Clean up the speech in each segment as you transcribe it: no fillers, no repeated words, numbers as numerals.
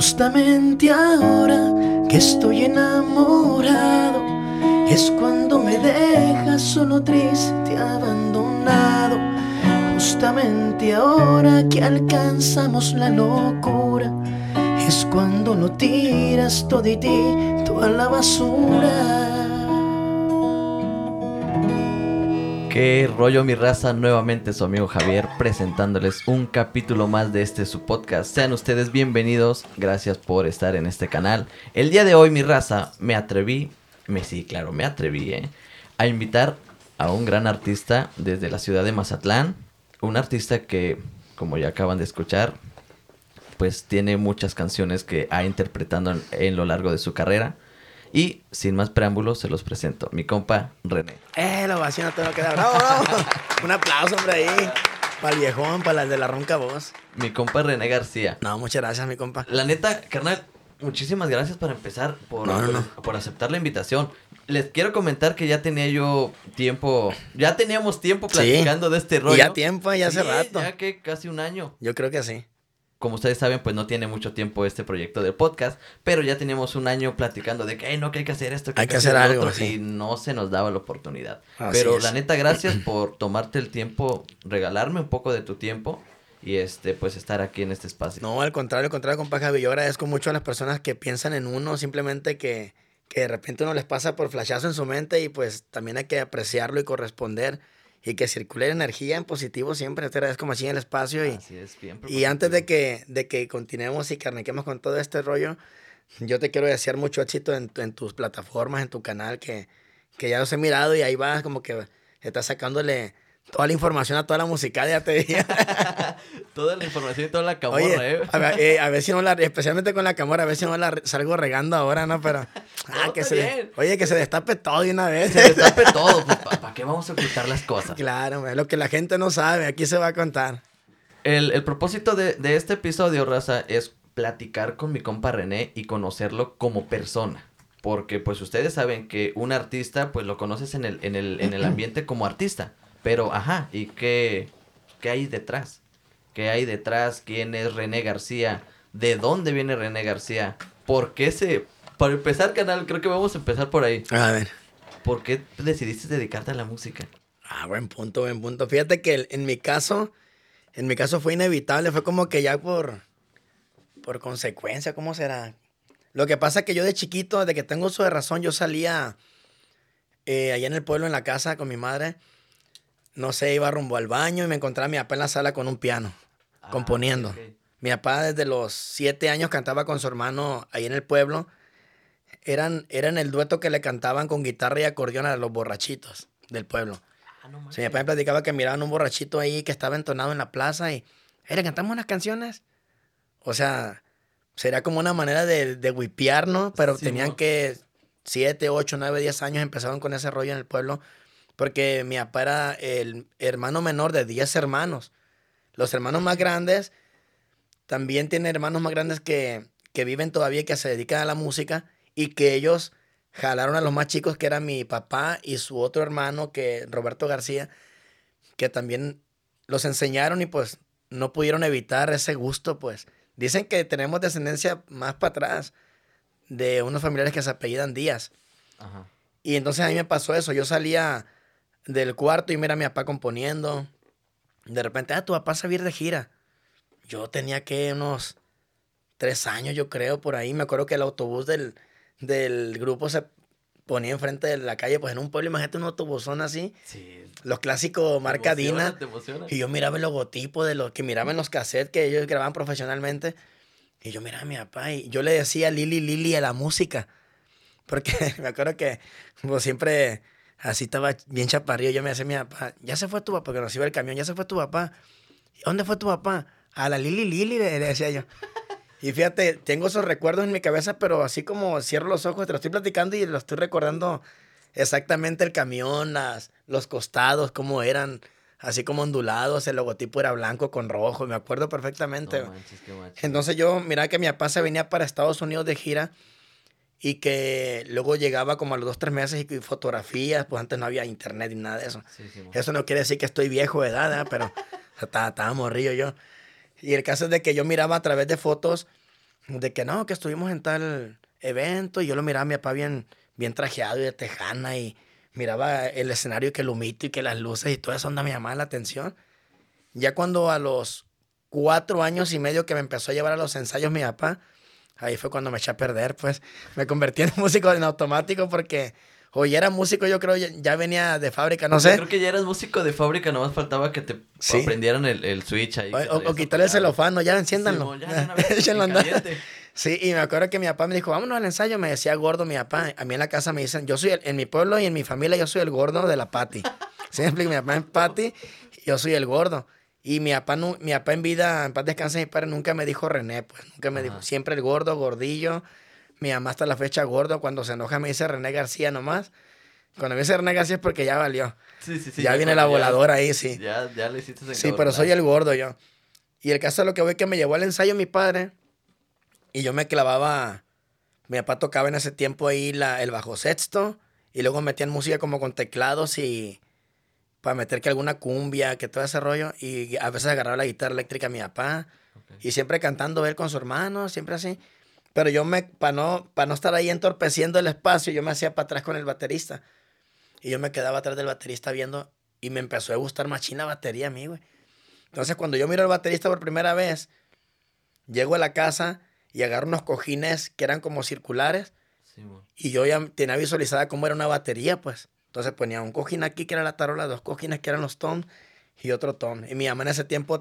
Justamente ahora que estoy enamorado, es cuando me dejas solo, triste, abandonado. Justamente ahora que alcanzamos la locura, es cuando lo tiras toditito a la basura. Qué rollo, mi raza, nuevamente su amigo Javier presentándoles un capítulo más de su podcast. Sean ustedes bienvenidos, gracias por estar en este canal. El día de hoy, mi raza, me atreví a invitar a un gran artista desde la ciudad de Mazatlán. Un artista que, como ya acaban de escuchar, pues tiene muchas canciones que ha interpretado en lo largo de su carrera. Y sin más preámbulos, se los presento. Mi compa, René. La ovación no te lo queda. ¡Bravo, bravo! Un aplauso, hombre, ahí. Para el viejón, para el de la ronca voz. Mi compa René García. No, muchas gracias, mi compa. La neta, carnal, muchísimas gracias para empezar, por aceptar la invitación. Les quiero comentar que ya teníamos tiempo platicando de este rollo. Y ya tiempo, ya hace rato. Ya que casi un año. Yo creo que sí. Como ustedes saben, pues no tiene mucho tiempo este proyecto del podcast, pero ya teníamos un año platicando de que, que hay que hacer esto, que hay que hacer algo, otro, sí. Y no se nos daba la oportunidad. Así pero es. La neta, gracias por tomarte el tiempo, regalarme un poco de tu tiempo y pues estar aquí en este espacio. No, al contrario, compa Javi, yo agradezco mucho a las personas que piensan en uno, simplemente que de repente uno les pasa por flashazo en su mente y pues también hay que apreciarlo y corresponder. Y que circule energía en positivo siempre, te agradezco así en el espacio. Así es, bien propositivo. Y antes de que continuemos y que arranquemos con todo este rollo, yo te quiero desear mucho éxito en tus plataformas, en tu canal, que ya los he mirado y ahí vas como que estás sacándole toda la información a toda la música, ya te dije. Toda la información y toda la camorra, Oye, a ver si no especialmente con la camorra, a ver si no la salgo regando ahora, ¿no? Pero, que se destape todo de una vez. Se destape todo, pues, ¿para qué vamos a ocultar las cosas? Claro, lo que la gente no sabe, aquí se va a contar. El propósito de este episodio, raza, es platicar con mi compa René y conocerlo como persona. Porque, pues, ustedes saben que un artista, pues, lo conoces en el ambiente como artista. Pero, ¿y qué hay detrás? ¿Qué hay detrás? ¿Quién es René García? ¿De dónde viene René García? ¿Por qué Para empezar, canal, creo que vamos a empezar por ahí. A ver. ¿Por qué decidiste dedicarte a la música? Buen punto. Fíjate que en mi caso fue inevitable. Fue como que ya por consecuencia, ¿cómo será? Lo que pasa es que yo de chiquito, desde que tengo uso de razón, yo salía allá en el pueblo, en la casa con mi madre. No sé, iba rumbo al baño y me encontraba a mi papá en la sala con un piano, componiendo. Okay. Mi papá desde los 7 años cantaba con su hermano ahí en el pueblo. Eran el dueto que le cantaban con guitarra y acordeón a los borrachitos del pueblo. Mi papá me platicaba que miraban un borrachito ahí que estaba entonado en la plaza y, ¿le cantamos unas canciones? O sea, sería como una manera de whipear, ¿no? Pero sí, tenían que 7, 8, 9, 10 años empezaron con ese rollo en el pueblo. Porque mi papá era el hermano menor de 10 hermanos. Los hermanos más grandes también tienen hermanos más grandes que viven todavía y que se dedican a la música. Y que ellos jalaron a los más chicos, que eran mi papá y su otro hermano, Roberto García, que también los enseñaron y pues no pudieron evitar ese gusto, pues. Dicen que tenemos descendencia más para atrás de unos familiares que se apellidan Díaz. Ajá. Y entonces a mí me pasó eso. Yo salía del cuarto y mira a mi papá componiendo. De repente, tu papá se va a ir de gira. Yo tenía que unos 3 años, yo creo, por ahí. Me acuerdo que el autobús del grupo se ponía enfrente de la calle, pues en un pueblo, imagínate un autobusón así. Sí. Los clásicos marca Dina. Y yo miraba el logotipo de los que miraba en los cassettes que ellos grababan profesionalmente. Y yo miraba a mi papá y yo le decía Lili a la música. Porque me acuerdo que pues, siempre así estaba bien chaparrillo. Yo me decía a mi papá, ya se fue tu papá, porque nos iba el camión, ya se fue tu papá. ¿Dónde fue tu papá? A la Lili, le decía yo. Y fíjate, tengo esos recuerdos en mi cabeza, pero así como cierro los ojos, te lo estoy platicando y lo estoy recordando exactamente el camión, los costados, cómo eran, así como ondulados, el logotipo era blanco con rojo, me acuerdo perfectamente. No manches, qué macho. Entonces yo miraba que mi papá se venía para Estados Unidos de gira y que luego llegaba como a los 2, 3 meses y fotografías, pues antes no había internet ni nada de eso. Sí, eso no quiere decir que estoy viejo de edad, ¿eh? Pero estaba morrillo yo. Y el caso es de que yo miraba a través de fotos De que no, que estuvimos en tal evento y yo lo miraba a mi papá bien trajeado y de tejana y miraba el escenario y que el humito y que las luces y toda esa onda me llamaba la atención. Ya cuando a los 4 años y medio que me empezó a llevar a los ensayos mi papá, ahí fue cuando me eché a perder, pues. Me convertí en músico en automático porque o ya era músico, yo creo, ya venía de fábrica, no Yo sé. creo que ya eras músico de fábrica, nomás faltaba que te Sí. aprendieran el switch ahí. que O traías quitarle el apagado. celofán, no, ya enciéndanlo. Simón, ya de una vez, Échenlo a en andar. caliente. Sí, y me acuerdo que mi papá me dijo, vámonos al ensayo, me decía gordo mi papá. A mí en la casa me dicen, yo soy, en mi pueblo y en mi familia yo soy el gordo de la Pati. ¿Sí me explico? Mi papá es Pati y yo soy el gordo. Y mi papá, mi papá en vida, en paz descanse mi padre, nunca me dijo René, pues, nunca me dijo, Ajá. siempre el gordo, gordillo. Mi mamá hasta la fecha gordo, cuando se enoja me dice René García nomás. Cuando me dice René García es porque ya valió. Sí, Ya viene la cuando voladora ahí, sí. Ya le hiciste Sí, pero soy el gordo yo. Y el caso de lo que voy es que me llevó al ensayo mi padre y yo me clavaba. Mi papá tocaba en ese tiempo ahí el bajo sexto y luego metían música como con teclados y para meter que alguna cumbia, que todo ese rollo. Y a veces agarraba la guitarra eléctrica mi papá y siempre cantando él con su hermano, siempre así. Pero yo para no estar ahí entorpeciendo el espacio, yo me hacía para atrás con el baterista. Y yo me quedaba atrás del baterista viendo y me empezó a gustar machín la batería a mí, güey. Entonces, cuando yo miro al baterista por primera vez, llego a la casa y agarro unos cojines que eran como circulares Simón. y yo ya tenía visualizada cómo era una batería, pues. Entonces ponía un cojín aquí que era la tarola, dos cojines que eran los toms y otro tom. Y mi mamá en ese tiempo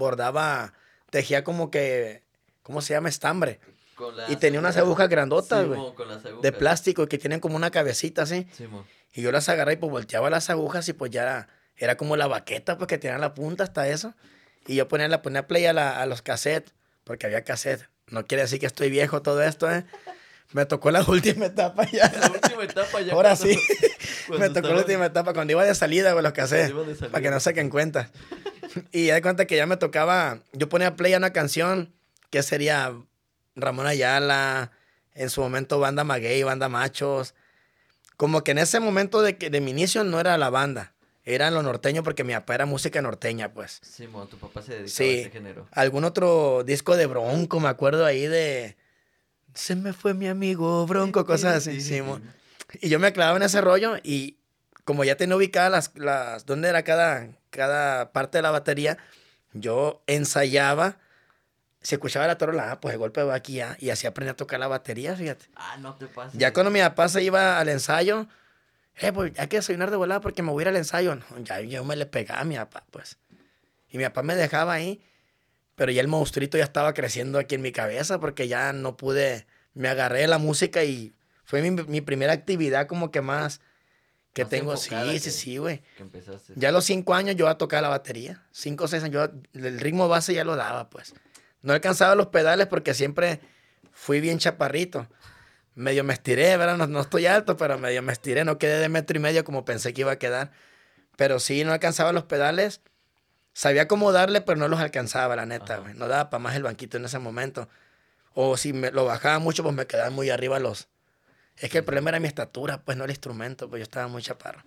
tejía como que, ¿cómo se llama? Estambre. Con las Y tenía unas agujas grandotas, güey, Simón, con las agujas. de plástico que tienen como una cabecita así. Simón. Y yo las agarré y pues volteaba las agujas y pues ya era como la baqueta, pues que tenía la punta hasta eso. Y yo ponía play a los cassettes, porque había cassette. No quiere decir que estoy viejo todo esto, ¿eh? Me tocó la última etapa ya. La última etapa ya. Ahora cuando- sí. cuando Me tocó la estaban- última etapa, cuando iba de salida, güey, los cassettes. Cuando iba de salida. Para que no saquen cuenta. Y ya de cuenta que ya me tocaba, yo ponía play a una canción que sería Ramón Ayala, en su momento Banda Maguey, Banda Machos. Como que en ese momento de mi inicio no era la banda, era lo norteño porque mi papá era música norteña, pues. Simón, tu papá se dedicaba a Sí, ese género. algún otro disco de Bronco, me acuerdo ahí de Se me fue mi amigo Bronco, cosas así. Sí, y yo me clavaba en ese rollo y como ya tenía ubicadas dónde era cada parte de la batería, yo ensayaba, se escuchaba la tarola, pues el golpe va aquí ya, y así aprendí a tocar la batería, fíjate. Ah, no te pases. Ya cuando mi papá se iba al ensayo, pues hay que desayunar de volada porque me voy a ir al ensayo. No, ya yo me le pegaba a mi papá, pues. Y mi papá me dejaba ahí, pero ya el monstruito ya estaba creciendo aquí en mi cabeza porque ya no pude, me agarré de la música y fue mi primera actividad como que más que Más tengo. enfocada Sí, güey. Que empezaste. Ya a los 5 años yo a tocar la batería. 5 o 6 años, el ritmo base ya lo daba, pues. No alcanzaba los pedales porque siempre fui bien chaparrito. Medio me estiré, ¿verdad? No estoy alto, pero medio me estiré. No quedé de 1,5 metros como pensé que iba a quedar. Pero sí, no alcanzaba los pedales. Sabía cómo darle, pero no los alcanzaba, la neta, Ajá. güey. No daba para más el banquito en ese momento. O si me lo bajaba mucho, pues me quedaban muy arriba los... Es que el problema era mi estatura, pues no el instrumento, pues yo estaba muy chaparro.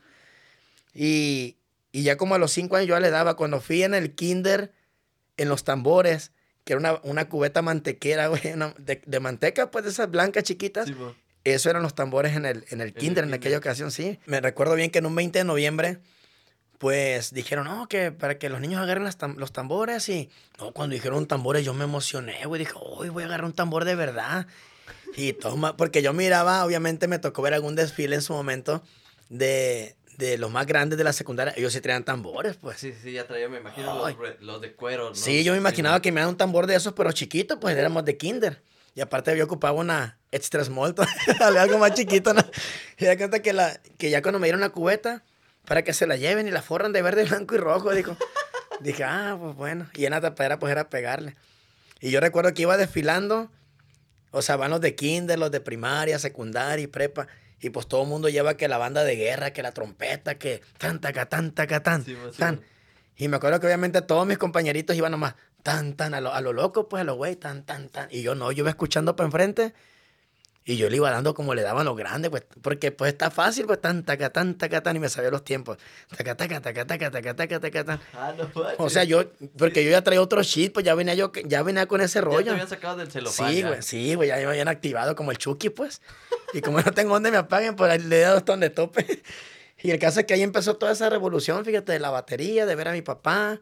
Y ya como a los 5 años yo ya le daba, cuando fui en el kinder, en los tambores, que era una cubeta mantequera, güey, de manteca, pues de esas blancas chiquitas. Simón. Eso eran los tambores en el kinder en aquella ocasión, sí. Me recuerdo bien que en un 20 de noviembre, pues dijeron, no, que para que los niños agarren los tambores y... No, cuando dijeron tambores yo me emocioné, güey. Dije, uy, voy a agarrar un tambor de verdad. Y toma, porque yo miraba, obviamente me tocó ver algún desfile en su momento de los más grandes de la secundaria. Ellos sí traían tambores, pues. Sí, ya traía, me imagino, Ay. los de cuero, ¿no? Sí, yo me imaginaba Simón. que me daban un tambor de esos, pero chiquito, pues éramos de kinder. Y aparte yo ocupaba una extra small, algo más chiquito, ¿no? Y da cuenta que ya cuando me dieron la cubeta, para que se la lleven y la forran de verde, blanco y rojo, dije, pues bueno. Y en la tapadera pues era pegarle. Y yo recuerdo que iba desfilando, o sea, van los de kinder, los de primaria, secundaria y prepa. Y pues todo el mundo lleva que la banda de guerra, que la trompeta, que tan, taca, tan, taca, tan, Simón, tan. Simón. Y me acuerdo que obviamente todos mis compañeritos iban nomás tan, tan, a lo loco, pues a lo güey, tan, tan, tan. Y yo no, yo iba escuchando para enfrente Y yo le iba dando como le daban los grandes, pues, porque pues está fácil, pues tan, taca, tan, y me sabía los tiempos. Taca, taca, taca, taca, taca, taca, taca, tan. Ah, no O sea, manches. porque yo ya traía otro shit, pues ya venía con ese Ya te rollo. habían sacado del celofán ya. Sí, güey, ya me habían activado como el Chucky, pues. Y como no tengo donde me apaguen, pues ahí le he dado hasta donde tope. Y el caso es que ahí empezó toda esa revolución, fíjate, de la batería, de ver a mi papá.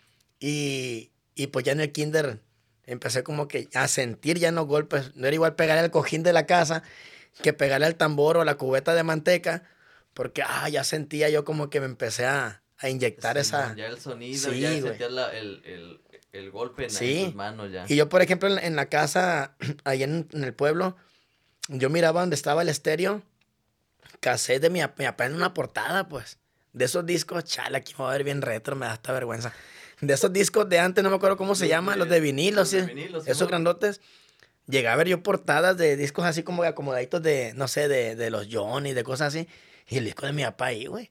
Y pues ya en el kinder empecé como que a sentir ya los golpes. No era igual pegarle al cojín de la casa que pegarle al tambor o a la cubeta de manteca. Porque, ya sentía yo como que me empecé a inyectar Simón, esa... ya el sonido, ya Sí, güey. sentías el golpe en tus Sí. manos ya. Y yo, por ejemplo, en la casa, ahí en el pueblo, yo miraba donde estaba el estéreo, cassette de mi papá en una portada, pues. De esos discos, chala, aquí me va a ver bien retro, me da hasta vergüenza. De esos discos de antes, no me acuerdo cómo se llaman, los de vinilo, los de sí. vinilo, Esos Simón. grandotes. Llegué a ver yo portadas de discos así como acomodaditos de, no sé, de los Johnny, de cosas así. Y el disco de mi papá ahí, güey.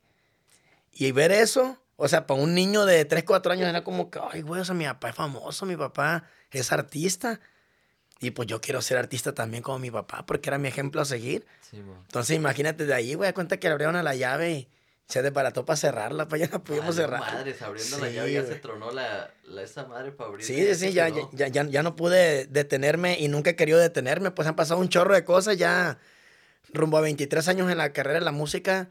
Y ver eso, o sea, para un niño de 3 4 años era como que, ay, güey, o sea, mi papá es famoso, mi papá es artista. Y pues yo quiero ser artista también como mi papá, porque era mi ejemplo a seguir. Simón. Entonces imagínate de ahí, güey, da cuenta que le abrieron a la llave y se desbarató para cerrarla, pues ya no pudimos Valió cerrar. madres, abriendo la llave Sí, ya se güey. tronó esa madre para abrir y Sí, sí, ahí sí, se ya, quedó. ya no pude detenerme y nunca he querido detenerme, pues han pasado un chorro de cosas ya rumbo a 23 años en la carrera de la música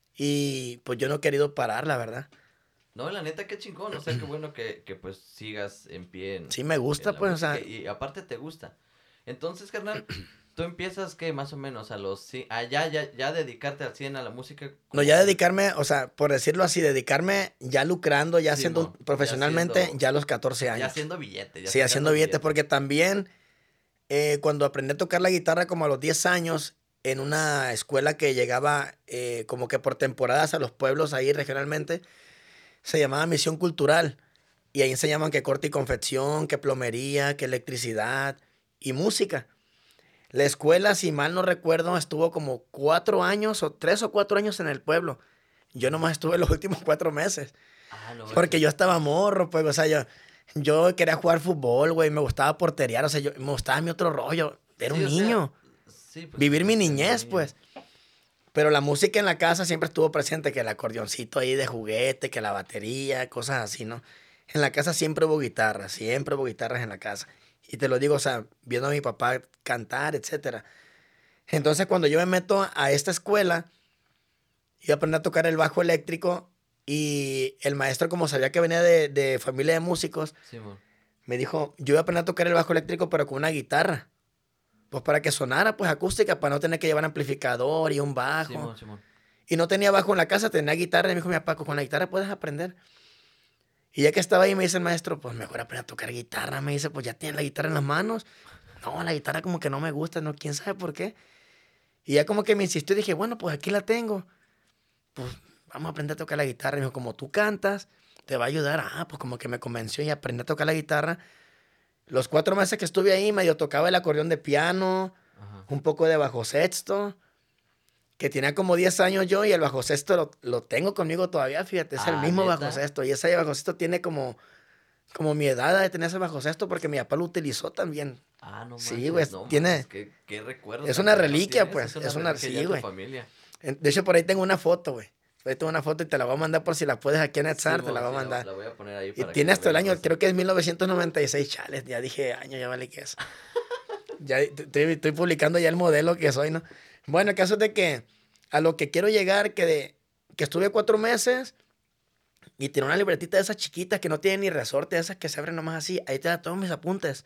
y pues yo no he querido parar, la verdad. No, la neta, qué chingón, o sea, qué bueno que pues sigas en pie Sí me en gusta, la pues, o música sea, y aparte te gusta. Entonces, carnal, tú empiezas que más o menos a los, sí, ya dedicarte al 100 a la música no, como ya que, dedicarme, o sea, por decirlo así, dedicarme ya lucrando, ya sí, haciendo ya profesionalmente, haciendo, ya a los 14 ya años. haciendo billete, ya Sí, sacando haciendo billetes, billete. porque también cuando aprendí a tocar la guitarra como a los 10 años, en una escuela que llegaba como que por temporadas a los pueblos ahí regionalmente, se llamaba Misión Cultural. Y ahí enseñaban que corte y confección, que plomería, que electricidad y música. La escuela, si mal no recuerdo, estuvo como 4 años o 3 o 4 años en el pueblo. Yo nomás estuve los últimos 4 meses. Ah, no Porque manches. yo estaba morro, pues, o sea, yo quería jugar fútbol, güey, me gustaba porterear, o sea, me gustaba mi otro rollo. Era Sí, un o sea, niño, sí, pues vivir mi siendo un niñez, niño. pues. Pero la música en la casa siempre estuvo presente, que el acordeoncito ahí de juguete, que la batería, cosas así, ¿no? En la casa siempre hubo guitarras en la casa. Y te lo digo, o sea, viendo a mi papá cantar, etcétera. Entonces, cuando yo me meto a esta escuela, yo aprendí a tocar el bajo eléctrico y el maestro, como sabía que venía de familia de músicos, Simón, me dijo, yo voy a aprender a tocar el bajo eléctrico, pero con una guitarra. Pues para que sonara, pues acústica, para no tener que llevar amplificador y un bajo. Simón. Y no tenía bajo en la casa, tenía guitarra. Y me dijo mi papá, con la guitarra puedes aprender. Y ya que estaba ahí, me dice el maestro, pues mejor aprender a tocar guitarra. Me dice, pues ya tienes la guitarra en las manos. No, la guitarra como que no me gusta, no, quién sabe por qué. Y ya como que me insistió y dije, bueno, pues aquí la tengo. Pues vamos a aprender a tocar la guitarra. Y me dijo, como tú cantas, te va a ayudar. Pues como que me convenció y aprendí a tocar la guitarra. Los 4 meses que estuve ahí, medio tocaba el acordeón de piano, Ajá. un poco de bajo sexto, que tenía como 10 años yo y el bajo sexto lo tengo conmigo todavía, fíjate, es el Ah, mismo bajo neta. sexto. Y ese bajo sexto tiene como mi edad de tener ese bajo sexto porque mi papá lo utilizó también. Ah, no Sí, güey, manches, no manches, tiene, qué recuerdos es tan una cabrón reliquia, tienes, es pues, una es una, reliquia ya sí, de tu güey. familia. De hecho, por ahí tengo una foto, güey. Por ahí tengo una foto y te la voy a mandar por si la puedes aquí anexar, te la Simón, voy a sí, mandar. la voy a poner ahí Y para que tiene la hasta vea el la año, raza. creo que es 1996, chales, ya dije año, ya vale que es. Ya estoy publicando ya el modelo que soy, ¿no? Bueno, el caso es de que a lo que quiero llegar, que estuve 4 meses y tenía una libretita de esas chiquitas que no tienen ni resorte, de esas que se abren nomás así, ahí te da todos mis apuntes.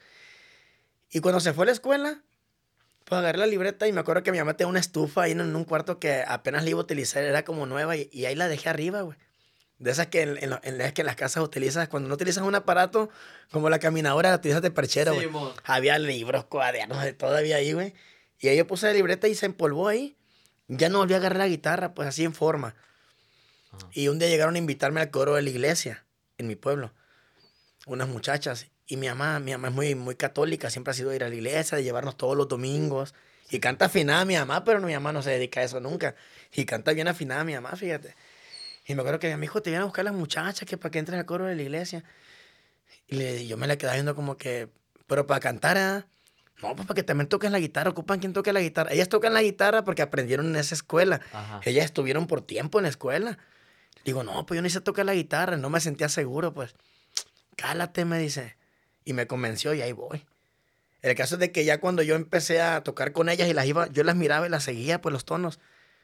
Y cuando se fue a la escuela, pues agarré la libreta y me acuerdo que mi mamá tenía una estufa ahí en un cuarto que apenas la iba a utilizar, era como nueva y ahí la dejé arriba, güey. De esas que que en las casas utilizas, cuando no utilizas un aparato como la caminadora, la utilizas de perchera, güey. Simón. Había libros, cuadernos, de todavía ahí, güey. Y ahí yo puse la libreta y se empolvó ahí. Ya no volví a agarrar la guitarra, pues así en forma. Ajá. Y un día llegaron a invitarme al coro de la iglesia, en mi pueblo, unas muchachas. Y mi mamá es muy, muy católica, siempre ha sido de ir a la iglesia, de llevarnos todos los domingos. Y Sí, sí. canta afinada mi mamá, pero mi mamá no se dedica a eso nunca. Y canta bien afinada mi mamá, fíjate. Y me acuerdo que mi hijo te viene a buscar las muchachas que para que entres al coro de la iglesia. Y yo me la quedaba viendo como que, pero para cantar, ¿ah? No, pues para que también toques la guitarra, ocupan quien toque la guitarra. Ellas tocan la guitarra porque aprendieron en esa escuela. Ajá. Ellas estuvieron por tiempo en la escuela. Digo, no, pues yo ni sé tocar la guitarra, no me sentía seguro, pues. Cálate, me dice. Y me convenció y ahí voy. El caso es de que ya cuando yo empecé a tocar con ellas y yo las miraba y las seguía, pues los tonos.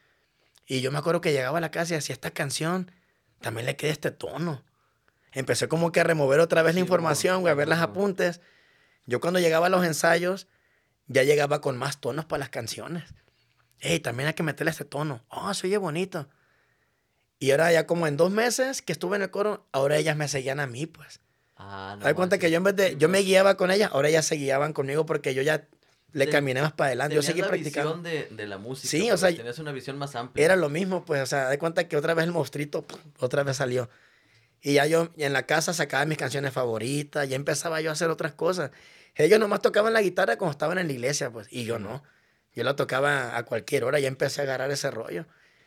Y yo me acuerdo que llegaba a la casa y decía, esta canción también le queda este tono. Empecé como que a remover otra vez la información, güey, a ver los apuntes. Yo cuando llegaba a los ensayos, ya llegaba con más tonos para las canciones. Ey, también hay que meterle este tono. Oh, se oye bonito. Y ahora ya como en 2 meses que estuve en el coro, ahora ellas me seguían a mí, pues. Ah, no. Haz de cuenta que yo en vez de, yo me guiaba con ellas, ahora ellas se guiaban conmigo porque yo ya le caminé más para adelante. Yo seguí practicando. Tenías la visión de la música. Sí, pues, o sea, tenías una visión más amplia. era lo mismo, pues, o sea, de cuenta que otra vez el monstruito, otra vez salió. Y ya yo en la casa sacaba mis canciones favoritas, ya empezaba yo a hacer otras cosas. Ellos nomás tocaban la guitarra cuando estaban en la iglesia, pues, y yo no. Yo la tocaba a cualquier hora, ya empecé a agarrar ese rollo.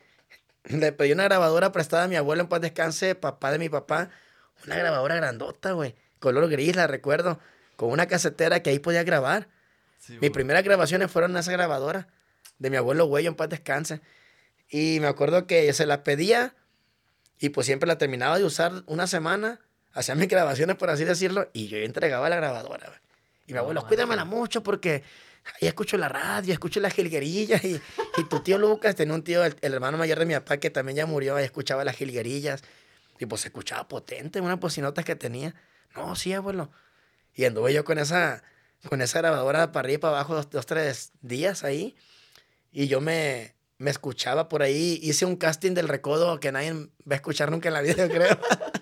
Le pedí una grabadora prestada a mi abuelo en paz descanse, papá de mi papá, una grabadora grandota, güey, color gris, la recuerdo, con una casetera que ahí podía grabar. Sí, Mis primeras grabaciones fueron en esa grabadora de mi abuelo Güello en paz descanse. Y me acuerdo que se la pedía y pues siempre la terminaba de usar una semana, hacía mis grabaciones, por así decirlo, y yo entregaba la grabadora, güey. Y mi abuelo, cuídamela mucho porque ahí escucho la radio, escucho las jilguerillas. Y tu tío Lucas tenía un tío, el hermano mayor de mi papá, que también ya murió, y escuchaba las jilguerillas. Y pues se escuchaba potente, unas bocinotas que tenía. No, sí, abuelo. Y anduve yo con esa grabadora para arriba y para abajo 2, 3 días ahí. Y yo me escuchaba por ahí. Hice un casting del Recodo que nadie va a escuchar nunca en la vida, yo creo.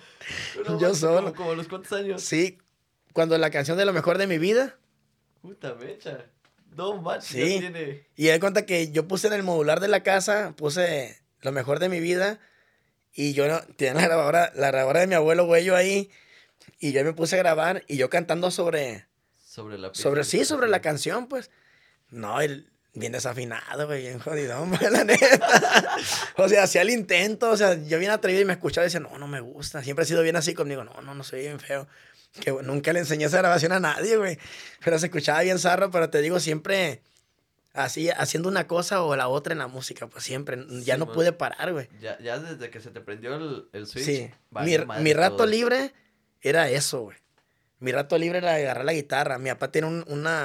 Yo solo. ¿Como los cuántos años? Sí, cuando la canción de Lo Mejor de Mi Vida. Puta mecha. No manches, Sí. ya tiene... Y él cuenta que yo puse en el modular de la casa, puse Lo Mejor de Mi Vida. Y yo tenía la grabadora de mi abuelo Güello ahí. Y yo me puse a grabar y yo cantando sobre la canción, pues. No, él bien desafinado, güey, bien jodidón, güey, la neta. O sea, hacía el intento, o sea, yo bien atrevido y me escuchaba y decía, no, no me gusta. Siempre he sido bien así conmigo, no soy bien feo. Que nunca le enseñé esa grabación a nadie, güey. Pero se escuchaba bien zarro, pero te digo, siempre así, haciendo una cosa o la otra en la música, pues siempre. Ya Sí, no pude parar, güey. Ya desde que se te prendió el switch. Sí. todo Mi rato libre era eso, güey. Mi rato libre era agarrar la guitarra. Mi papá tiene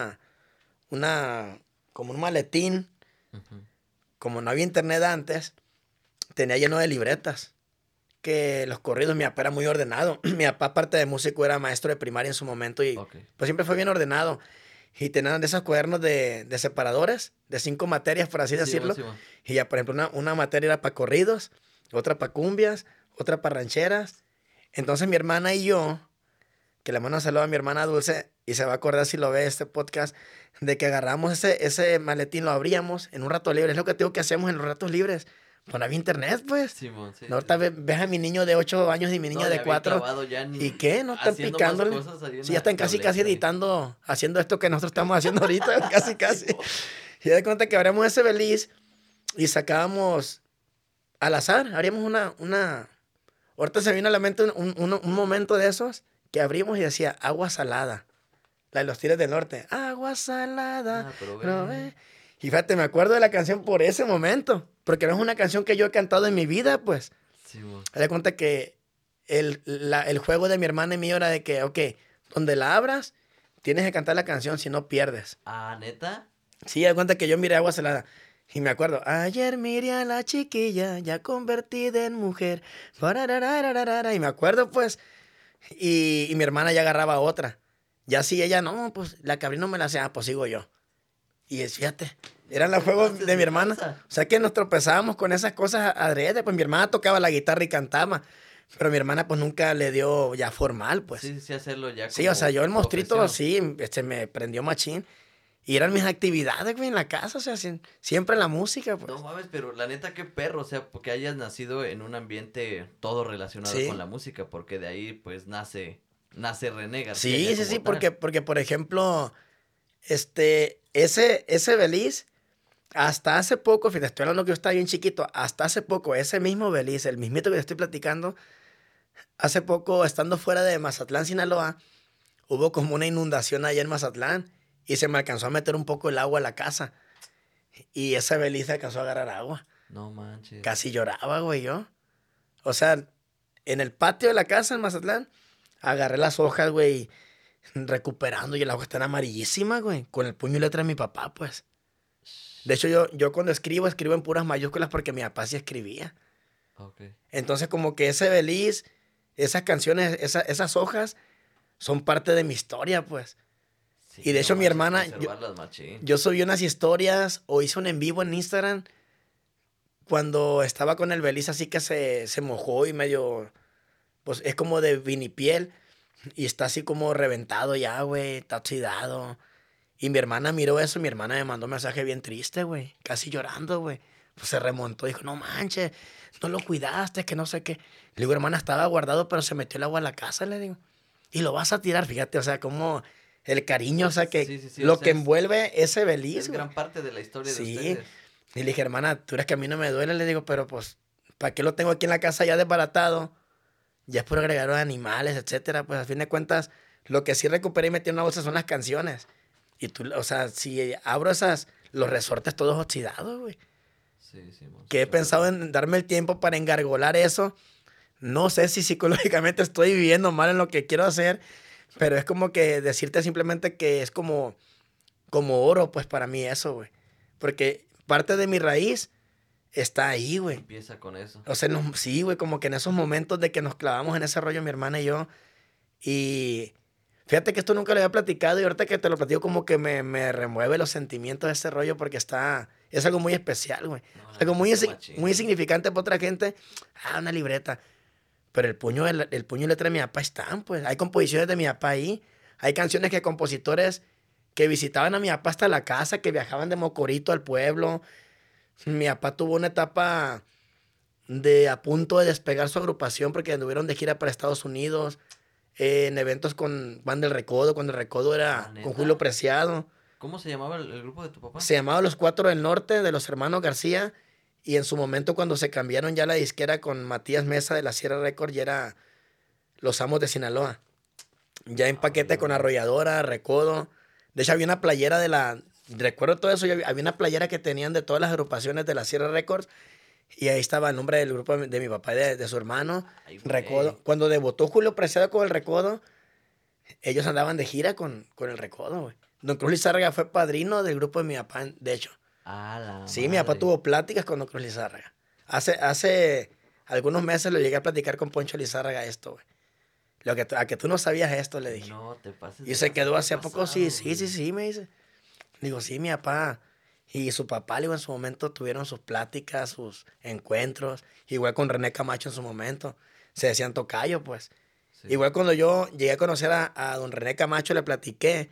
como un maletín. Ujú. Como no había internet antes, tenía lleno de libretas. Que los corridos, mi papá era muy ordenado. Mi papá, aparte de músico, era maestro de primaria en su momento y Ok. pues siempre fue bien ordenado. Y tenían de esos cuadernos de separadores, de 5 materias, por así decirlo. Sí, bueno. Y ya, por ejemplo, una materia era para corridos, otra para cumbias, otra para rancheras. Entonces mi hermana y yo, que le mando un saludo a mi hermana Dulce, y se va a acordar si lo ve este podcast, de que agarramos ese maletín, lo abríamos en un rato libre. Es lo que tengo que hacemos en los ratos libres. Pues no había internet, pues. Simón, sí, No, ahorita ves a mi niño de 8 años y mi niña No, de ya bien 4. clavado ya en- ¿Y qué? ¿No están haciendo más picándole? cosas ahí en Sí, ya la están casi tableta, ahí. editando, haciendo esto que nosotros estamos haciendo ahorita, casi. Y de cuenta que abrimos ese beliz y sacábamos al azar, abrimos una... Ahorita se vino a la mente un momento de esos que abrimos y decía agua salada. La de los Tigres del Norte. Agua salada. Ah, pero probé. Y fíjate, me acuerdo de la canción por ese momento. Porque no es una canción que yo he cantado en mi vida, pues. Simón. Me da cuenta que el juego de mi hermana y mío era de que, ok, donde la abras, tienes que cantar la canción, si no pierdes. Ah, ¿neta? Sí, me da cuenta que yo miré agua salada. Y me acuerdo, ayer miré a la chiquilla, ya convertida en mujer. Parararararara. Y me acuerdo, pues, y mi hermana ya agarraba otra. Ya si ella, no, pues, la cabrina no me la hacía, pues sigo yo. Y fíjate, eran los juegos Pases de mi de hermana. lanza. O sea que nos tropezábamos con esas cosas adrede. Pues mi hermana tocaba la guitarra y cantaba. Pero mi hermana, pues, nunca le dio ya formal, pues. Sí, hacerlo ya Sí, como o sea, yo el monstruito, profesión. sí, me prendió machín. Y eran mis actividades, güey, en la casa, o sea, siempre la música, pues. No mames, pero la neta, qué perro, o sea, porque hayas nacido en un ambiente todo relacionado Sí. con la música, porque de ahí, pues, nace René García. Sí, ya sí, como sí, tal. porque, por ejemplo, ese Beliz, hasta hace poco, fíjate, estoy hablando que yo estaba bien chiquito, hasta hace poco, ese mismo Beliz, el mismito que te estoy platicando, hace poco, estando fuera de Mazatlán, Sinaloa, hubo como una inundación allá en Mazatlán y se me alcanzó a meter un poco el agua a la casa. Y esa beliz alcanzó a agarrar agua. No manches. Casi lloraba, güey, yo. O sea, en el patio de la casa en Mazatlán, agarré las hojas, güey, recuperando y el agua está amarillísima, güey, con el puño y letra de mi papá, pues. De hecho, yo cuando escribo en puras mayúsculas porque mi papá sí escribía. Ok. Entonces, como que ese beliz, esas canciones, esas hojas, son parte de mi historia, pues. Sí, Y de no hecho, mi manches, hermana, conservarlas, machín. yo subí unas historias o hice un en vivo en Instagram cuando estaba con el beliz así que se mojó y medio, pues es como de vinipiel y está así como reventado ya, güey, está oxidado. Y mi hermana miró eso y mi hermana me mandó un mensaje bien triste, güey, casi llorando, güey. Pues se remontó, dijo, no manches, no lo cuidaste, que no sé qué. Le digo, hermana, estaba guardado, pero se metió el agua a la casa, le digo. Y lo vas a tirar, fíjate, o sea, como el cariño, o sea, que Sí, o lo que sea, envuelve ese beliz, es güey. gran parte de la historia de Sí. ustedes. Y le dije, hermana, tú eres que a mí no me duele, le digo, pero pues, ¿para qué lo tengo aquí en la casa ya desbaratado? Ya es por agregar animales, etcétera. Pues a fin de cuentas, lo que sí recuperé y metí en una bolsa son las canciones. Y tú, o sea, si abro los resortes todos oxidados, güey. Sí, mon, Que he súper pensado pesado. en darme el tiempo para engargolar eso. No sé si psicológicamente estoy viviendo mal en lo que quiero hacer, pero es como que decirte simplemente que es como oro, pues para mí eso, güey. Porque parte de mi raíz está ahí, güey. Empieza con eso. O sea, sí, güey, como que en esos momentos de que nos clavamos en ese rollo mi hermana y yo. Y fíjate que esto nunca lo había platicado y ahorita que te lo platico como que me remueve los sentimientos de ese rollo porque es algo muy especial, güey. No, la Algo neta muy, está machín, muy güey. significante para otra gente. Ah, una libreta. Pero el puño y letra de mi papá están, pues. Hay composiciones de mi papá ahí. Hay canciones que compositores que visitaban a mi papá hasta la casa, que viajaban de Mocorito al pueblo. Mi papá tuvo una etapa de a punto de despegar su agrupación porque anduvieron de gira para Estados Unidos, en eventos con Banda del Recodo, cuando el Recodo Ah, era con Julio ¿neta? Preciado. ¿Cómo se llamaba el grupo de tu papá? Se llamaba Los Cuatro del Norte, de los hermanos García, y en su momento cuando se cambiaron ya la disquera con Matías Mesa de la Sierra Record, ya era Los Amos de Sinaloa. Ya en paquete con Órale. Arrolladora, Recodo. De hecho, había una playera recuerdo todo eso, había una playera que tenían de todas las agrupaciones de la Sierra Records. Y ahí estaba el nombre del grupo de mi papá y de su hermano, Ay, Recodo. güey. Cuando debutó Julio Preciado con el Recodo, ellos andaban de gira con el Recodo, güey. Don Cruz Lizárraga fue padrino del grupo de mi papá, de hecho. A la Sí, mi papá madre. tuvo pláticas con Don Cruz Lizárraga. Hace algunos meses lo llegué a platicar con Poncho Lizárraga esto, güey. A que tú no sabías esto, le dije. No te pases Y de se lanza, quedó qué hace poco, sí, pasado, sí, sí, güey. sí, me dice. Digo, sí, mi papá y su papá, le digo, en su momento tuvieron sus pláticas, sus encuentros, igual con René Camacho en su momento. Se decían tocayo, pues. Sí. Igual cuando yo llegué a conocer a don René Camacho, le platiqué.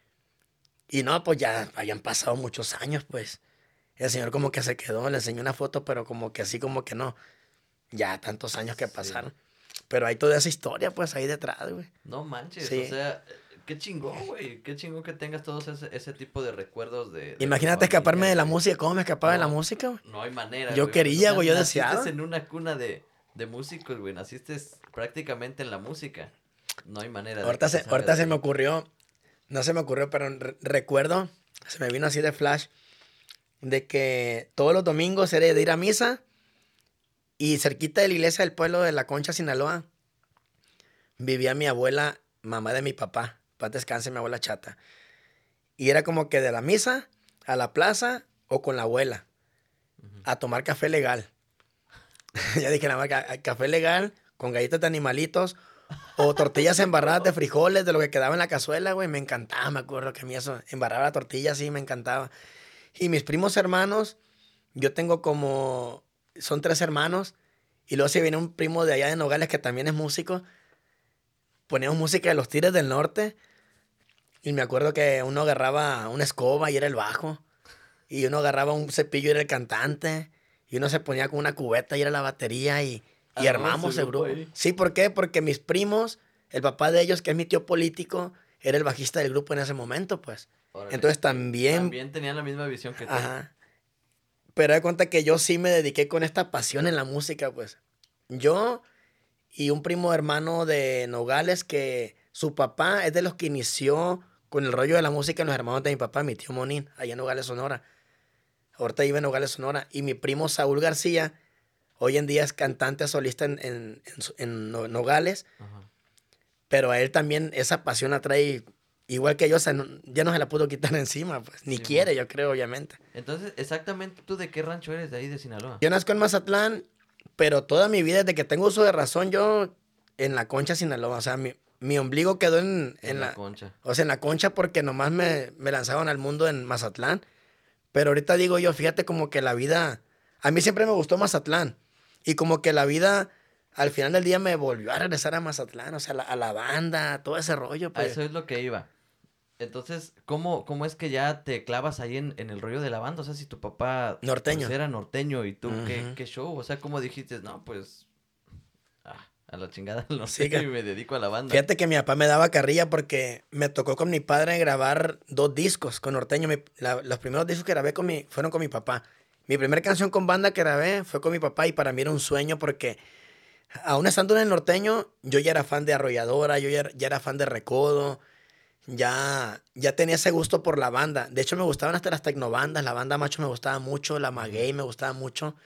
Y no, pues ya habían pasado muchos años, pues. El señor como que se quedó, le enseñó una foto, pero como que así, como que no. Ya tantos años que Sí. pasaron. Pero hay toda esa historia, pues, ahí detrás, güey. No manches, o Sí. sea, qué chingón, güey. Qué chingón que tengas todos ese tipo de recuerdos de tu Imagínate escaparme familia, de la güey. música. ¿Cómo me escapaba de la No, música, güey? no hay manera, Yo güey. O quería, sea, güey, yo naciste deseaba. en una cuna de músicos, güey. Naciste prácticamente en la música. No hay manera de que te salgas Ahorita de se me ahí. ocurrió, no se me ocurrió, pero recuerdo, se me vino así de flash, de que todos los domingos era de ir a misa y cerquita de la iglesia del pueblo de La Concha, Sinaloa, vivía mi abuela, mamá de mi papá, paz descanse mi abuela chata. Y era como que de la misa a la plaza o con la abuela Ujú. a tomar café legal. Ya dije la marca, café legal con galletas de animalitos o tortillas embarradas de frijoles, de lo que quedaba en la cazuela, güey. Me encantaba, me acuerdo que a mí eso, embarrar la tortilla, sí, me encantaba. Y mis primos hermanos, yo tengo son 3 hermanos. Y luego si viene un primo de allá de Nogales que también es músico. Poníamos música de los Tigres del Norte. Y me acuerdo que uno agarraba una escoba y era el bajo. Y uno agarraba un cepillo y era el cantante. Y uno se ponía con una cubeta y era la batería. Y Armabas tu armamos el grupo grupo. ahí. Sí, ¿por qué? Porque mis primos, el papá de ellos, que es mi tío político, era el bajista del grupo en ese momento, pues. Órale. Entonces también, También tenían la misma visión que tú. ajá. Pero de cuenta que yo sí me dediqué con esta pasión en la música, pues. Yo y un primo hermano de Nogales que su papá es de los que inició con el rollo de la música en los hermanos de mi papá, mi tío Monín, allá en Nogales, Sonora. Ahorita vive en Nogales, Sonora. Y mi primo Saúl García, hoy en día es cantante solista en Nogales. Ajá. Pero a él también esa pasión atrae, igual que yo, o sea, ya no se la pudo quitar encima, pues. Ni Sí, quiere, yo creo, obviamente. Entonces, exactamente, ¿tú de qué rancho eres de ahí de Sinaloa? Yo nazco en Mazatlán, pero toda mi vida, desde que tengo uso de razón, yo en la Concha, Sinaloa. O sea, mi ombligo quedó En la Concha. o sea, en la Concha porque nomás me lanzaban al mundo en Mazatlán. Pero ahorita digo yo, fíjate como que la vida, a mí siempre me gustó Mazatlán. Y como que la vida, al final del día me volvió a regresar a Mazatlán, o sea, a la banda, todo ese rollo, A pues. eso es lo que iba. Entonces, ¿cómo es que ya te clavas ahí en el rollo de la banda? O sea, si tu papá Norteño. pues, era norteño y tú, Ujú. ¿qué show? O sea, ¿cómo dijiste? No, pues, a la chingada el Sí, norteño y me dedico a la banda. fíjate que mi papá me daba carrilla porque me tocó con mi padre grabar 2 discos con norteño. Los primeros discos que grabé fueron con mi papá. Mi primera canción con banda que grabé fue con mi papá y para mí era un sueño porque aún estando en el norteño, yo ya era fan de Arrolladora, yo ya era fan de Recodo, ya tenía ese gusto por la banda. De hecho, me gustaban hasta las tecnobandas, la banda Macho me gustaba mucho, la Ujú. Maguey me gustaba mucho.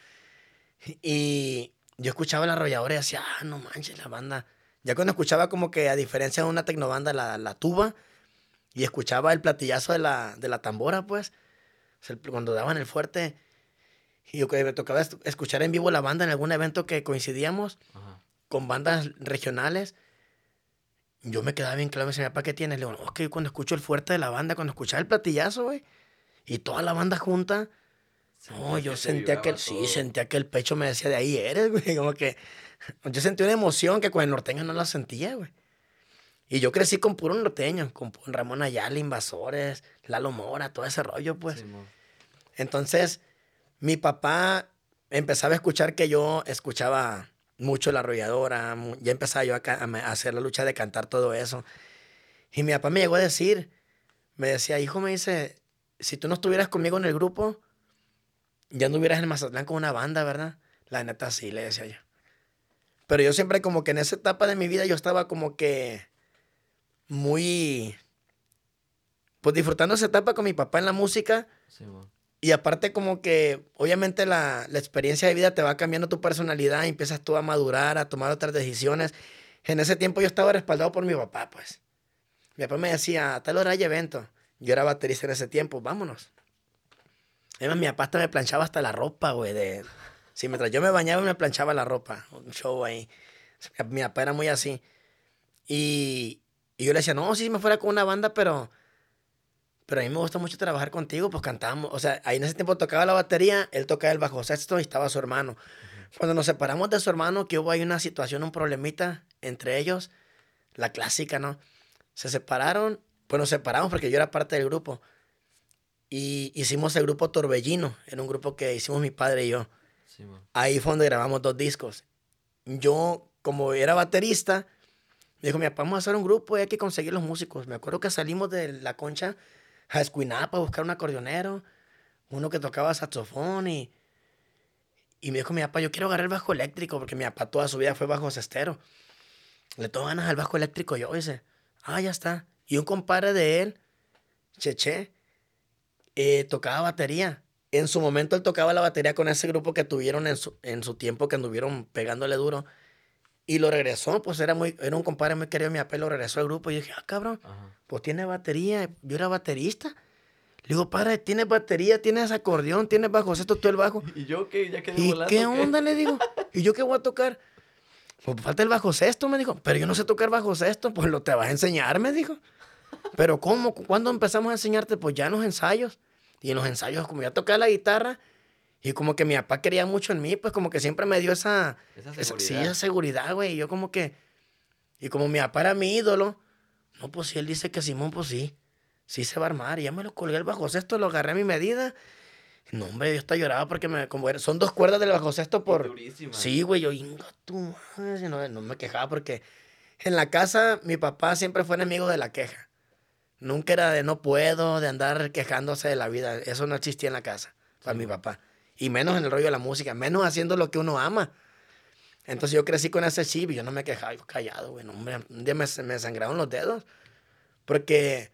Y yo escuchaba la arrolladora y decía, no manches, la banda. Ya cuando escuchaba como que a diferencia de una tecnobanda, la tuba, y escuchaba el platillazo de la tambora, pues, o sea, cuando daban el fuerte, y yo que me tocaba escuchar en vivo la banda en algún evento que coincidíamos Ajá. con bandas regionales, yo me quedaba bien claro, me decía, mi papá, ¿qué tienes? Le digo, no, es que cuando escucho el fuerte de la banda, cuando escuchaba el platillazo, güey, y toda la banda junta, no, Sentías yo que se sentía que, vibraba sí, todo. sentía que el pecho me decía, de ahí eres, güey, como que yo sentí una emoción que con el norteño no la sentía, güey. Y yo crecí con puro norteño, con Ramón Ayala, Invasores, Lalo Mora, todo ese rollo, pues. Simón. Entonces, mi papá empezaba a escuchar que yo escuchaba mucho La Arrolladora, ya empezaba yo a hacer la lucha de cantar todo eso. Y mi papá me llegó a decir, me decía, hijo, me dice, si tú no estuvieras conmigo en el grupo, ya no hubieras en Mazatlán con una banda, ¿verdad? La neta sí, le decía yo. Pero yo siempre como que en esa etapa de mi vida yo estaba como que muy, pues disfrutando esa etapa con mi papá en la música Simón. y aparte como que obviamente la experiencia de vida te va cambiando tu personalidad y empiezas tú a madurar, a tomar otras decisiones. En ese tiempo yo estaba respaldado por mi papá, pues. Mi papá me decía, a tal hora hay evento. Yo era baterista en ese tiempo, vámonos. Además, mi papá hasta me planchaba hasta la ropa, güey. Sí, mientras yo me bañaba me planchaba la ropa. Un show ahí. Mi papá era muy así. Y yo le decía, no, si me fuera con una banda, pero a mí me gusta mucho trabajar contigo, pues cantábamos. O sea, ahí en ese tiempo tocaba la batería, él tocaba el bajo sexto y estaba su hermano. Ujú. Cuando nos separamos de su hermano, que hubo ahí una situación, un problemita entre ellos, la clásica, ¿no? Se separaron, pues nos separamos porque yo era parte del grupo. Y hicimos el grupo Torbellino, era un grupo que hicimos mi padre y yo. Simón. Ahí fue donde grabamos 2 discos. Yo, como era baterista, me dijo, mi papá, vamos a hacer un grupo y hay que conseguir los músicos. Me acuerdo que salimos de la Concha a Escuinapa a buscar un acordeonero, uno que tocaba saxofón y me dijo mi papá, yo quiero agarrar el bajo eléctrico porque mi papá toda su vida fue bajo cestero. Le tengo ganas al bajo eléctrico yo, dice, ya está. Y un compadre de él, Cheche, tocaba batería. En su momento él tocaba la batería con ese grupo que tuvieron en su tiempo que anduvieron pegándole duro. Y lo regresó, pues era un compadre muy querido, mi papá y lo regresó al grupo. Y yo dije, cabrón, Ajá. pues tiene batería. Yo era baterista. Le digo, padre, tienes batería, tienes acordeón, tienes bajo sexto, tú el bajo. ¿Y yo qué? ¿Ya quedé ¿Y volando qué o qué? onda? Le digo. ¿Y yo qué voy a tocar? Pues falta el bajo sexto, me dijo. Pero yo no sé tocar bajo sexto. Pues lo te vas a enseñar, me dijo. Pero ¿cómo? ¿Cuándo empezamos a enseñarte? Pues ya en los ensayos. Y en los ensayos, como ya tocaba la guitarra, y como que mi papá quería mucho en mí, pues como que siempre me dio Esa sí, esa seguridad. seguridad, güey. Y yo como que, y como mi papá era mi ídolo, no, pues si él dice que Simón, pues sí, sí se va a armar. Y ya me lo colgué el bajo sexto, lo agarré a mi medida. No, hombre, yo hasta lloraba porque son 2 cuerdas del bajo sexto Y por... durísimas. Sí, güey, yo, inga tu madre, no me quejaba porque en la casa mi papá siempre fue enemigo de la queja. Nunca era de no puedo, de andar quejándose de la vida. Eso no existía en la casa para mi Simón. papá. Y menos en el rollo de la música, menos haciendo lo que uno ama. Entonces yo crecí con ese chip y yo no me quejaba, yo callado, güey. No, hombre, un día me sangraron los dedos porque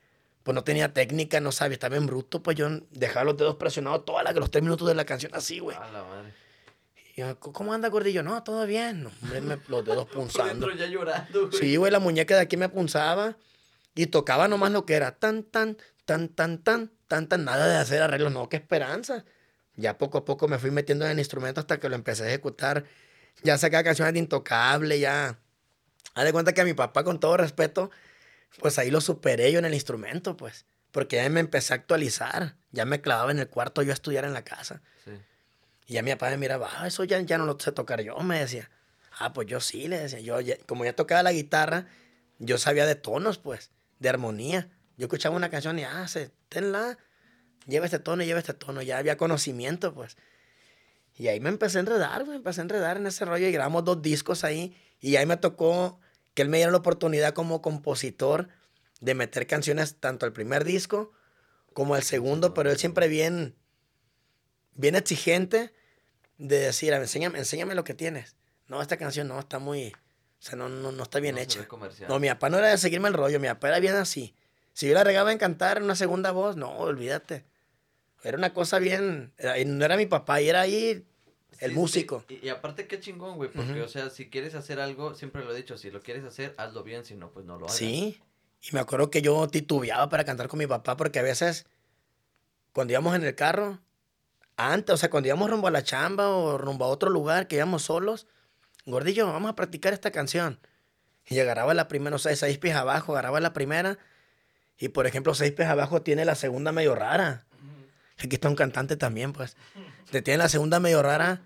pues no tenía técnica, no sabía, estaba en bruto, pues yo dejaba los dedos presionados todos los 3 minutos de la canción así, güey. A la madre. Y yo, ¿cómo anda, gordillo? No, todo bien. No, hombre, los dedos Por punzando. dentro ya llorando, güey. Sí, güey, la muñeca de aquí me punzaba y tocaba nomás lo que era tan, tan, tan, tan, tan, tan, tan, nada de hacer arreglos, no, qué esperanza. Ya poco a poco me fui metiendo en el instrumento hasta que lo empecé a ejecutar. Ya sacaba canciones de Intocable, ya. Haz de cuenta que a mi papá, con todo respeto, pues ahí lo superé yo en el instrumento, pues. Porque ya me empecé a actualizar. Ya me clavaba en el cuarto yo a estudiar en la casa. Sí. Y ya mi papá me miraba, eso ya no lo sé tocar yo, me decía. Pues yo sí, le decía. Como ya tocaba la guitarra, yo sabía de tonos, pues, de armonía. Yo escuchaba una canción y, tenla, lleva este tono. Ya había conocimiento, pues. Y ahí me empecé a enredar, güey, empecé a enredar en ese rollo y grabamos 2 discos ahí. Y ahí me tocó que él me diera la oportunidad como compositor de meter canciones tanto al primer disco como al segundo, pero él siempre bien exigente de decir, a ver, enséñame lo que tienes. No, esta canción no, está muy, o sea, no está bien No se hecha. ve comercial. No, mi papá no era de seguirme el rollo, mi papá era bien así. Si yo la regaba en cantar en una segunda voz, no, olvídate. Era una cosa bien, y no era mi papá, y era ahí el Sí, músico. sí. Y aparte qué chingón, güey, porque, Ujú. o sea, si quieres hacer algo, siempre lo he dicho, si lo quieres hacer, hazlo bien, si no, pues no lo hagas. Sí, y me acuerdo que yo titubeaba para cantar con mi papá porque a veces cuando íbamos en el carro, antes, o sea, cuando íbamos rumbo a la chamba o rumbo a otro lugar que íbamos solos, gordillo, vamos a practicar esta canción. Y agarraba la primera, o sea, 6 pies abajo, agarraba la primera. Y por ejemplo, 6 pies abajo tiene la segunda medio rara. Aquí está un cantante también, pues. Te tiene la segunda medio rara.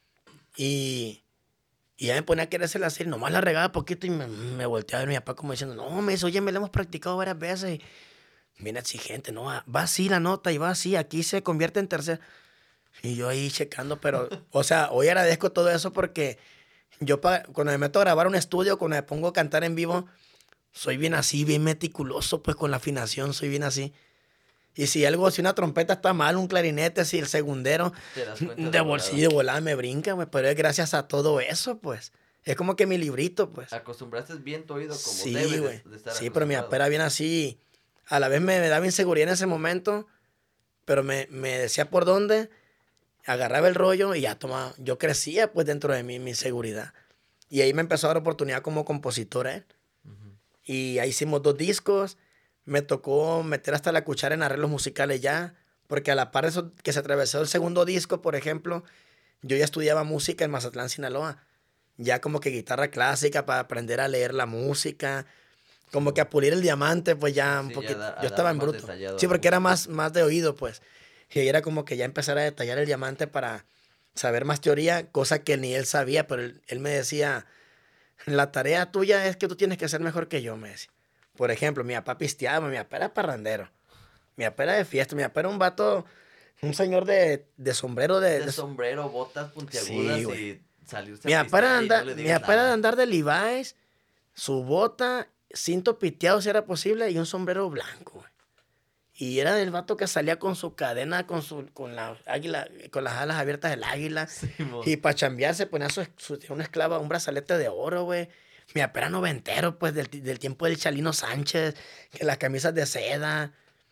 Y ya me ponía a querérsela así, nomás la regaba poquito y me volteaba a ver mi papá como diciendo, no, me dice, oye, me la hemos practicado varias veces. Y bien exigente, no, va así la nota y va así, aquí se convierte en tercera. Y yo ahí checando, pero, o sea, hoy agradezco todo eso porque yo cuando me meto a grabar un estudio, cuando me pongo a cantar en vivo, soy bien así, bien meticuloso, pues con la afinación, soy bien así. Y si una trompeta está mal, un clarinete, si el segundero, Te das cuenta de de bolsillo volada. de volada me brinca, güey, pero es gracias a todo eso, pues. Es como que mi librito, pues. Acostumbraste bien tu oído como Sí, debe güey. de estar Sí, pero mi papá acostumbrado. era bien así. A la vez me daba inseguridad en ese momento, pero me decía por dónde, agarraba el rollo y ya tomaba. Yo crecía, pues, dentro de mí, mi seguridad. Y ahí me empezó a dar oportunidad como compositor, ¿eh? Ujú. Y ahí hicimos 2 discos. Me tocó meter hasta la cuchara en arreglos musicales ya, porque a la par de eso que se atravesó el segundo disco, por ejemplo, yo ya estudiaba música en Mazatlán, Sinaloa. Ya como que guitarra clásica para aprender a leer la música, como que a pulir el diamante, pues ya un Sí, ya poquito. Yo a estaba darle en más bruto. detallado a Sí, la porque era música. más de oído, pues. Y ahí era como que ya empezar a detallar el diamante para saber más teoría, cosa que ni él sabía, pero él me decía, la tarea tuya es que tú tienes que ser mejor que yo, me decía. Por ejemplo, mi papá pisteaba, mi papá era parrandero, mi papá era de fiesta, mi papá era un vato, un señor de sombrero De sombrero, botas Sí, puntiagudas güey. y salirse a pistear y no le Mi digas papá era de nada. andar de Levi's, su bota, cinto piteado si era posible y un sombrero blanco, güey. Y era del vato que salía con su cadena, con la águila, con las alas abiertas del águila. Simón. Y para chambear se ponía una esclava, un brazalete de oro, güey. Mi papá era noventero, pues, del tiempo del Chalino Sánchez, que las camisas de seda.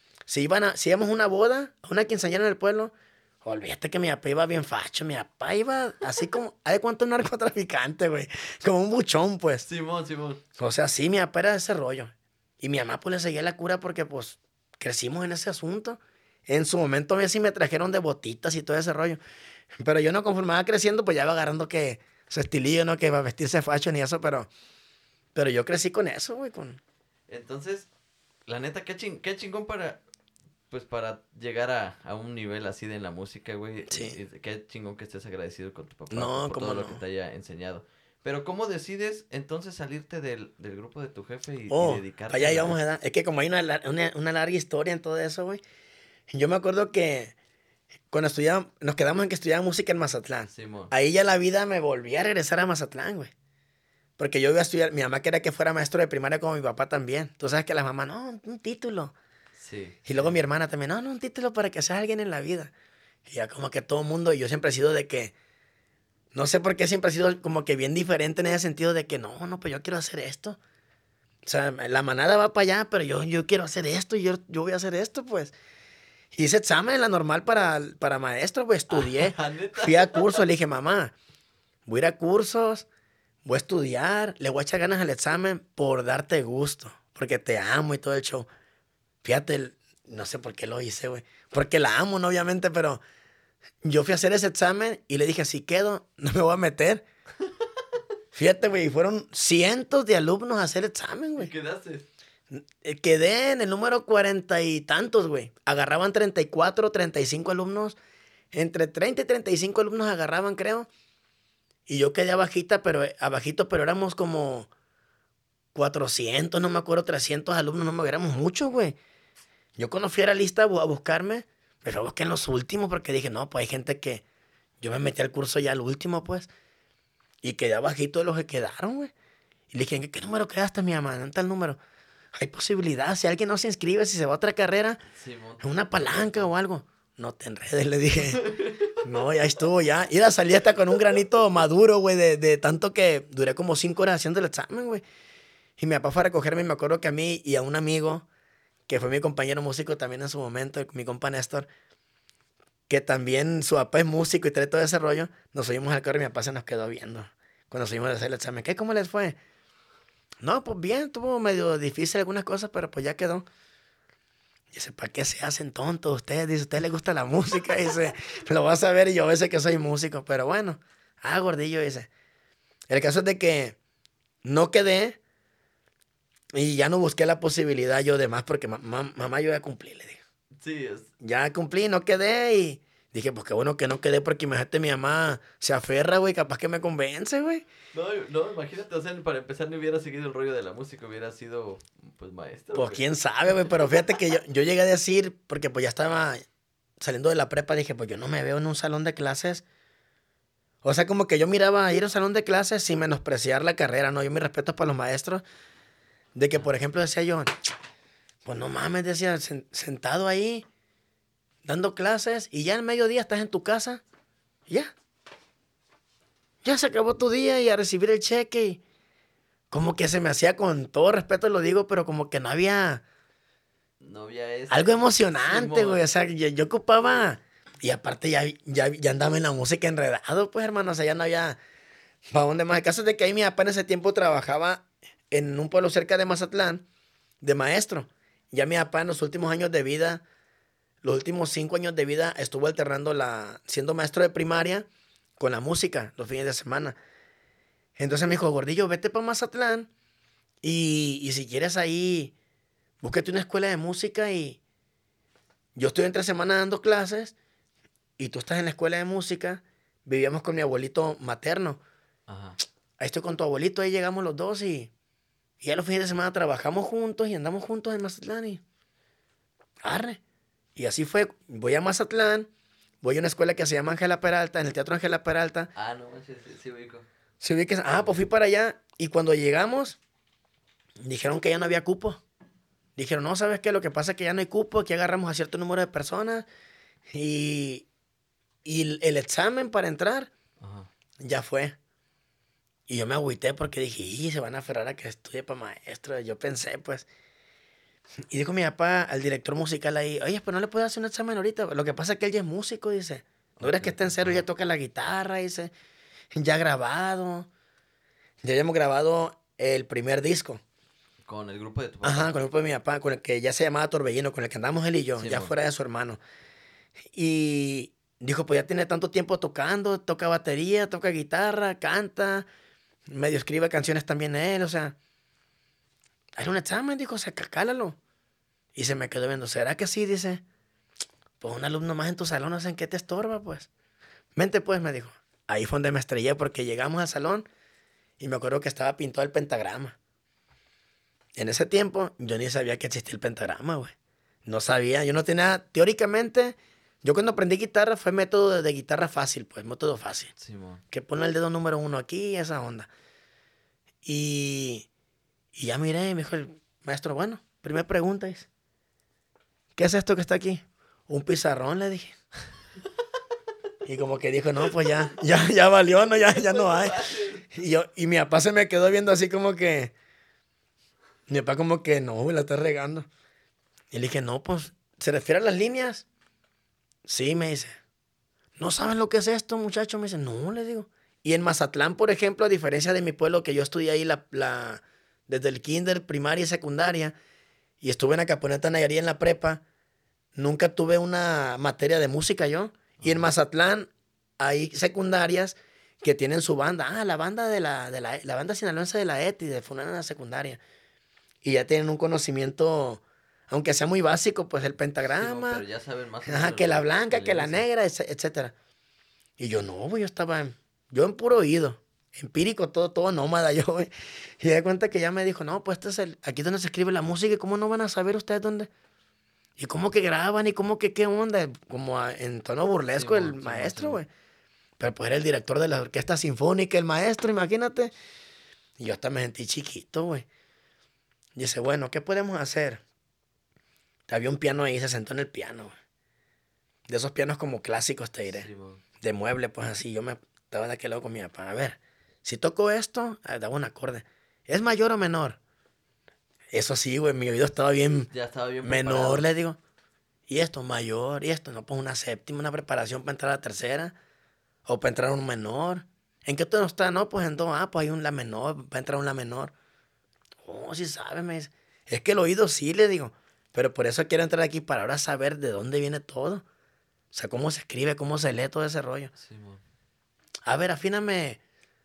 Si íbamos a una boda, a una quinceañera en el pueblo, olvídate que mi papá iba bien facho. Mi papá iba así como, ¿hay cuánto un narcotraficante, güey? Como un buchón, pues. Simón, Simón. O sea, sí, mi papá era de ese rollo. Y mi mamá, pues, le seguía la cura porque, pues, crecimos en ese asunto. En su momento, a mí sí me trajeron de botitas y todo ese rollo. Pero yo no, conforme iba creciendo, pues ya iba agarrando que su estilillo, ¿no? Que va a vestirse facho ni eso, pero yo crecí con eso, güey, con... Entonces, la neta, qué chingón para, pues para llegar a un nivel así de en la música, güey. Sí. Qué chingón que estés agradecido con tu papá No, por cómo todo no. lo que te haya enseñado. Pero ¿cómo decides entonces salirte del grupo de tu jefe y Oh, dedicarte allá a íbamos la... a dar. Es que como hay una larga historia en todo eso, güey. Yo me acuerdo que cuando estudiaba, nos quedamos en que estudiaba música en Mazatlán. Simón. Ahí ya la vida me volvía a regresar a Mazatlán, güey. Porque yo iba a estudiar, mi mamá quería que fuera maestro de primaria como mi papá también. Tú sabes que las mamás, no, un título. Sí, Y luego sí. mi hermana también, no, un título para que seas alguien en la vida. Y ya como que todo el mundo, y yo siempre he sido de que, no sé por qué siempre he sido como que bien diferente en ese sentido de que, no, pues yo quiero hacer esto. O sea, la manada va para allá, pero yo quiero hacer esto, yo voy a hacer esto, pues. Hice examen, la normal para maestro, pues estudié. ¿Neta? Fui a cursos, le dije, mamá, voy a ir a cursos, voy a estudiar, le voy a echar ganas al examen por darte gusto, porque te amo y todo el show. Fíjate, no sé por qué lo hice, güey. Porque la amo, ¿no? Obviamente, pero yo fui a hacer ese examen y le dije, si quedo, no me voy a meter. Fíjate, güey, fueron cientos de alumnos a hacer examen, ¿Y güey. quedaste? Quedé en el número 40 y tantos, güey. Agarraban 34, 35 alumnos. Entre 30 y 35 alumnos agarraban, creo. Y yo quedé abajito, pero éramos como 400, no me acuerdo, 300 alumnos, no me éramos muchos, güey. Yo cuando fui a la lista a buscarme, pero busqué en los últimos porque dije, no, pues hay gente que... Yo me metí al curso ya al último, pues. Y quedé abajito de los que quedaron, güey. Y le dije, ¿en qué número quedaste, mi mamá? ¿En tal número? Hay posibilidad, si alguien no se inscribe, si se va a otra carrera, Simón. en una palanca o algo. No te enredes, le dije. No, ya estuvo, ya. Y salí hasta con un granito maduro, güey, de tanto que duré como 5 horas haciendo el examen, güey. Y mi papá fue a recogerme y me acuerdo que a mí y a un amigo, que fue mi compañero músico también en su momento, mi compa Néstor, que también su papá es músico y trae todo ese rollo, nos subimos al carro y mi papá se nos quedó viendo. Cuando subimos a hacer el examen, ¿qué? ¿Cómo les fue? No, pues bien, tuvo medio difícil algunas cosas, pero pues ya quedó. Dice, ¿para qué se hacen tontos ustedes? Dice, ¿a usted le gusta la música? Dice, lo vas a ver y yo a veces que soy músico, pero bueno. Gordillo, dice. El caso es de que no quedé y ya no busqué la posibilidad yo de más porque mamá, yo ya cumplí, le dije. Sí, es. Ya cumplí, no quedé y dije, pues qué bueno que no quedé porque imagínate mi mamá se aferra, güey, capaz que me convence, güey. No, imagínate, o sea, para empezar no hubiera seguido el rollo de la música, hubiera sido, pues, maestro. Pues güey. quién sabe, güey, pero fíjate que yo llegué a decir, porque pues ya estaba saliendo de la prepa, dije, pues yo no me veo en un salón de clases. O sea, como que yo miraba ir a un salón de clases sin menospreciar la carrera, ¿no? Yo mi respeto para los maestros, de que, por ejemplo, decía yo, pues no mames, decía, sentado ahí, dando clases, y ya al mediodía estás en tu casa, y ya. Ya se acabó tu día y a recibir el cheque y como que se me hacía con todo respeto lo digo, pero como que no había No había eso. algo emocionante, Simón. güey. O sea, yo ocupaba y aparte ya andaba en la música enredado, pues, hermano. O sea, ya no había para dónde más. El caso es de que ahí mi papá en ese tiempo trabajaba en un pueblo cerca de Mazatlán de maestro. Ya mi papá en los últimos años de vida, los últimos 5 años de vida, estuvo alternando siendo maestro de primaria con la música los fines de semana. Entonces me dijo, Gordillo, vete para Mazatlán y si quieres ahí, búsquete una escuela de música y yo estoy entre semana dando clases y tú estás en la escuela de música. Vivíamos con mi abuelito materno. Ajá. Ahí estoy con tu abuelito, ahí llegamos los dos y ya los fines de semana trabajamos juntos y andamos juntos en Mazatlán y arre. Y así fue, voy a Mazatlán, voy a una escuela que se llama Ángela Peralta, en el Teatro Ángela Peralta. No manches, sí ubico. Se vi que, pues fui para allá y cuando llegamos dijeron que ya no había cupo. Dijeron, no, ¿sabes qué? Lo que pasa es que ya no hay cupo, aquí agarramos a cierto número de personas y, y el examen para entrar Ajá. ya fue. Y yo me agüité porque dije, y se van a aferrar a que estudie para maestro. Yo pensé, pues. Y dijo mi papá al director musical ahí, oye, pues no le puedo hacer un examen ahorita. Lo que pasa es que él ya es músico, dice. No eres que está en cero, él ya toca la guitarra, dice. Ya grabado. Ya habíamos grabado el primer disco. Con el grupo de tu papá. Ajá, con el grupo de mi papá, con el que ya se llamaba Torbellino, con el que andamos él y yo, Sí, ya mo. fuera de su hermano. Y dijo, pues ya tiene tanto tiempo tocando, toca batería, toca guitarra, canta, medio escribe canciones también él, o sea, hay un examen, dijo, o sea, cálalo. Y se me quedó viendo, ¿será que sí? Dice, pues un alumno más en tu salón, no sé en qué te estorba, pues. Vente, pues, me dijo. Ahí fue donde me estrellé porque llegamos al salón y me acuerdo que estaba pintado el pentagrama. En ese tiempo yo ni sabía que existía el pentagrama, güey. No sabía, yo no tenía, teóricamente, yo cuando aprendí guitarra fue método de guitarra fácil, pues, método fácil. Sí, mo. Que pone el dedo número 1 aquí y esa onda. Y ya miré y me dijo el maestro, bueno, primera pregunta es, ¿qué es esto que está aquí? Un pizarrón, le dije. Y como que dijo, no, pues ya valió, no, ya no hay. Y mi papá se me quedó viendo así como que, Mi papá como que, no, güey, la está regando. Y le dije, no, pues, ¿se refiere a las líneas? Sí, me dice. ¿No saben lo que es esto, muchacho? Me dice, no, le digo. Y en Mazatlán, por ejemplo, a diferencia de mi pueblo, que yo estudié ahí desde el kinder, primaria y secundaria, y estuve en Acaponeta, Nayarit, en la prepa, nunca tuve una materia de música yo. Y en Mazatlán hay secundarias que tienen su banda. Ah, la banda la banda sinaloense de la ETI, de Funana en la secundaria. Y ya tienen un conocimiento, aunque sea muy básico, pues el Sí, pero pentagrama, ya saben más o ajá, menos que la de blanca, la que la inicio. negra, etcétera. Y yo no, güey, yo en puro oído, empírico, todo nómada yo, güey. Y de cuenta que ya me dijo, no, pues aquí es donde se escribe la música, ¿y cómo no van a saber ustedes dónde? ¿Y cómo que graban? ¿Y cómo que qué onda? Como en tono burlesco el Simón, Simón, maestro, Simón. güey. Pero pues era el director de la orquesta sinfónica, el maestro, imagínate. Y yo hasta me sentí chiquito, güey. Dice, bueno, ¿qué podemos hacer? Había un piano ahí, se sentó en el piano, güey. De esos pianos como clásicos, te diré. Simón. De mueble, pues así. Yo me estaba de aquel lado con mi papá. A ver, si toco esto, daba un acorde. ¿Es mayor o menor? Eso sí, güey, mi oído estaba bien Ya estaba bien menor, preparado. le digo. Y esto, mayor, y esto, no, pues una séptima, una preparación para entrar a la tercera. O para entrar a un menor. ¿En qué tono está? No, pues en do. Ah, pues hay un la menor, para entrar a un la menor. Oh, sí sabes, me dice. Es que el oído sí, le digo. Pero por eso quiero entrar aquí para ahora saber de dónde viene todo. O sea, cómo se escribe, cómo se lee todo ese rollo. Simón. A ver, afíname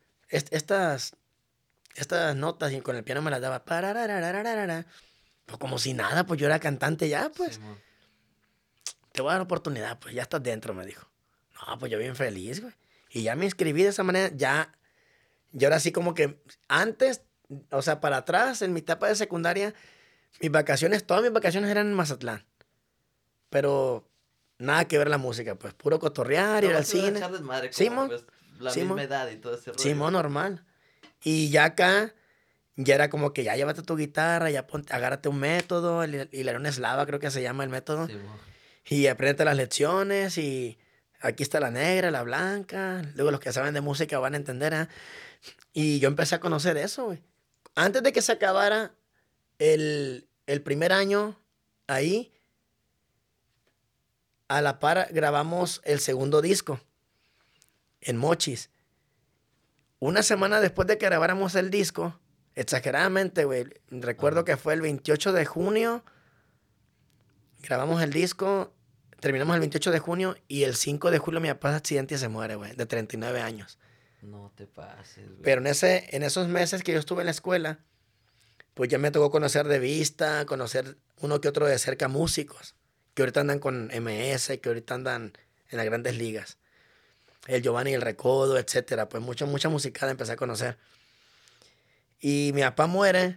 estas notas y con el piano me las daba. Parararararara. Pues como si nada, pues yo era cantante ya, pues. Simón. Te voy a dar la oportunidad, pues ya estás dentro, me dijo. No, pues yo bien feliz, güey. Y ya me inscribí de esa manera, ya. Y ahora sí como que antes, o sea, para atrás, en mi etapa de secundaria, todas mis vacaciones eran en Mazatlán. Pero nada que ver la música, pues puro cotorrear, ir al Nomás iban a cine. echar desmadre como Simón, pues la misma Simón, edad y todo ese rollo. Simón normal. Y ya acá, ya era como que ya llévate tu guitarra, ya agárrate un método, el León Eslava creo que se llama el método, Simón. y aprende las lecciones, y aquí está la negra, la blanca, luego los que saben de música van a entender, ¿ah? Y yo empecé a conocer eso, güey. Antes de que se acabara el primer año ahí, a la par grabamos el segundo disco en Mochis. Una semana después de que grabáramos el disco, exageradamente, güey, recuerdo Ajá. que fue el 28 de junio, grabamos el disco, terminamos el 28 de junio y el 5 de julio mi papá se accidenta y se muere, güey, de 39 años. No te pases, güey. Pero en esos meses que yo estuve en la escuela, pues ya me tocó conocer de vista, conocer uno que otro de cerca músicos, que ahorita andan con MS, que ahorita andan en las grandes ligas. El Giovanni el Recodo, etcétera. Pues mucha musicada empecé a conocer. Y mi papá muere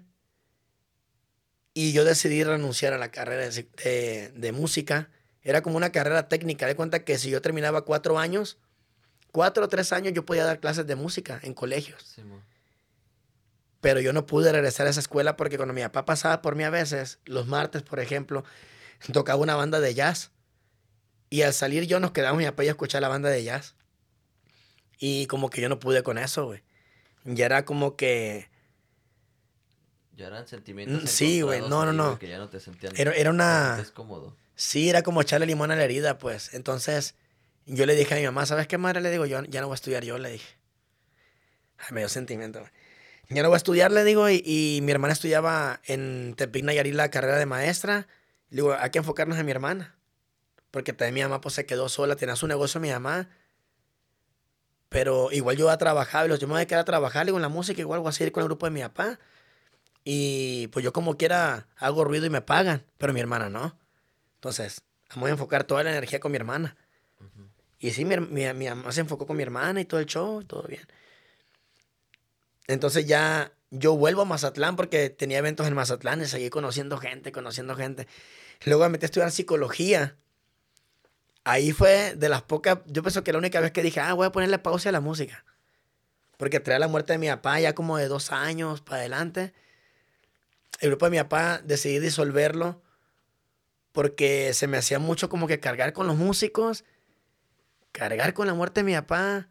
y yo decidí renunciar a la carrera de música. Era como una carrera técnica. De cuenta que si yo terminaba 4 años, 4 o 3 años, yo podía dar clases de música en colegios. Simón. Pero yo no pude regresar a esa escuela porque cuando mi papá pasaba por mí a veces, los martes, por ejemplo, tocaba una banda de jazz. Y al salir yo nos quedamos mi papá y yo a escuchar la banda de jazz. Y como que yo no pude con eso, güey. Ya era como que... Ya eran sentimientos Sí, güey, encontrados no, no, ahí, güey, no. que ya no Era te sentías una... cómodo. Sí, era como echarle limón a la herida, pues. Entonces, yo le dije a mi mamá, ¿sabes qué, madre? Le digo, yo ya no voy a estudiar yo, le dije. Ay, me dio sentimiento, güey. Ya no voy a estudiar, le digo, y mi hermana estudiaba en Tepic, Nayarit, la carrera de maestra. Le digo, hay que enfocarnos en mi hermana. Porque también mi mamá, pues, se quedó sola, tenía su negocio mi mamá. Pero igual yo iba a trabajar, yo me voy a quedar a trabajar, le digo, en la música, igual voy a seguir con el grupo de mi papá. Y pues yo como quiera hago ruido y me pagan, pero mi hermana no. Entonces, vamos a enfocar toda la energía con mi hermana. Ujú. Y sí, mi mamá se enfocó con mi hermana y todo el show, todo bien. Entonces ya yo vuelvo a Mazatlán porque tenía eventos en Mazatlán y seguí conociendo gente, conociendo gente. Luego me metí a estudiar psicología. Ahí fue de las pocas, yo pienso que la única vez que dije, voy a ponerle pausa a la música. Porque traía la muerte de mi papá ya como de 2 años para adelante. El grupo de mi papá decidí disolverlo porque se me hacía mucho como que cargar con los músicos, cargar con la muerte de mi papá.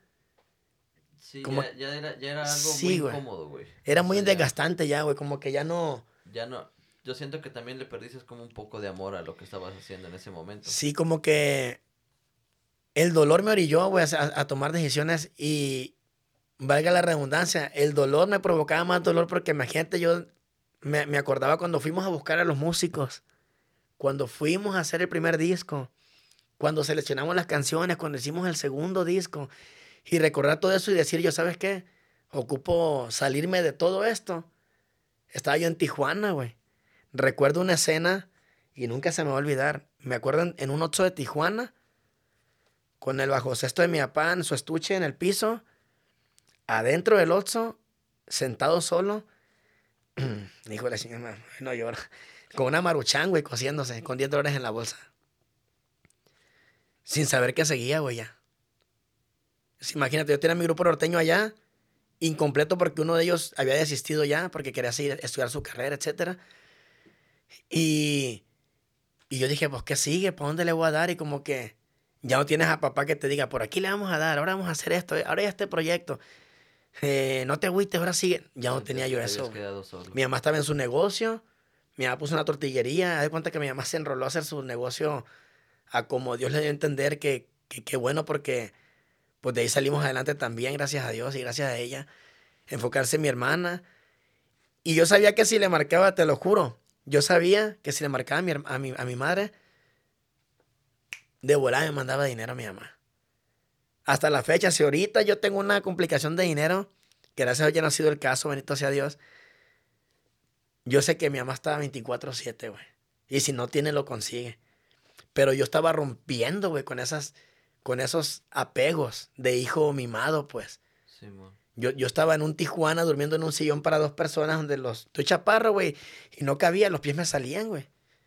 Sí, Como, ya era algo muy sí, güey. incómodo, güey. Era O muy sea, ya, desgastante ya, güey. Como que ya no. ya no, yo siento que también le perdiste como un poco de amor a lo que estabas haciendo en ese momento. Sí, como que el dolor me orilló, güey, a tomar decisiones y, valga la redundancia, el dolor me provocaba más dolor porque imagínate, yo me acordaba cuando fuimos a buscar a los músicos, cuando fuimos a hacer el primer disco, cuando seleccionamos las canciones, cuando hicimos el segundo disco, y recordar todo eso y decir, yo, ¿sabes qué? Ocupo salirme de todo esto. Estaba yo en Tijuana, güey. Recuerdo una escena y nunca se me va a olvidar. Me acuerdo en un Oxxo de Tijuana, con el bajo cesto de mi papá en su estuche en el piso, adentro del Oxxo, sentado solo. Hijo de la señora, no llora. Con una maruchan, güey, cosiéndose, con $10 en la bolsa. Sin saber qué seguía, güey, ya. Imagínate, yo tenía mi grupo norteño allá, incompleto porque uno de ellos había desistido ya, porque quería seguir, estudiar su carrera, etcétera. Y, y yo dije, pues, ¿qué sigue? ¿Para dónde le voy a dar? Y como que ya no tienes a papá que te diga, por aquí le vamos a dar, ahora vamos a hacer esto, ahora ya este proyecto. No te agüites, ahora sigue. Ya no tenía yo Te habías eso. quedado solo. Mi mamá estaba en su negocio, mi mamá puso una tortillería, haz de cuenta que mi mamá se enroló a hacer su negocio a como Dios le dio a entender que bueno, porque pues de ahí salimos adelante también, gracias a Dios y gracias a ella. Enfocarse en mi hermana. Y yo sabía que si le marcaba, te lo juro, yo sabía que si le marcaba a mi madre, de volada me mandaba dinero a mi mamá. Hasta la fecha, si ahorita yo tengo una complicación de dinero, que gracias a Dios ya no ha sido el caso, bendito sea Dios, yo sé que mi mamá estaba 24/7, güey. Y si no tiene, lo consigue. Pero yo estaba rompiendo, güey, con esos apegos de hijo mimado, pues. Sí, man. Yo estaba en un Tijuana durmiendo en un sillón para 2 personas donde estoy chaparro, güey, y no cabía, los pies me salían, güey.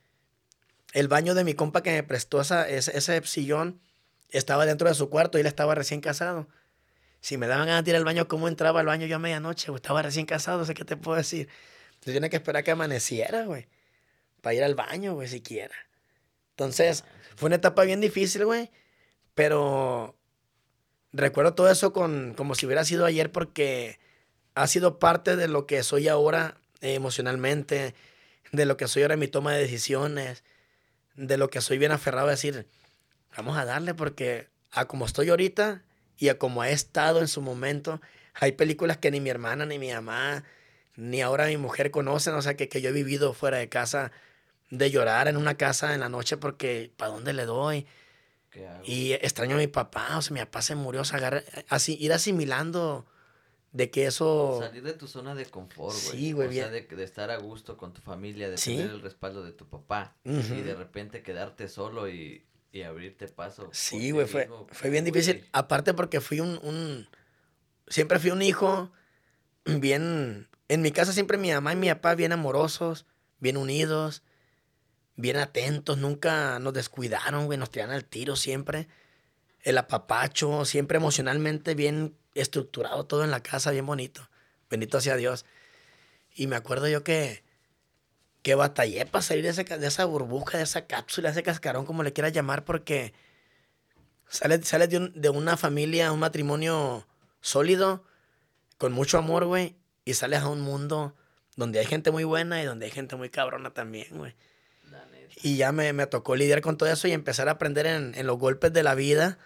El baño de mi compa que me prestó ese sillón estaba dentro de su cuarto y él estaba recién casado. Si me daban ganas de ir al baño, ¿cómo entraba al baño yo a medianoche, güey? Estaba recién casado, sé qué te puedo decir. Yo tenía que esperar que amaneciera, güey, para ir al baño, güey, siquiera. Entonces, fue una etapa bien difícil, güey, pero recuerdo todo eso como si hubiera sido ayer porque ha sido parte de lo que soy ahora emocionalmente, de lo que soy ahora en mi toma de decisiones, de lo que soy bien aferrado a decir, vamos a darle porque a como estoy ahorita y a como he estado en su momento, hay películas que ni mi hermana, ni mi mamá, ni ahora mi mujer conocen, o sea, que yo he vivido fuera de casa, de llorar en una casa en la noche porque ¿para dónde le doy? ¿Qué hago? Y extraño a mi papá, o sea, mi papá se murió, o sea, así, ir asimilando de que eso, Salir de tu zona de confort, güey. sí, güey, O sea, bien, de estar a gusto con tu familia, de tener sí, el respaldo de tu papá. Y de ujú. repente quedarte solo y abrirte paso por Sí, ti güey, fue, mismo. fue bien difícil. Güey, Aparte porque siempre fui un hijo bien, en mi casa siempre mi mamá y mi papá bien amorosos, bien unidos, bien atentos, nunca nos descuidaron, güey, nos tiraban al tiro siempre. El apapacho, siempre emocionalmente bien estructurado todo en la casa, bien bonito. Bendito sea Dios. Y me acuerdo yo que batallé para salir de esa burbuja, de esa cápsula, de ese cascarón, como le quieras llamar, porque sales de una familia, un matrimonio sólido, con mucho amor, güey, y sales a un mundo donde hay gente muy buena y donde hay gente muy cabrona también, güey. la neta. Y ya me tocó lidiar con todo eso y empezar a aprender en los golpes de la vida.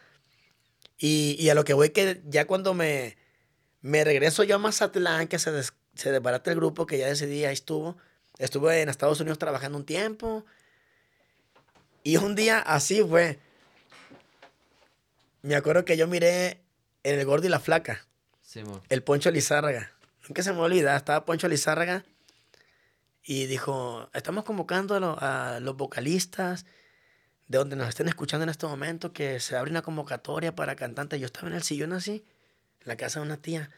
Y a lo que voy que ya cuando me regreso yo a Mazatlán, que se desbarata el grupo, que ya decidí, ahí estuvo. Estuve en Estados Unidos trabajando un tiempo. Y un día así fue. Me acuerdo que yo miré en El Gordo y la Flaca, Simón. el Poncho Lizárraga. Nunca se me olvida, estaba Poncho Lizárraga y dijo, estamos convocando a los vocalistas de donde nos estén escuchando en este momento, que se abre una convocatoria para cantantes. Yo estaba en el sillón así, en la casa de una tía,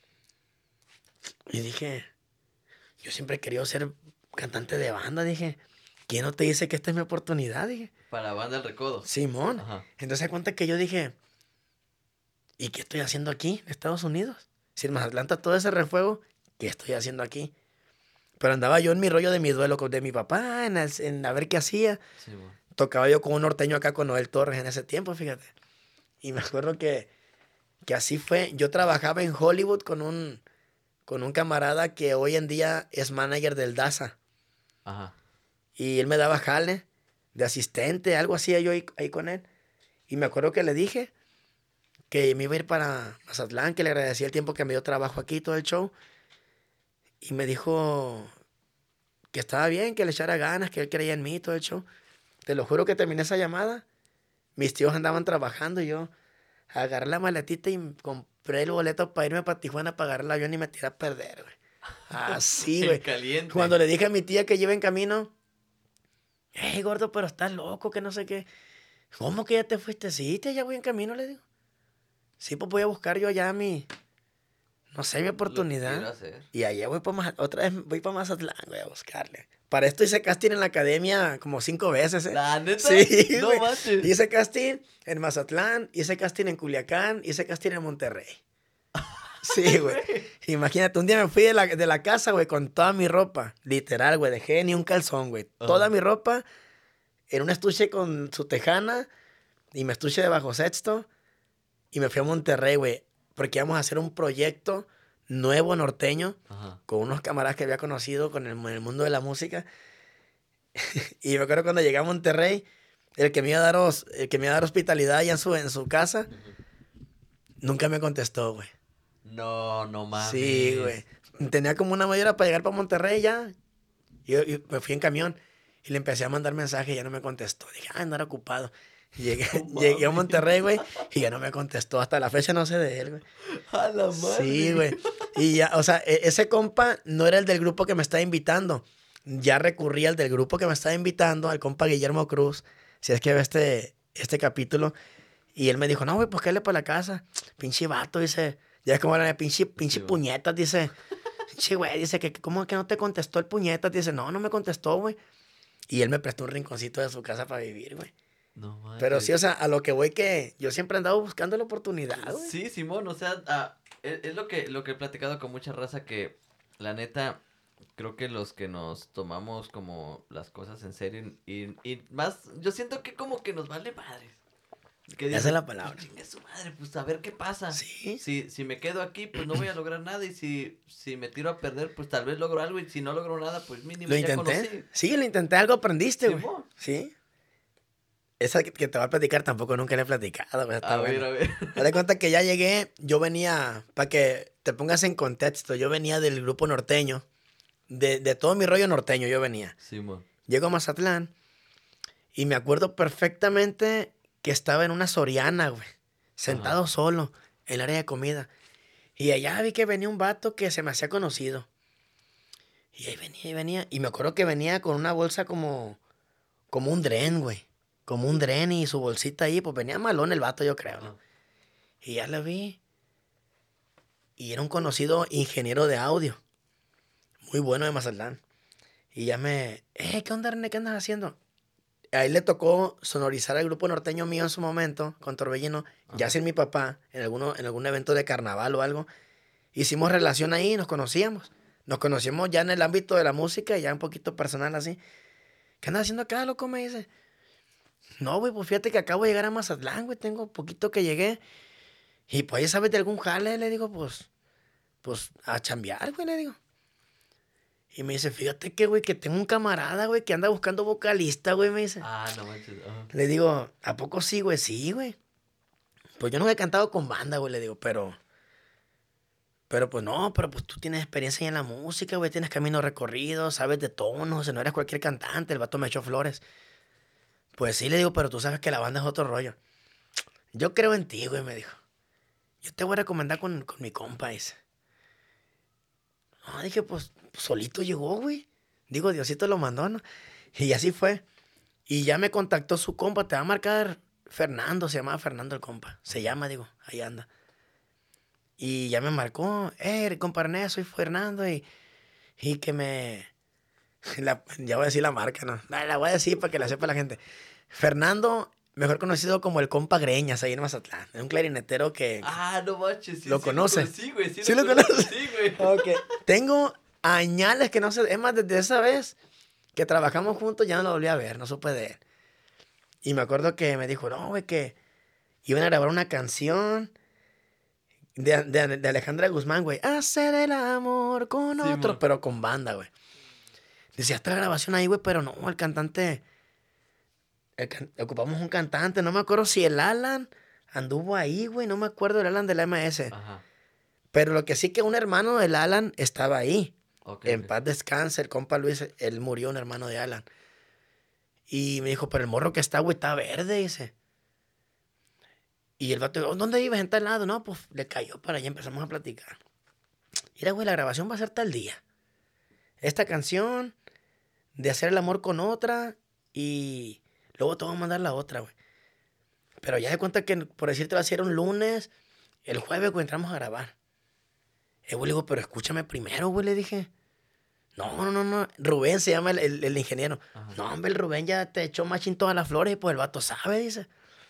y dije, yo siempre he querido ser cantante de banda, dije, ¿quién no te dice que esta es mi oportunidad? Dije, Para Banda El Recodo. Simón. Ajá. Entonces se cuenta que yo dije, ¿y qué estoy haciendo aquí en Estados Unidos? Si en Mazatlán está todo ese refuego, ¿qué estoy haciendo aquí? Pero andaba yo en mi rollo de mi duelo de mi papá, en a ver qué hacía. Simón. Tocaba yo con un norteño acá con Noel Torres en ese tiempo, fíjate. Y me acuerdo que así fue. Yo trabajaba en Hollywood con un camarada que hoy en día es manager del Daza. Ajá. Y él me daba jale de asistente, algo así yo ahí con él. Y me acuerdo que le dije que me iba a ir para Mazatlán, que le agradecía el tiempo que me dio trabajo aquí, todo el show. Y me dijo que estaba bien, que le echara ganas, que él creía en mí, todo el show. Te lo juro que terminé esa llamada. Mis tíos andaban trabajando y yo agarré la maletita y compré el boleto para irme para Tijuana para agarrar el avión y me tiré a perder, güey. Así, En güey. caliente. Cuando le dije a mi tía que iba en camino, hey, gordo, pero estás loco, que no sé qué. ¿Cómo que ya te fuiste? Sí, tía, ya voy en camino, le digo. Sí, pues voy a buscar yo allá no sé, mi Lo que quiero oportunidad. hacer. Y allá voy otra vez voy para Mazatlán, güey, a buscarle. Para esto hice casting en la academia como 5 veces, ¿eh? ¿La neta? Sí, No güey. manches. Hice casting en Mazatlán, hice casting en Culiacán, hice casting en Monterrey. Sí, güey. Imagínate, un día me fui de la casa, güey, con toda mi ropa. Literal, güey, dejé ni un calzón, güey. Toda mi ropa en un estuche con su tejana y mi estuche de bajo sexto. Y me fui a Monterrey, güey, porque íbamos a hacer un proyecto nuevo norteño Ajá. con unos camaradas que había conocido en el mundo de la música. Y me acuerdo cuando llegué a Monterrey, el que me iba a dar hospitalidad allá en su casa, nunca me contestó, güey. No, no mames. Sí, güey. Tenía como una media hora para llegar para Monterrey ya. Y me fui en camión y le empecé a mandar mensajes y ya no me contestó. Dije, no era ocupado. No Llegué a mames. Monterrey, güey, y ya no me contestó. Hasta la fecha no sé de él, güey. A la madre. Sí, güey. Y ya, o sea, ese compa no era el del grupo que me estaba invitando. Ya recurrí al del grupo que me estaba invitando, al compa Guillermo Cruz. Si es que ve este capítulo. Y él me dijo, no, güey, pues cállate para la casa. Pinche vato, dice. Ya es como era pinche Sí, puñetas, dice. Pinche güey, dice que ¿cómo que no te contestó el puñetas? Dice, no, no me contestó, güey. Y él me prestó un rinconcito de su casa para vivir, güey. No manches. Pero sí, o sea, a lo que voy que yo siempre he andado buscando la oportunidad, güey. Sí, Simón, o sea, es lo que he platicado con mucha raza que, la neta, creo que los que nos tomamos como las cosas en serio y más, yo siento que como que nos vale madres. Que Esa es la palabra. Pues, chingue su madre, pues a ver qué pasa. Sí. Si me quedo aquí, pues no voy a lograr nada. Y si me tiro a perder, pues tal vez logro algo. Y si no logro nada, pues mínimo Lo ya intenté. conocí. Sí, lo intenté, algo aprendiste, güey. Simón. Sí. Esa que te voy a platicar tampoco nunca la he platicado, güey. Está A ver, buena. a ver. Haz de cuenta que ya llegué, yo venía, para que te pongas en contexto, yo venía del grupo norteño, de todo mi rollo norteño yo venía. Simón. Llego a Mazatlán y me acuerdo perfectamente que estaba en una Soriana, güey, sentado solo en el área de comida. Y allá vi que venía un vato que se me hacía conocido. Y ahí venía. Y me acuerdo que venía con una bolsa como un dren, güey. Como un dren y su bolsita ahí. Pues venía malón el vato, yo creo, ¿no? Y ya lo vi. Y era un conocido ingeniero de audio. Muy bueno de Mazatlán. Y ya ¿qué onda, René? ¿Qué andas haciendo? A él le tocó sonorizar al grupo norteño mío en su momento, con Torbellino, ya sin mi papá, en algún evento de carnaval o algo. Hicimos relación ahí, nos conocíamos. Nos conocíamos ya en el ámbito de la música, ya un poquito personal así. ¿Qué andas haciendo acá, loco? Me dice. No, güey, pues fíjate que acabo de llegar a Mazatlán, güey, tengo poquito que llegué. Y pues, ¿sabes de algún jale? Le digo, pues, a chambear, güey, le digo. Y me dice, fíjate que, güey, que tengo un camarada, güey, que anda buscando vocalista, güey, me dice. Ah, no manches. Ajá. Le digo, ¿a poco sí, güey? Sí, güey. Pues yo no he cantado con banda, güey, le digo, pero pues no, pero pues tú tienes experiencia en la música, güey, tienes camino recorrido, sabes de tonos, o sea, no eres cualquier cantante, el vato me echó flores. Pues sí, le digo, pero tú sabes que la banda es otro rollo. Yo creo en ti, güey, me dijo. Yo te voy a recomendar con mi compa, dice. No, dije, pues solito llegó, güey. Digo, Diosito lo mandó, ¿no? Y así fue. Y ya me contactó su compa, te va a marcar Fernando, se llamaba Fernando el compa. Se llama, digo, ahí anda. Y ya me marcó, compa René, soy Fernando y que ya voy a decir la marca, ¿no? La voy a decir para que la sepa la gente. Fernando, mejor conocido como el compa Greñas, ahí en Mazatlán. Es un clarinetero que Ah, no manches. Sí, ¿Lo conoce? Sí, güey. ¿Sí lo conoce? Sí, güey. Ok. Tengo añales que no sé, es más, desde esa vez que trabajamos juntos ya no lo volví a ver, no supe de él. Y me acuerdo que me dijo, no, güey, que iban a grabar una canción de Alejandra Guzmán, güey. Hacer el amor con Sí, otro, mo. pero con banda, güey. Decía, está la grabación ahí, güey, pero no, el cantante... ocupamos un cantante, no me acuerdo si el Alan anduvo ahí, güey, no me acuerdo el Alan de la MS. Ajá. Pero lo que sí que un hermano del Alan estaba ahí. Ok, En ok. paz descanse, el compa Luis, él murió, un hermano de Alan. Y me dijo, pero el morro que está, güey, está verde, dice. Y el vato, dijo, ¿dónde vives? En tal lado. No, pues le cayó para allá, empezamos a platicar. Mira, güey, la grabación va a ser tal día. Esta canción de hacer el amor con otra y luego te voy a mandar la otra, güey. Pero ya de cuenta que, por decirte, va a ser un lunes, el jueves, güey, entramos a grabar. Güey, le digo, pero escúchame primero, güey, le dije. No. Rubén se llama el ingeniero. Ajá. No, hombre, el Rubén ya te echó machín todas las flores y pues el vato sabe, dice.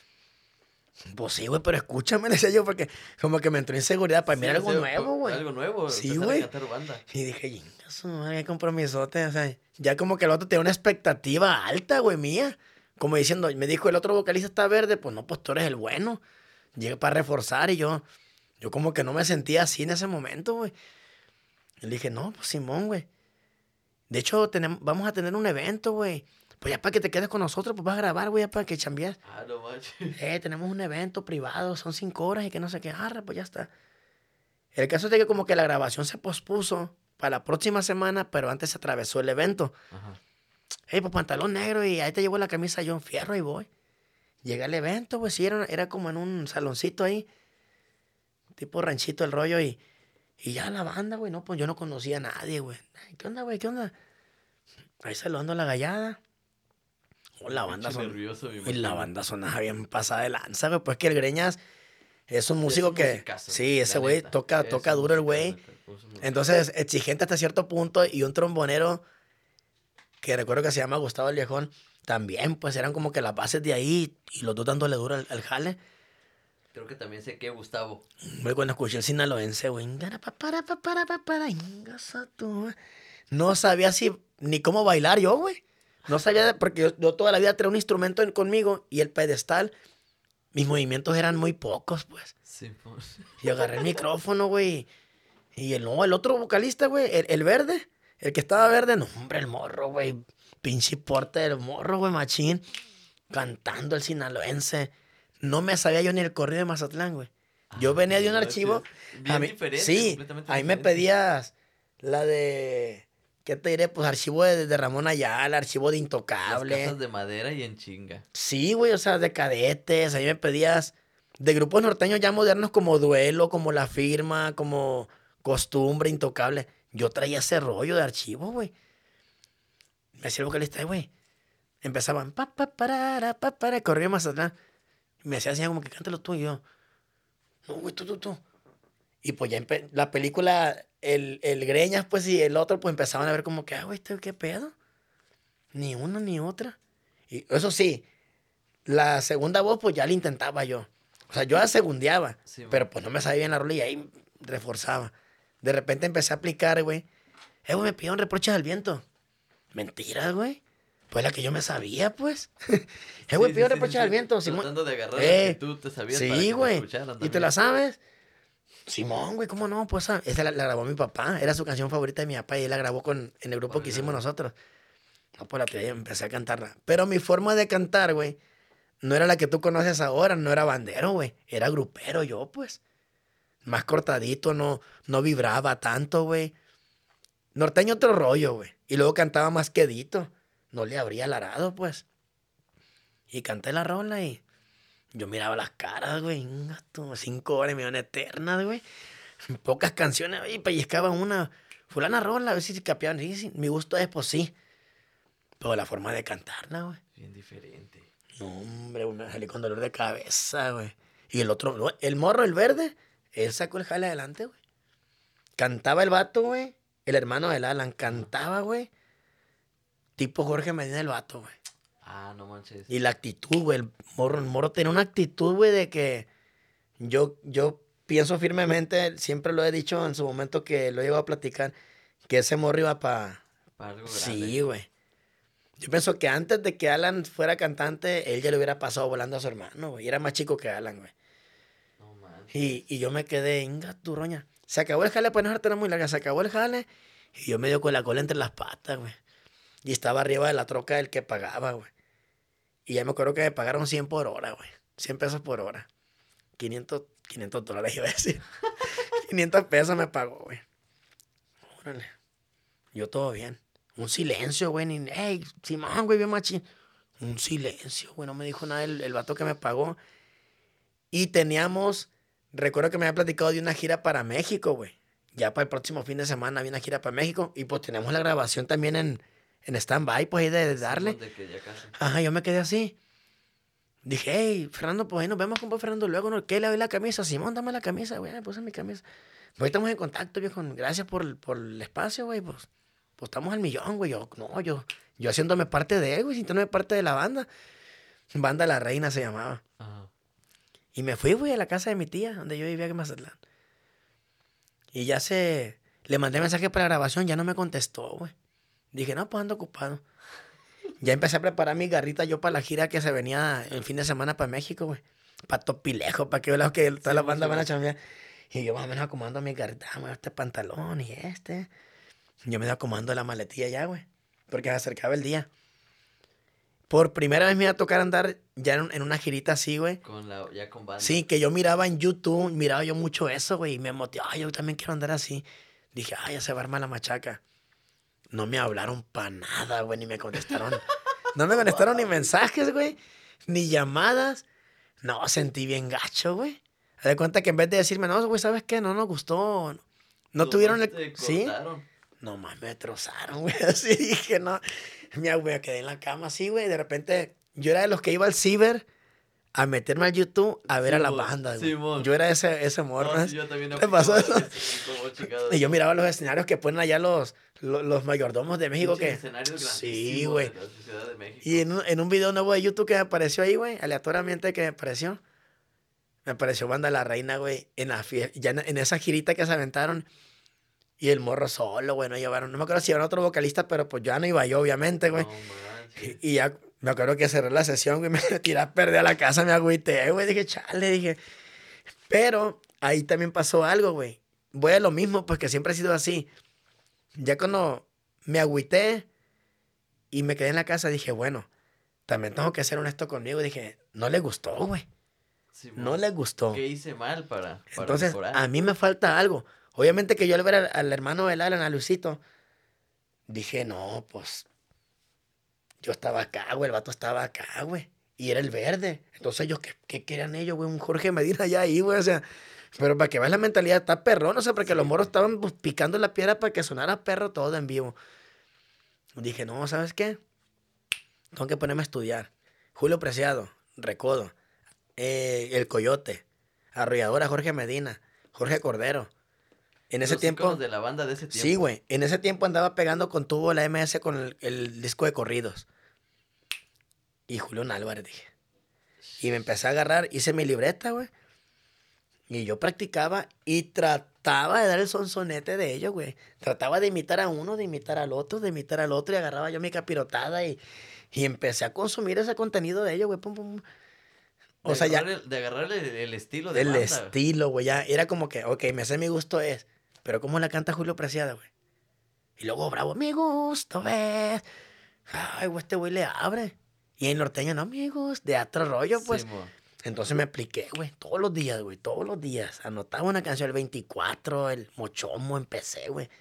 Pues sí, güey, pero escúchame, le decía yo, porque como que me entró inseguridad para Sí, mirar algo sí, nuevo, güey. algo nuevo, Sí, empezar a güey. cantar banda. Y dije, chingazo, madre, qué compromisote. O sea, ya como que el otro tenía una expectativa alta, güey, mía. Como diciendo, me dijo el otro vocalista está verde, pues no, pues tú eres el bueno. Llega para reforzar y yo como que no me sentía así en ese momento, güey. Y le dije, no, pues Simón, güey. De hecho, vamos a tener un evento, güey. Pues ya para que te quedes con nosotros, pues vas a grabar, güey, ya para que chambees. Ah, no manches. Tenemos un evento privado, son 5 horas y que no sé qué. Arre, pues ya está. El caso es de que como que la grabación se pospuso para la próxima semana, pero antes se atravesó el evento. Ajá. Hey, pues pantalón negro y ahí te llevo la camisa John Fierro y voy. Llegué al evento, güey, sí, era como en un saloncito ahí, tipo ranchito el rollo y ya la banda, güey, no, pues yo no conocía a nadie, güey. Ay, ¿qué onda, güey? ¿Qué onda? Ahí saludando a la gallada. Oh, la banda Pinche son... nervioso, me Y la imagino. banda sonaba bien pasada de lanza, güey. Pues que el Greñas es un Es músico un que... musicazo, Sí, ese la güey neta. toca Es un duro el musicazo, güey. neta, es un musicazo. Entonces, exigente hasta cierto punto. Y un trombonero que recuerdo que se llama Gustavo el Viejón, también, pues eran como que las bases de ahí. Y los dos dándole duro al jale. Creo que también sé que Gustavo. Güey, cuando escuché el sinaloense, güey. No sabía si ni cómo bailar yo, güey. No sabía, porque yo toda la vida traía un instrumento conmigo y el pedestal, mis movimientos eran muy pocos, pues. Sí, pues. Y agarré el micrófono, güey. Y el otro vocalista, güey, el verde, el que estaba verde, no, hombre, el morro, güey. Pinche porte del morro, güey, machín. Cantando el sinaloense. No me sabía yo ni el corrido de Mazatlán, güey. Yo venía de un No archivo. manches. Bien diferente, Sí, completamente ahí me diferente. pedías la de. ¿Qué te diré? Pues archivo de Ramón Ayala, archivo de Las Intocable. casas de madera y en chinga. Sí, güey, o sea, de cadetes. Ahí me pedías de grupos norteños ya modernos como Duelo, como La Firma, como Costumbre, Intocable. Yo traía ese rollo de archivo, güey. Me decía el vocalista, güey. Empezaban para, corría más atrás. Me hacía así como que cántalo tú y yo. No, güey, tú. Y pues ya la película, el Greñas, pues y el otro, pues empezaban a ver como que, güey, ¿qué pedo? Ni una ni otra. Y eso sí, la segunda voz, pues ya la intentaba yo. O sea, yo la segundeaba, Sí, pero man. pues no me sabía bien la rola y ahí reforzaba. De repente empecé a aplicar, güey. Güey, me pidieron reproches al viento. Mentiras, güey. Pues la que yo me sabía, pues. Güey, pidieron reproches al viento, Simón. Tratando de agarrar la que tú te sabías para Sí, que te güey. escucharan ¿Y te también. la sabes? Simón, güey, ¿cómo no? Pues esa la grabó mi papá. Era su canción favorita de mi papá y él la grabó en el grupo que hicimos Órale. nosotros. No, pues la traía y empecé a cantarla. Pero mi forma de cantar, güey, no era la que tú conoces ahora, no era bandero, güey. Era grupero yo, pues. Más cortadito, no vibraba tanto, güey. Norteño otro rollo, güey. Y luego cantaba más quedito. No le abría el arado, pues. Y canté la rola y yo miraba las caras, güey. 5 horas me iban eternas, güey. Pocas canciones, y pellizcaba una. Fulana rola, a ver si capeaban. Sí, mi gusto es, pues sí. Pero la forma de cantarla, güey. Bien diferente. No, hombre, me salí con dolor de cabeza, güey. Y el otro, no, el morro, el verde, él sacó el jale adelante, güey. Cantaba el vato, güey. El hermano del Alan cantaba, güey. Tipo Jorge Medina el vato, güey. Ah, no manches. Y la actitud, güey. El morro tenía una actitud, güey, de que yo pienso firmemente, siempre lo he dicho en su momento que lo he llegado a platicar, que ese morro iba para... Para algo grande. Sí, güey. Yo pienso que antes de que Alan fuera cantante, él ya le hubiera pasado volando a su hermano, güey. Y era más chico que Alan, güey. No manches. Y yo me quedé, inga, tu roña. Se acabó el jale, pues no era muy larga. Se acabó el jale y yo me dio con la cola entre las patas, güey. Y estaba arriba de la troca el que pagaba, güey. Y ya me acuerdo que me pagaron 100 por hora, güey. 100 pesos por hora. 500 dólares iba a decir. 500 pesos me pagó, güey. Órale. Yo todo bien. Un silencio, güey. Ni, hey, Simón, güey, bien machín. Un silencio, güey. No me dijo nada el vato que me pagó. Y teníamos, recuerdo que me había platicado de una gira para México, güey. Ya para el próximo fin de semana había una gira para México. Y pues tenemos la grabación también en stand-by, pues ahí de darle. De que ya casi. Ajá, yo me quedé así. Dije, hey, Fernando, pues ahí nos vemos con Fernando luego, ¿no? ¿Qué le doy la camisa? Simón, dame la camisa, güey, me puse mi camisa. Pues estamos en contacto, viejo, gracias por el espacio, güey, pues estamos al millón, güey. Yo haciéndome parte de él, güey, sintiéndome parte de la banda. Banda La Reina se llamaba. Ajá. Y me fui, güey, a la casa de mi tía, donde yo vivía en Mazatlán. Y le mandé mensaje para la grabación, ya no me contestó, güey. Dije, no, pues ando ocupado. Ya empecé a preparar mi garrita yo para la gira que se venía el fin de semana para México, güey. Para Topilejo, para que veas que toda la banda van a chambear. Y yo más o menos acomodando mi garrita, este pantalón y este. Yo me iba acomodando la maletilla ya, güey. Porque se acercaba el día. Por primera vez me iba a tocar andar ya en una girita así, güey. Ya con banda. Sí, que yo miraba en YouTube, miraba yo mucho eso, güey. Y me motivaba, yo también quiero andar así. Dije, ya se va a armar la machaca. No me hablaron para nada, güey, ni me contestaron. No me contestaron ni mensajes, güey, ni llamadas. No, sentí bien gacho, güey. Me de cuenta que en vez de decirme, no, güey, ¿sabes qué? No nos gustó. No tuvieron el... ¿Sí? No más me destrozaron, güey. Así dije, no. Me quedé en la cama así, güey. De repente, yo era de los que iba al ciber a meterme al YouTube a ver a la banda, güey. Yo era ese morro. No, sí, yo también ¿Te pasó eso? Y yo miraba los escenarios que ponen allá los mayordomos de México. Que sí, güey. Y en un video nuevo de YouTube que me apareció ahí, güey, aleatoriamente que me apareció Banda La Reina, güey, en la fiesta, ya en esa girita que se aventaron. Y el morro solo, güey, no llevaron. No me acuerdo si llevaron otro vocalista, pero pues ya no iba yo, obviamente, güey. No, y ya me acuerdo que cerré la sesión, güey, me tiré a perder a la casa, me agüité, güey. Dije, chale, dije. Pero ahí también pasó algo, güey. Voy a lo mismo, pues que siempre ha sido así. Ya cuando me agüité y me quedé en la casa, dije, bueno, también tengo que ser honesto conmigo. Dije, no le gustó, güey. Sí, no le gustó. ¿Qué hice mal para entonces, mejorar? A mí me falta algo. Obviamente que yo al ver al hermano de Alan, a Luisito, dije, no, pues, yo estaba acá, güey, el vato estaba acá, güey, y era el verde. Entonces ellos, ¿qué querían ellos, güey? Un Jorge Medina allá ahí, güey, o sea, pero para que veas la mentalidad, está perrón, o sea, porque los moros estaban pues, picando la piedra para que sonara perro todo en vivo. Dije, no, ¿sabes qué? Tengo que ponerme a estudiar. Julio Preciado, Recodo, El Coyote, Arrolladora Jorge Medina, Jorge Cordero. En ese tiempo. De la banda de ese tiempo. Sí, güey. En ese tiempo andaba pegando con tubo la MS con el disco de corridos. Y Julián Álvarez, dije. Y me empecé a agarrar, hice mi libreta, güey. Y yo practicaba y trataba de dar el sonsonete de ellos, güey. Trataba de imitar a uno, de imitar al otro, de imitar al otro. Y agarraba yo mi capirotada y empecé a consumir ese contenido de ellos, güey. Pum, pum. O sea, ya. De agarrarle el estilo de el banda. Estilo, güey. Ya era como que, ok, me sé mi gusto es. Pero ¿cómo la canta Julio Preciado, güey? Y luego Bravo, mi gusto es. Ay, güey, este güey le abre. Y en norteño, no, amigos, de otro rollo, pues. Sí, entonces me apliqué, güey, todos los días, güey, todos los días. Anotaba una canción, el 24, el Mochomo, empecé, güey.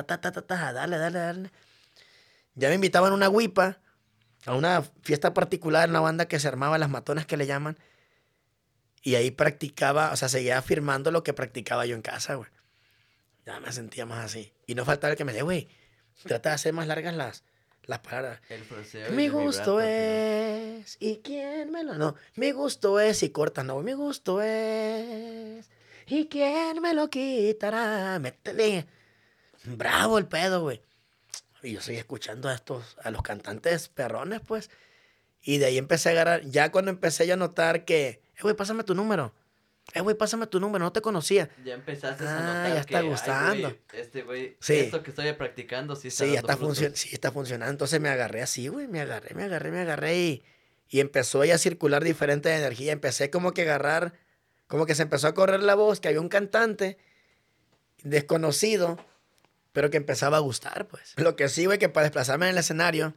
Dale. Ya me invitaban a una huipa, a una fiesta particular, una banda que se armaba, Las Matonas que le llaman. Y ahí practicaba, o sea, seguía afirmando lo que practicaba yo en casa, güey. Ya me sentía más así. Y no faltaba el que me decía, güey, trata de hacer más largas las palabras. El fraseo. Mi gusto es. ¿Y quién me lo.? No. Mi gusto es. Y cortas, no. Mi gusto es. ¿Y quién me lo quitará? Métele. Bravo el pedo, güey. Y yo seguí escuchando a los cantantes perrones, pues. Y de ahí empecé a agarrar. Ya cuando empecé yo a notar que. Güey, pásame tu número. Güey, pásame tu número, no te conocía. Ya empezaste a notar ya está que, gustando. Güey, sí. Esto que estoy practicando sí está sí, está funcionando. Entonces me agarré así, güey, me agarré y empezó ya a circular diferente de energía. Empecé como que agarrar, como que se empezó a correr la voz, que había un cantante desconocido pero que empezaba a gustar, pues. Lo que sí, güey, que para desplazarme en el escenario,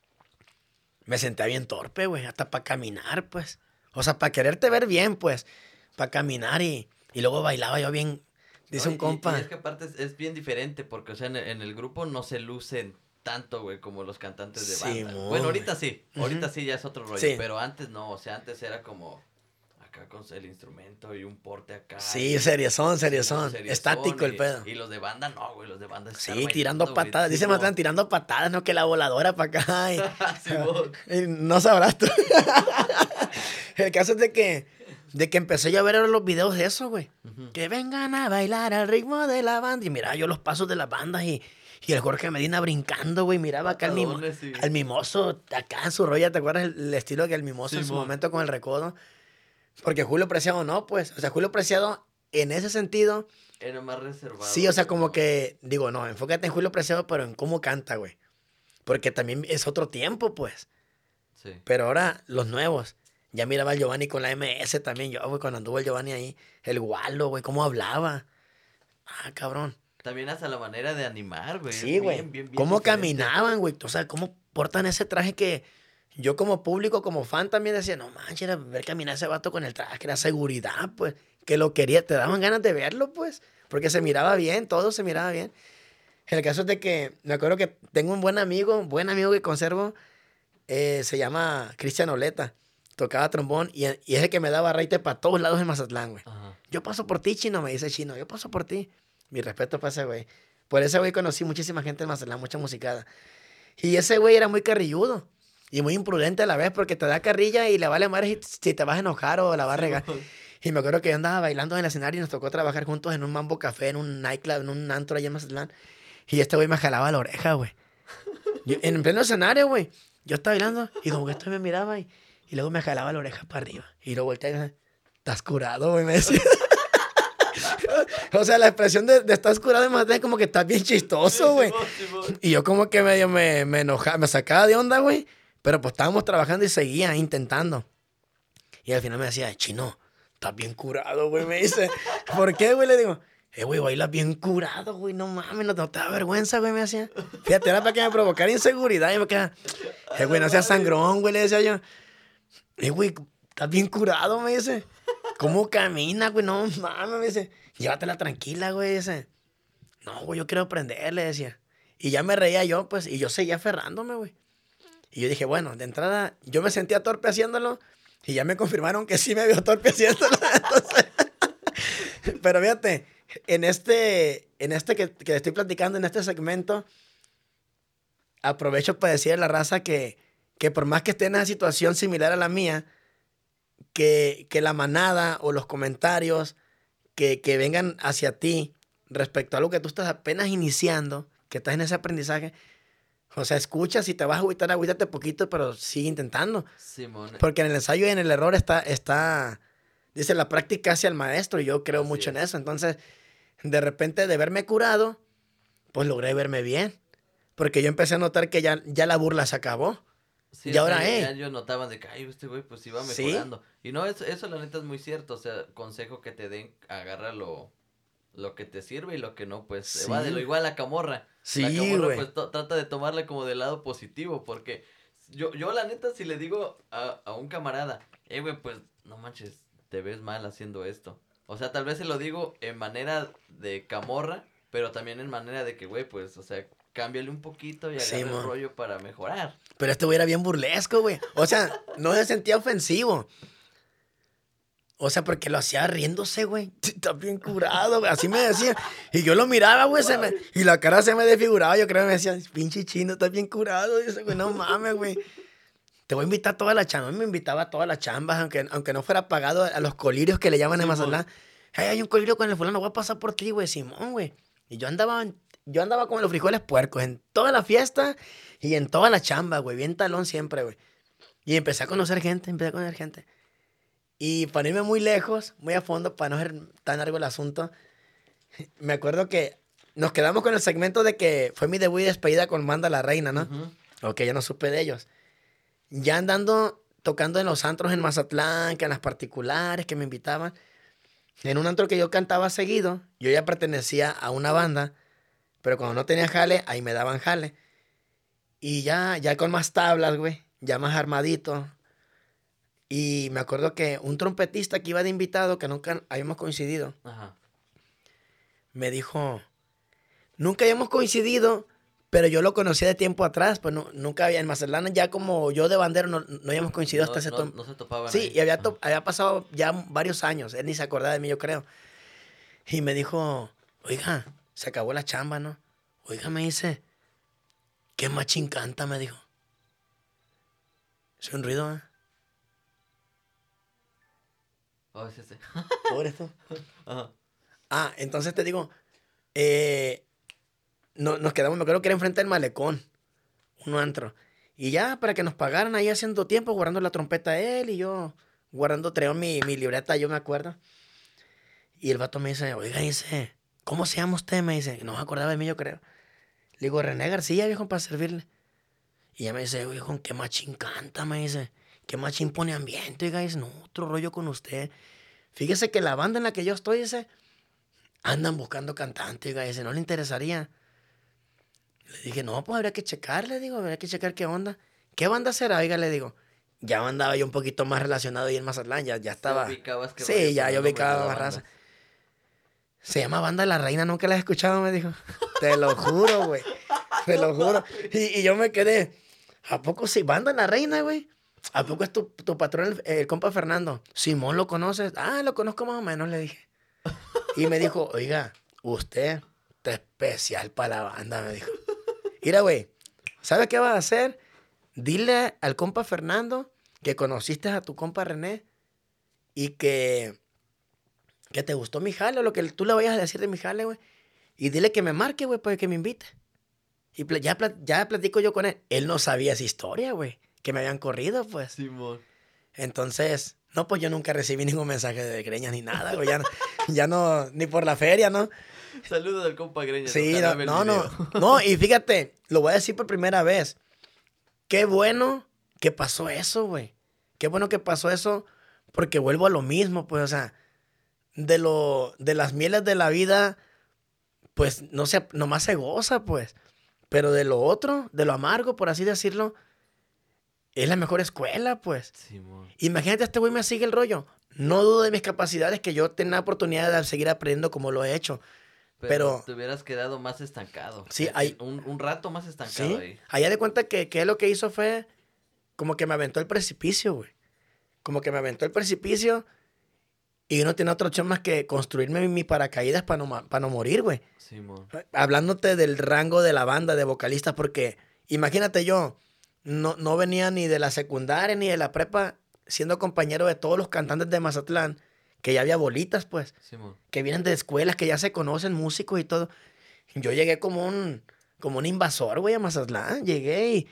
me sentía bien torpe, güey, hasta para caminar, pues. O sea, para quererte ver bien, pues, para caminar y luego bailaba yo bien, dice No, un compa. y es que aparte es bien diferente porque, o sea, en el grupo no se lucen tanto, güey, como los cantantes de banda. Simón, Bueno, güey. ahorita sí, ahorita sí ya es otro rollo, Sí. pero antes no, o sea, antes era como acá con el instrumento y un porte acá. Sí, y, seriezón. seriezón, Estático el pedo. Y los de banda no, güey, los de banda es estar Sí, bailando, tirando güey, patadas. Dice Simón. Matlán, tirando patadas, ¿no? Que la voladora para acá. Simón. Y no sabrás tú. El caso es de que empecé yo a ver los videos de eso, güey. Ujú. Que vengan a bailar al ritmo de la banda. Y mira, yo los pasos de las bandas y el Jorge Medina brincando, güey. Miraba acá Patadones, sí. al mimoso, acá en su rollo. ¿Te acuerdas el estilo que el mimoso en su Simón. momento con el recodo? Porque Julio Preciado no, pues. O sea, Julio Preciado, en ese sentido, Era más reservado. sí, o sea, güey, como ¿no? que, digo, no, enfócate en Julio Preciado, pero en cómo canta, güey. Porque también es otro tiempo, pues. Sí. Pero ahora, los nuevos. Ya miraba al Giovanni con la MS también. Yo, güey, cuando anduvo el Giovanni ahí. El Waldo, güey, cómo hablaba. Ah, cabrón. También hasta la manera de animar, güey. Sí, es güey. bien Cómo diferente. caminaban, güey. O sea, cómo portan ese traje que yo como público, como fan también decía, no manches, era ver caminar ese vato con el traje, era seguridad, pues. Que lo quería, te daban ganas de verlo, pues. Porque se miraba bien, todo se miraba bien. El caso es de que, me acuerdo que tengo un buen amigo que conservo, se llama Cristian Oleta. Tocaba trombón y es el que me daba raite para todos lados en Mazatlán, güey. Ajá. Yo paso por ti, Chino, me dice Chino, yo paso por ti. Mi respeto para ese güey. Por ese güey conocí muchísima gente en Mazatlán, mucha musicada. Y ese güey era muy carrilludo y muy imprudente a la vez porque te da carrilla y le vale madre si te vas a enojar o la vas a regar. Simón. Y me acuerdo que yo andaba bailando en el escenario y nos tocó trabajar juntos en un Mambo Café, en un nightclub, en un antro allá en Mazatlán. Y este güey me jalaba la oreja, güey. En pleno escenario, güey. Yo estaba bailando y como que esto me miraba y luego me jalaba la oreja para arriba. Y luego volteé y me decía, estás curado, güey, me decía. O sea, la expresión de estás curado más es como que estás bien chistoso, güey. Simón. Y yo como que medio me enojaba, me sacaba de onda, güey. Pero pues estábamos trabajando y seguía intentando. Y al final me decía, Chino, estás bien curado, güey, me dice. ¿Por qué, güey? Le digo, güey, bailas bien curado, güey, no mames, no te da vergüenza, güey, me decía. Fíjate, era para que me provocara inseguridad y me quedaba, güey, no seas sangrón, güey, le decía yo. Güey, estás bien curado, me dice. ¿Cómo camina, güey? No mames, me dice. Llévatela tranquila, güey, dice. No, güey, yo quiero aprender, le decía. Y ya me reía yo, pues, y yo seguía aferrándome, güey. Y yo dije, bueno, de entrada, yo me sentía torpe haciéndolo y ya me confirmaron que sí me vio torpe haciéndolo. Entonces, pero fíjate, en este que estoy platicando, en este segmento, aprovecho para decirle a la raza que por más que esté en una situación similar a la mía, que la manada o los comentarios que vengan hacia ti respecto a algo que tú estás apenas iniciando, que estás en ese aprendizaje, o sea, escucha, si te vas a agüitar, agüítate poquito, pero sigue intentando. Simón. Porque en el ensayo y en el error dice, la práctica hacia el maestro, y yo creo Así mucho en es. eso. Entonces, de repente, de verme curado, pues logré verme bien. Porque yo empecé a notar que ya la burla se acabó. Sí, Y o sea, ahora, ya ellos notaban de que, ay, este güey, pues iba ¿sí? mejorando. Y no, eso la neta es muy cierto. O sea, consejo que te den, agarra lo que te sirve y lo que no, pues Sí. evádelo. Igual la camorra. Sí, La camorra, güey. pues trata de tomarla como del lado positivo. Porque yo la neta, si le digo a un camarada, güey, pues no manches, te ves mal haciendo esto. O sea, tal vez se lo digo en manera de camorra, pero también en manera de que, güey, pues, o sea, cámbiale un poquito y agarra el mon. rollo para mejorar. Pero este güey era bien burlesco, güey. O sea, no se sentía ofensivo. O sea, porque lo hacía riéndose, güey. Está bien curado, güey. Así me decía. Y yo lo miraba, güey. Y la cara se me desfiguraba. Yo creo que me decía, pinche Chino, está bien curado. Y dice, güey, no mames, güey. Te voy a invitar a toda la chamba. Me invitaba a todas las chambas, aunque no fuera pagado, a los colirios que le llaman en Mazatlán. Hey, hay un colirio con el fulano, voy a pasar por ti, güey, Simón, güey. Y yo andaba como los frijoles puercos en toda la fiesta y en toda la chamba, güey. Bien talón siempre, güey. Y empecé a conocer gente. Y para irme muy lejos, muy a fondo, para no ser tan largo el asunto, me acuerdo que nos quedamos con el segmento de que fue mi debut y despedida con Banda La Reina, ¿no? Ok, yo no supe de ellos. Ya andando, tocando en los antros en Mazatlán, que en las particulares, que me invitaban. En un antro que yo cantaba seguido, yo ya pertenecía a una banda, Pero cuando no tenía jale, ahí me daban jale. Y ya con más tablas, güey, ya más armadito. Y me acuerdo que un trompetista que iba de invitado, que nunca habíamos coincidido, Ajá. me dijo, nunca habíamos coincidido, pero yo lo conocía de tiempo atrás, pues nunca había, en Mazatlán ya como yo de bandero no habíamos coincidido hasta ese tiempo. No se topaban Sí, ahí. y había pasado ya varios años, él ni se acordaba de mí, yo creo. Y me dijo, oiga, se acabó la chamba, ¿no? Oiga, me dice, qué machín canta, me dijo. ¿Es un ruido, eh? Oh, sí, sí. Pobre esto. Ajá. Ah, entonces te digo, nos quedamos, me acuerdo que era enfrente del malecón, un antro. Y ya, para que nos pagaran ahí haciendo tiempo, guardando la trompeta él y yo, traigo mi libreta, yo me acuerdo. Y el vato me dice, oiga, dice, ¿cómo se llama usted? Me dice, no me acordaba de mí, yo creo. Le digo, René García, viejo, para servirle. Y ella me dice, viejo, qué machín canta, me dice. Qué machín pone ambiente, oiga, dice, no, otro rollo con usted. Fíjese que la banda en la que yo estoy, dice, andan buscando cantante, oiga, dice, ¿no le interesaría? Le dije, no, pues habría que checar, le digo, habría que checar qué onda. ¿Qué banda será? Oiga, le digo. Ya andaba yo un poquito más relacionado ahí en Mazatlán, ya estaba. ¿Sí ubicabas qué rollo Sí, con ya los yo nombres de ubicaba la más banda? raza. Se llama Banda La Reina, nunca la has escuchado, me dijo. Te lo juro, güey. Te lo juro. Y yo me quedé, ¿a poco sí? Banda La Reina, güey. ¿A poco es tu patrón, el compa Fernando? Simón, ¿lo conoces? Ah, lo conozco más o menos, le dije. Y me dijo, oiga, usted está especial para la banda, me dijo. Mira, güey, ¿sabes qué vas a hacer? Dile al compa Fernando que conociste a tu compa René y que te gustó mi jale, lo que tú le vayas a decir de mi jale, güey. Y dile que me marque, güey, para que me invite. Y ya platico yo con él. Él no sabía esa historia, güey, que me habían corrido, pues. Simón. Entonces, no, pues yo nunca recibí ningún mensaje de Greñas ni nada, güey. Ya no, ni por la feria, ¿no? Saludos al compa Greñas, Sí, ojalá ve el video. no, y fíjate, lo voy a decir por primera vez. Qué bueno que pasó eso, güey. Qué bueno que pasó eso, porque vuelvo a lo mismo, pues, o sea, de las mieles de la vida, pues, no sé, nomás se goza, pues. Pero de lo otro, de lo amargo, por así decirlo, es la mejor escuela, pues. Simón. Imagínate, este güey me sigue el rollo. No dudo de mis capacidades, que yo tenga la oportunidad de seguir aprendiendo como lo he hecho. Pero Pero te hubieras quedado más estancado. sí, hay, Un rato más estancado sí, ahí. allá de cuenta que lo que hizo fue como que me aventó el precipicio, güey. Como que me aventó el precipicio y yo no tenía otra opción más que construirme mi paracaídas para no morir, güey. Simón. Hablándote del rango de la banda de vocalistas, porque imagínate yo, no venía ni de la secundaria ni de la prepa siendo compañero de todos los cantantes de Mazatlán, que ya había bolitas, pues, Simón. que vienen de escuelas, que ya se conocen, músicos y todo. Yo llegué como un invasor, güey, a Mazatlán. Llegué y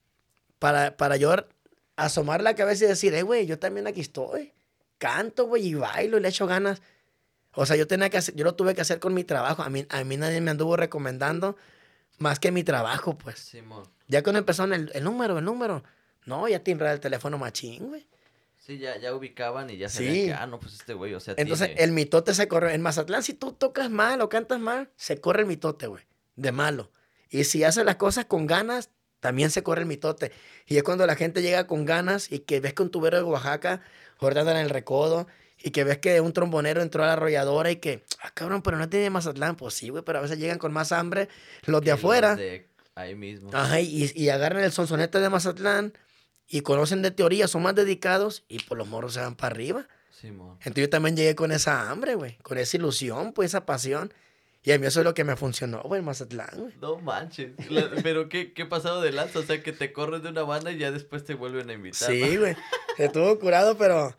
para yo asomar la cabeza y decir, güey, yo también aquí estoy. Canto, güey, y bailo y le echo ganas. O sea, yo lo tuve que hacer con mi trabajo. A mí nadie me anduvo recomendando más que mi trabajo, pues. Simón. Ya cuando empezó el número. No, ya timbraba el teléfono machín, güey. Sí, ya ubicaban y ya sabían Sí. que, no, pues este güey, o sea, Entonces, tiene. el mitote se corre. En Mazatlán, si tú tocas mal o cantas mal, se corre el mitote, güey. De malo. Y si haces las cosas con ganas, también se corre el mitote. Y es cuando la gente llega con ganas y que ves que un tubero de Oaxaca jordando en el recodo y que ves que un trombonero entró a la arrolladora y que, cabrón, pero no tiene de Mazatlán. Pues sí, güey, pero a veces llegan con más hambre los de Que afuera. los de ahí mismo. Ajá, y agarran el sonsonete de Mazatlán y conocen de teoría, son más dedicados y por los morros se van para arriba. Simón. Entonces yo también llegué con esa hambre, güey, con esa ilusión, pues esa pasión. Y a mí eso es lo que me funcionó, güey, en Mazatlán, güey. No manches. Pero qué pasado de lanza, o sea, que te corres de una banda y ya después te vuelven a invitar. Sí, güey, estuvo curado, pero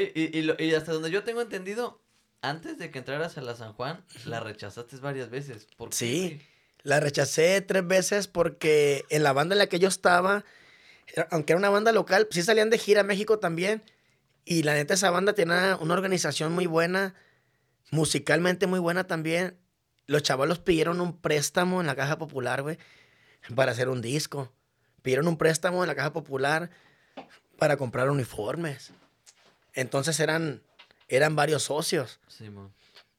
Y hasta donde yo tengo entendido, antes de que entraras a la San Juan, la rechazaste varias veces. ¿Por qué, sí, güey? la rechacé 3 veces porque en la banda en la que yo estaba, aunque era una banda local, sí salían de gira a México también. Y la neta, esa banda tenía una organización muy buena, musicalmente muy buena también. Los chavalos pidieron un préstamo en la Caja Popular, güey, para hacer un disco. Pidieron un préstamo en la Caja Popular para comprar uniformes. Entonces eran varios socios. Simón.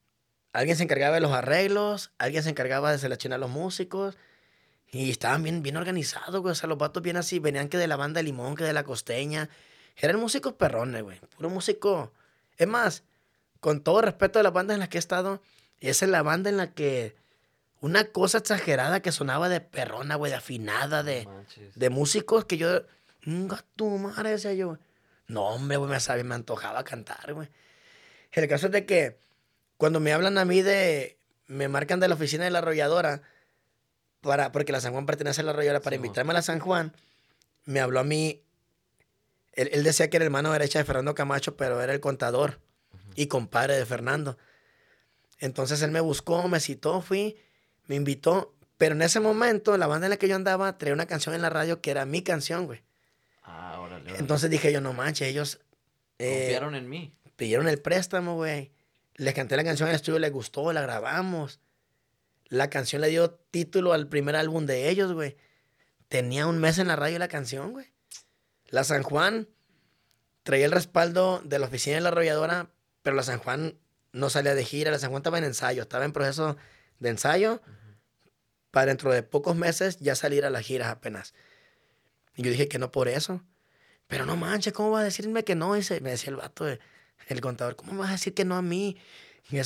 alguien se encargaba de los arreglos, alguien se encargaba de seleccionar los músicos. Y estaban bien organizados, güey. O sea, los vatos bien así, venían que de la banda de Limón, que de la Costeña. Eran músicos perrones, güey. Puro músico. Es más, con todo respeto a las bandas en las que he estado, esa es la banda en la que una cosa exagerada que sonaba de perrona, güey, de afinada, No manches. de músicos que yo, tu madre, decía yo. No, hombre, güey, me antojaba cantar, güey. El caso es de que cuando me hablan a mí me marcan de la oficina de la arrolladora, porque la San Juan pertenece a la arrolladora, para Simón. invitarme a la San Juan, me habló a mí. Él decía que era el mano derecha de Fernando Camacho, pero era el contador y compadre de Fernando. Entonces él me buscó, me citó, fui, me invitó. Pero en ese momento, la banda en la que yo andaba traía una canción en la radio que era mi canción, güey. Ah, órale. Entonces dije yo, no manches, ellos Confiaron en mí. pidieron el préstamo, güey. Les canté la canción en el estudio, les gustó, la grabamos. La canción le dio título al primer álbum de ellos, güey. Tenía un mes en la radio la canción, güey. La San Juan traía el respaldo de la oficina de la arrolladora, pero la San Juan no salía de gira. La San Juan estaba en ensayo, estaba en proceso de ensayo para dentro de pocos meses ya salir a las giras apenas. Y yo dije que no por eso. Pero no manches, ¿cómo vas a decirme que no? Me decía el vato, el contador, ¿cómo me vas a decir que no a mí? Que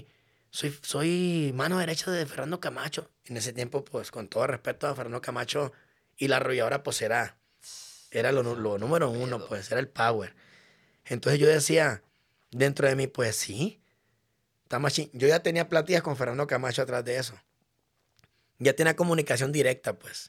soy mano derecha de Fernando Camacho. En ese tiempo, pues, con todo respeto a Fernando Camacho y la arrolladora, pues, era lo número uno, pues, era el power. Entonces yo decía, dentro de mí, pues, sí, está machín. Yo ya tenía pláticas con Fernando Camacho atrás de eso. Ya tenía comunicación directa, pues.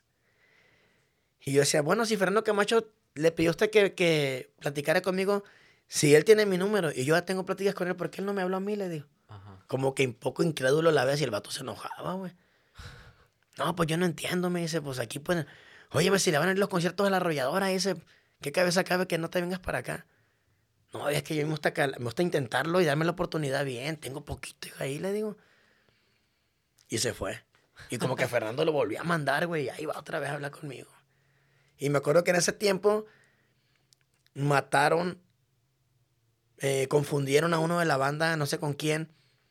Y yo decía, bueno, si Fernando Camacho le pidió a usted que platicara conmigo, si él tiene mi número y yo ya tengo pláticas con él, ¿por qué él no me habló a mí? Le digo. Ajá. Como que un poco incrédulo la vez y el vato se enojaba, güey. No, pues yo no entiendo, me dice, pues aquí pueden... Oye, si le van a ir los conciertos de la arrolladora, dice, ¿qué cabeza cabe que no te vengas para acá? No, es que yo me gusta intentarlo y darme la oportunidad bien, tengo poquito ahí, le digo. Y se fue. Y como que Fernando lo volvió a mandar, güey, y ahí va otra vez a hablar conmigo. Y me acuerdo que en ese tiempo mataron, confundieron a uno de la banda, no sé con quién,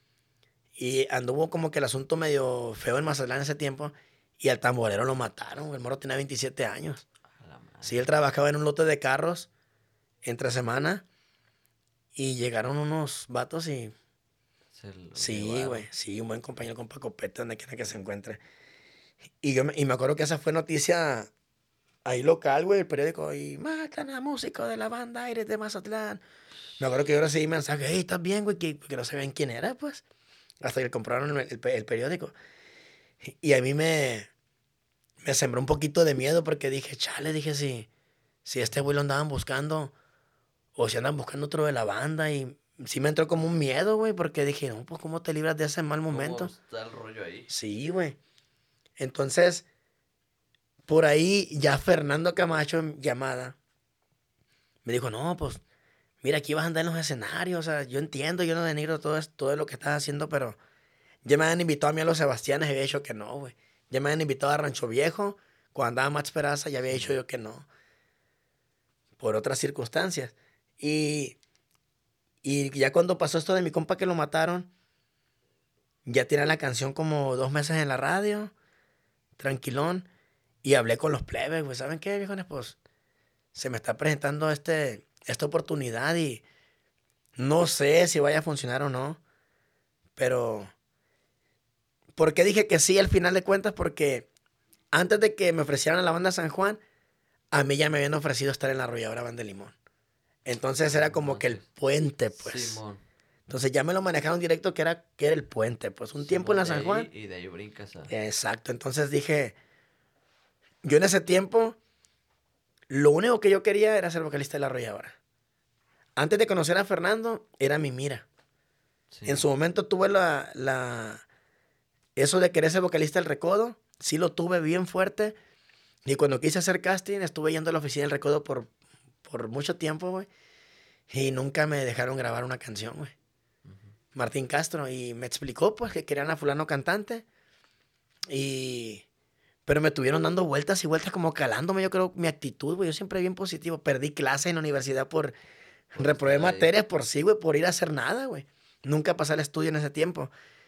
y anduvo como que el asunto medio feo en Mazatlán en ese tiempo, y al tamborero lo mataron. El morro tenía 27 años. A la madre. Sí, él trabajaba en un lote de carros entre semana, y llegaron unos vatos y... Se lo Sí, llevaron. güey, sí, un buen compañero con Paco Pete, donde quiera que se encuentre. Y me acuerdo que esa fue noticia ahí local, güey, el periódico, y matan a músicos de la banda Aires de Mazatlán. Me acuerdo que yo recibí mensajes, hey, ¿estás bien, güey? Que no sabían quién era, pues. Hasta que compraron el periódico. Y a mí me sembró un poquito de miedo porque dije, chale, dije, si este güey lo andaban buscando, o si andan buscando otro de la banda, y sí me entró como un miedo, güey, porque dije, no, pues, ¿cómo te libras de ese mal momento? ¿Cómo está el rollo ahí? Sí, güey. Entonces, por ahí ya Fernando Camacho en llamada me dijo, no, pues, mira, aquí vas a andar en los escenarios, o sea, yo entiendo, yo no denigro todo lo que estás haciendo, pero ya me habían invitado a mí a los Sebastianes y había dicho que no, güey. Ya me habían invitado a Rancho Viejo, cuando andaba Max Peraza ya había dicho yo que no, por otras circunstancias. Y, y ya cuando pasó esto de mi compa que lo mataron, ya tenía la canción como 2 meses en la radio, tranquilón, y hablé con los plebes, güey, ¿saben qué, viejones? Pues se me está presentando esta oportunidad y no sé si vaya a funcionar o no, pero ¿por qué dije que sí al final de cuentas? Porque antes de que me ofrecieran a la banda San Juan, a mí ya me habían ofrecido estar en la arrolladora Banda de Limón. Entonces era como que el Manches. puente, pues. Simón. Entonces ya me lo manejaron directo que era el puente, pues. Un tiempo en Simón, la de San ahí, Juan. y de ahí brincas a... Exacto. Entonces dije, yo en ese tiempo, lo único que yo quería era ser vocalista de la arrolladora. Antes de conocer a Fernando, era mi mira. Sí. En su momento tuve eso de querer ser vocalista del Recodo, sí lo tuve bien fuerte. Y cuando quise hacer casting, estuve yendo a la oficina del Recodo por mucho tiempo, güey. Y nunca me dejaron grabar una canción, güey. Martín Castro. Y me explicó, pues, que querían a fulano cantante. Pero me tuvieron dando vueltas y vueltas como calándome, yo creo, mi actitud, güey. Yo siempre bien positivo. Perdí clase en la universidad Por reprobé estar ahí. materias por sí, güey, por ir a hacer nada, güey. Nunca pasé el estudio en ese tiempo.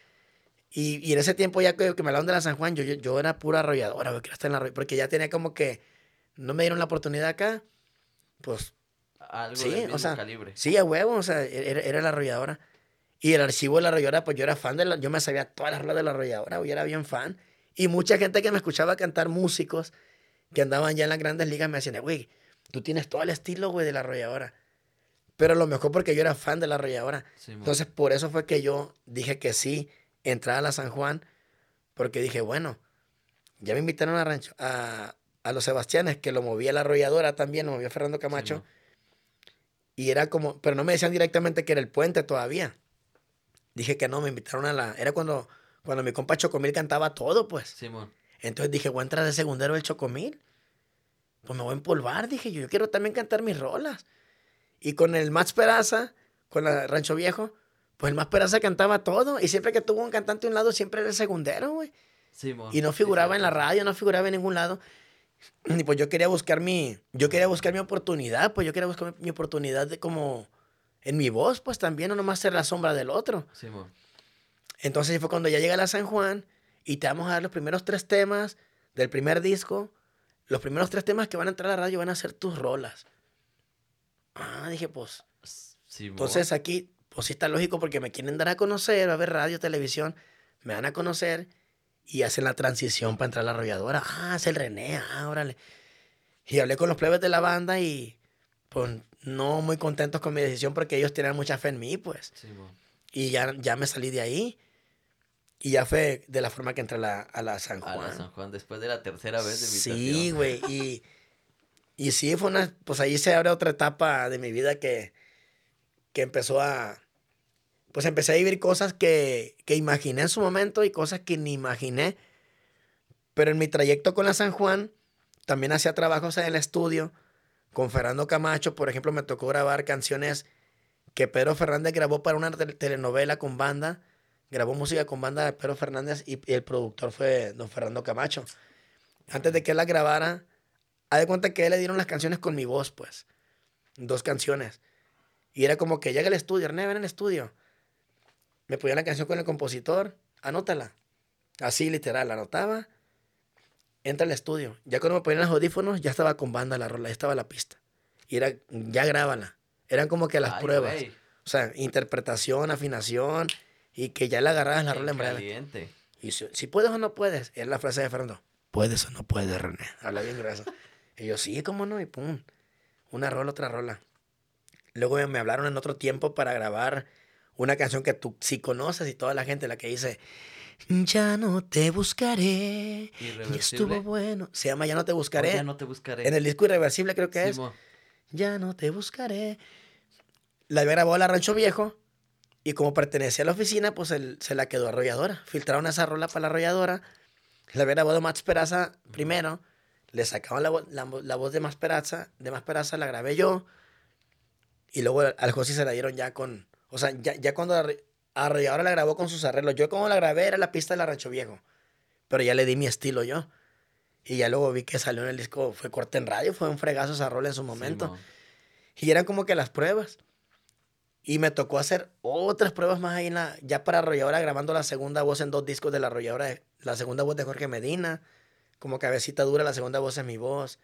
Y en ese tiempo ya que me hablaron de la San Juan, yo era pura arrolladora, güey, quería estar en la porque ya tenía como que, no me dieron la oportunidad acá, pues Algo del sí, o mismo sea, calibre. sí, a huevo, o sea, era la arrolladora. Y el archivo de la arrolladora, pues yo era fan yo me sabía todas las rolas de la arrolladora, güey, yo era bien fan. Y mucha gente que me escuchaba cantar, músicos que andaban ya en las grandes ligas, me decían, güey, tú tienes todo el estilo, güey, de la arrolladora. Pero lo mejor porque yo era fan de la arrolladora. Simón. Entonces, por eso fue que yo dije que sí, entrar a la San Juan, porque dije, bueno, ya me invitaron a rancho, a los Sebastianes, que lo movía la arrolladora también, lo movía Fernando Camacho. Simón. Y era como, pero no me decían directamente que era el puente todavía. Dije que no, me invitaron era cuando mi compa Chocomil cantaba todo, pues. Simón. Entonces dije, voy a entrar de segundero el Chocomil. Pues me voy a empolvar, dije yo quiero también cantar mis rolas. Y con el Max Peraza, con la Rancho Viejo, pues el Max Peraza cantaba todo. Y siempre que tuvo un cantante a un lado, siempre era el segundero, güey. Simón. Y no Sí, figuraba en la cierto. radio, no figuraba en ningún lado. Y pues yo quería buscar mi oportunidad, pues yo quería buscar mi oportunidad de como en mi voz, pues también, no nomás ser la sombra del otro. Simón. Entonces fue cuando ya llega la San Juan y te vamos a dar los primeros 3 temas del primer disco. Los primeros 3 temas que van a entrar a la radio van a ser tus rolas. Ah, dije, pues. Simón. Entonces aquí, pues sí está lógico porque me quieren dar a conocer, va a ver radio, televisión, me van a conocer y hacen la transición para entrar a la arrolladora. Ah, es el René, órale. Y hablé con los plebes de la banda y pues no muy contentos con mi decisión porque ellos tenían mucha fe en mí, pues. Simón. Y ya me salí de ahí. Y ya fue de la forma que entré a la San A la Juan. San Juan, después de la tercera vez de Sí, invitación. güey. Y sí, pues ahí se abre otra etapa de mi vida que pues empecé a vivir cosas que imaginé en su momento y cosas que ni imaginé. Pero en mi trayecto con la San Juan, también hacía trabajos en el estudio. Con Fernando Camacho, por ejemplo, me tocó grabar canciones que Pedro Fernández grabó para una telenovela con banda. Grabó música con banda de Pedro Fernández y el productor fue don Fernando Camacho. Antes de que él la grabara, haz de cuenta que a él le dieron las canciones con mi voz, pues. 2 canciones. Y era como que llega al estudio, Ernesto, ven al estudio. Me ponía la canción con el compositor, anótala. Así literal, la anotaba, entra al estudio. Ya cuando me ponían los audífonos, ya estaba con banda la rola, ya estaba la pista. Y era, ya grábala. Eran como que las Ay, pruebas. güey. O sea, interpretación, afinación, y que ya la agarrabas la rola En en breve. caliente. Y si puedes o no puedes, era la frase de Fernando. ¿Puedes o no puedes, René? Habla bien grueso. Y yo, sí, cómo no, y pum. Una rola, otra rola. Luego me hablaron en otro tiempo para grabar una canción que tú sí conoces y toda la gente, la que dice, ya no te buscaré, y estuvo Irreversible. bueno. Se llama Ya no te O buscaré. ya no te buscaré. En el disco Irreversible creo que es. Simón. Ya no te buscaré. La había grabado la Rancho Viejo y como pertenecía a la oficina, pues se la quedó arrolladora. Filtraron esa rola para la arrolladora. La había grabado Max Peraza primero. Le sacaban la voz de Max Peraza. De Max Peraza la grabé yo. Y luego al José se la dieron ya con... O sea, ya cuando Arrolladora la grabó con sus arreglos. Yo como la grabé era la pista de la Rancho Viejo. Pero ya le di mi estilo yo. Y ya luego vi que salió en el disco, fue corte en radio, fue un fregazo esa rola en su momento. Simón. Y eran como que las pruebas. Y me tocó hacer otras pruebas más ahí ya para Arrolladora, grabando la segunda voz en 2 discos de la Arrolladora. La segunda voz de Jorge Medina, como Cabecita Dura, la segunda voz es mi voz.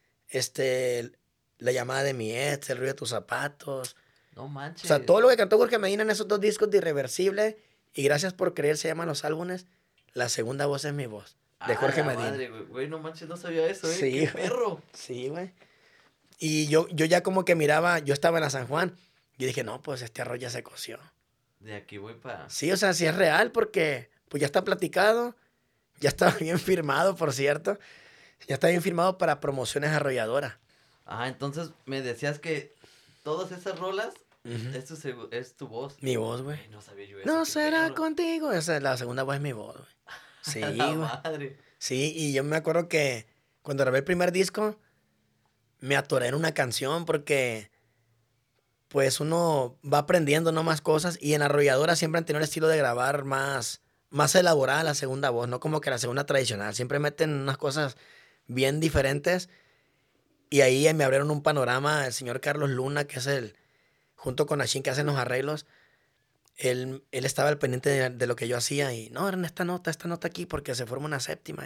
La llamada de mi ex, el ruido de tus zapatos. No O manches. sea, todo lo que cantó Jorge Medina en esos 2 discos de Irreversible y Gracias por Creer se llaman los álbumes. La segunda voz es mi voz, de Jorge La Medina. madre, güey. Güey, no manches, no sabía eso, Sí, Qué güey. perro. Sí, güey. Y yo ya como que miraba, yo estaba en la San Juan y dije, no, pues este arroz ya se coció. De aquí voy para... Sí, o sea, sí es real porque pues ya está platicado, ya está bien firmado, por cierto. Ya está bien firmado para promociones arrolladoras. Ah, entonces me decías que todas esas rolas Ujú. es tu voz. Mi voz, güey. Güey, no sabía yo eso. No qué será perro. contigo. Esa es la segunda voz, es mi voz, güey. Sí, A la güey. madre. Sí, y yo me acuerdo que cuando grabé el primer disco, me atoré en una canción porque pues uno va aprendiendo no más cosas y en Arrolladora siempre han tenido el estilo de grabar más elaborada la segunda voz, no como que la segunda tradicional. Siempre meten unas cosas bien diferentes y ahí me abrieron un panorama el señor Carlos Luna, que es junto con Ashin que hacen los arreglos. él estaba al pendiente de lo que yo hacía y no, en esta nota aquí porque se forma una séptima.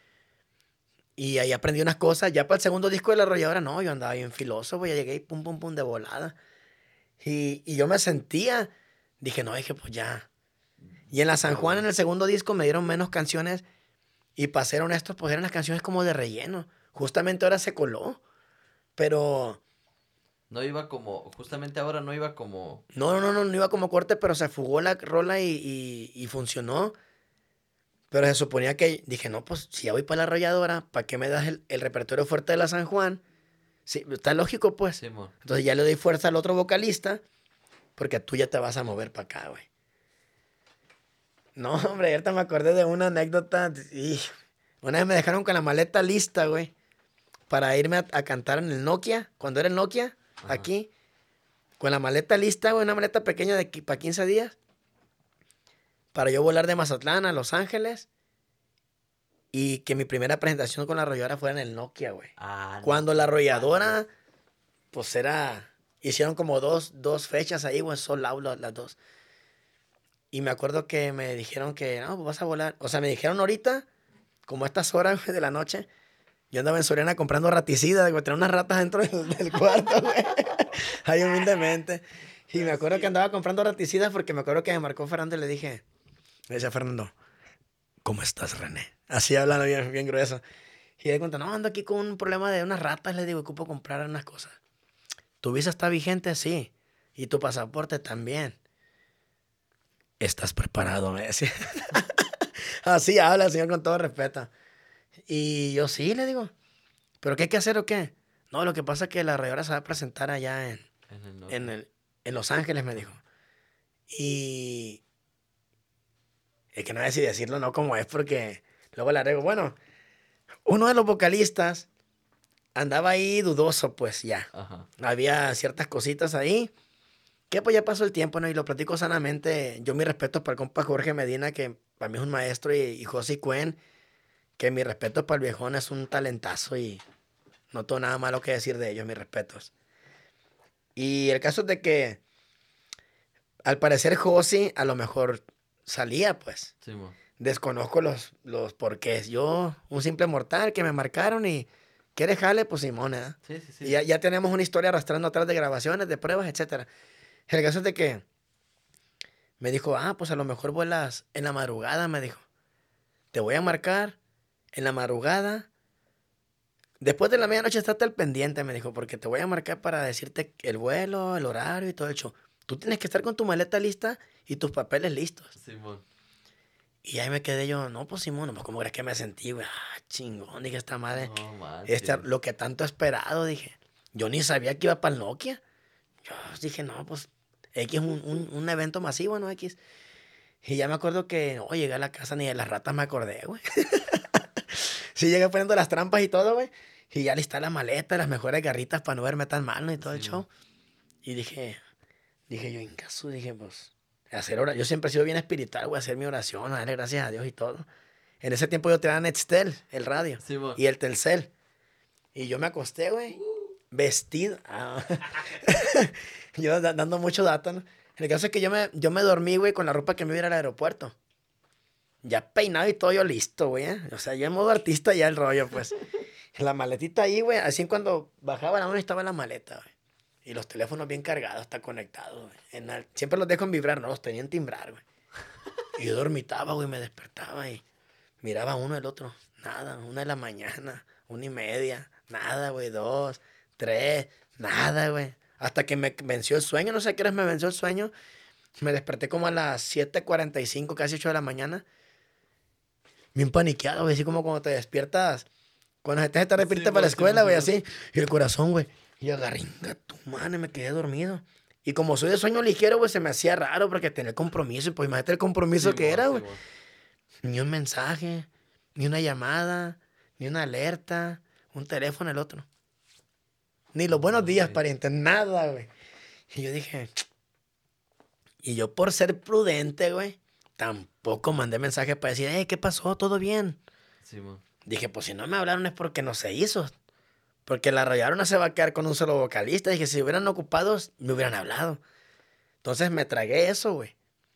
Y ahí aprendí unas cosas. Ya para el segundo disco de La Arrolladora, no, yo andaba bien filósofo, ya llegué y pum, pum, pum de volada. Y yo me sentía, dije, no, dije, pues ya. Y en la San Juan, en el segundo disco, me dieron menos canciones y para ser honestos, pues eran las canciones como de relleno. Justamente ahora se coló, pero... No iba como, justamente ahora no iba como... No iba como corte, pero se fugó la rola y funcionó. Pero se suponía que, dije, no, pues si ya voy para La Arrolladora, ¿para qué me das el repertorio fuerte de la San Juan? Sí, está lógico, pues. Sí, mo. Entonces ya le doy fuerza al otro vocalista, porque tú ya te vas a mover para acá, güey. No, hombre, ahorita me acordé de una anécdota. Y una vez me dejaron con la maleta lista, güey, para irme a cantar en el Nokia, cuando era el Nokia, Ajá. aquí. Con la maleta lista, güey, una maleta pequeña para 15 días. Para yo volar de Mazatlán a Los Ángeles. Y que mi primera presentación con La Arrolladora fuera en el Nokia, güey. Ah, Cuando no. La Arrolladora, pues era... Hicieron como dos fechas ahí, güey, sold out las dos. Y me acuerdo que me dijeron que, no, pues vas a volar. O sea, me dijeron ahorita, como a estas horas, güey, de la noche, yo andaba en Soriana comprando raticidas, güey, tenía unas ratas dentro del cuarto, güey. Ahí humildemente. Y me acuerdo que andaba comprando raticidas porque me acuerdo que me marcó Fernando y le dije, me decía Fernando, ¿cómo estás, René? Así hablando bien, bien grueso. Y él cuenta, no, ando aquí con un problema de unas ratas, le digo, ocupo comprar unas cosas. ¿Tu visa está vigente? Sí. ¿Y tu pasaporte también? ¿Estás preparado? Me decía. Así habla el señor con todo respeto. Y yo sí, le digo, ¿pero qué hay que hacer o qué? No, lo que pasa es que La Arrolladora se va a presentar allá en Los Ángeles, me dijo. Y es que no sé si decirlo no como es porque luego la arreglo. Bueno, uno de los vocalistas andaba ahí dudoso, pues ya. Ajá. Había ciertas cositas ahí que pues ya pasó el tiempo, ¿no? Y lo platico sanamente. Yo mi respeto para el compa Jorge Medina, que para mí es un maestro, y José Cuen, que mi respeto para el viejón, es un talentazo y no tengo nada malo que decir de ellos, mis respetos. Y el caso es de que al parecer José a lo mejor salía, pues. Sí, mo. Desconozco los porqués. Yo, un simple mortal que me marcaron y quiere jale, pues Simón, ¿eh? Sí, sí, sí. Y ya tenemos una historia arrastrando atrás de grabaciones, de pruebas, etcétera. El caso es de que me dijo, pues a lo mejor vuelas en la madrugada, me dijo. Te voy a marcar en la madrugada. Después de la medianoche estate al pendiente, me dijo, porque te voy a marcar para decirte el vuelo, el horario y todo el show. Tú tienes que estar con tu maleta lista y tus papeles listos. Simón. Y ahí me quedé yo, no, pues Simón, pues ¿cómo crees que me sentí, güey? Chingón, dije, esta madre, No manches. lo que tanto he esperado, dije. Yo ni sabía que iba para el Nokia. Yo dije, no, pues X es un evento masivo, ¿no? X. Y ya me acuerdo que no llegué a la casa ni de las ratas me acordé, güey. Sí, llegué poniendo las trampas y todo, güey. Y ya listé la maleta, las mejores garritas para no verme tan mal, ¿no? Y todo el Sí, show. Y dije yo, en caso, dije, pues, hacer oración. Yo siempre he sido bien espiritual, güey, hacer mi oración, a darle gracias a Dios y todo. En ese tiempo yo tenía Nextel, el radio, Simón. y el Telcel. Y yo me acosté, güey, vestido. Yo dando mucho dato, ¿no? El caso es que yo me dormí, güey, con la ropa que me iba a ir al aeropuerto. Ya peinado y todo yo listo, güey. O sea, ya en modo artista ya el rollo, pues. La maletita ahí, güey. Así cuando bajaba la mano estaba la maleta, güey. Y los teléfonos bien cargados, está conectados, güey. Siempre los dejo en vibrar, no los tenía en timbrar, güey. Y yo dormitaba, güey, me despertaba y miraba uno el otro. Nada, 1 de la mañana, 1:30, nada, güey, 2, 3, nada, güey. Hasta que me venció el sueño, no sé a qué horas me venció el sueño. Me desperté como a las 7:45, casi 8 de la mañana. Bien paniqueado, güey, así como cuando te despiertas, cuando se te despierta para la escuela, güey, así. Y el corazón, güey. Y agarré, tu madre, me quedé dormido. Y como soy de sueño ligero, güey, se me hacía raro porque tenía compromiso. Y pues imagínate el compromiso que era, güey. Ni un mensaje, ni una llamada, ni una alerta, un teléfono el otro. Ni los buenos días, pariente, nada, güey. Y yo dije, y yo por ser prudente, güey, tampoco mandé mensaje para decir, ¿qué pasó? ¿Todo bien? Simón. Dije, pues si no me hablaron es porque no se hizo. Porque La Arrolladora no se va a quedar con un solo vocalista. Dije, si hubieran ocupado, me hubieran hablado. Entonces me tragué eso, güey.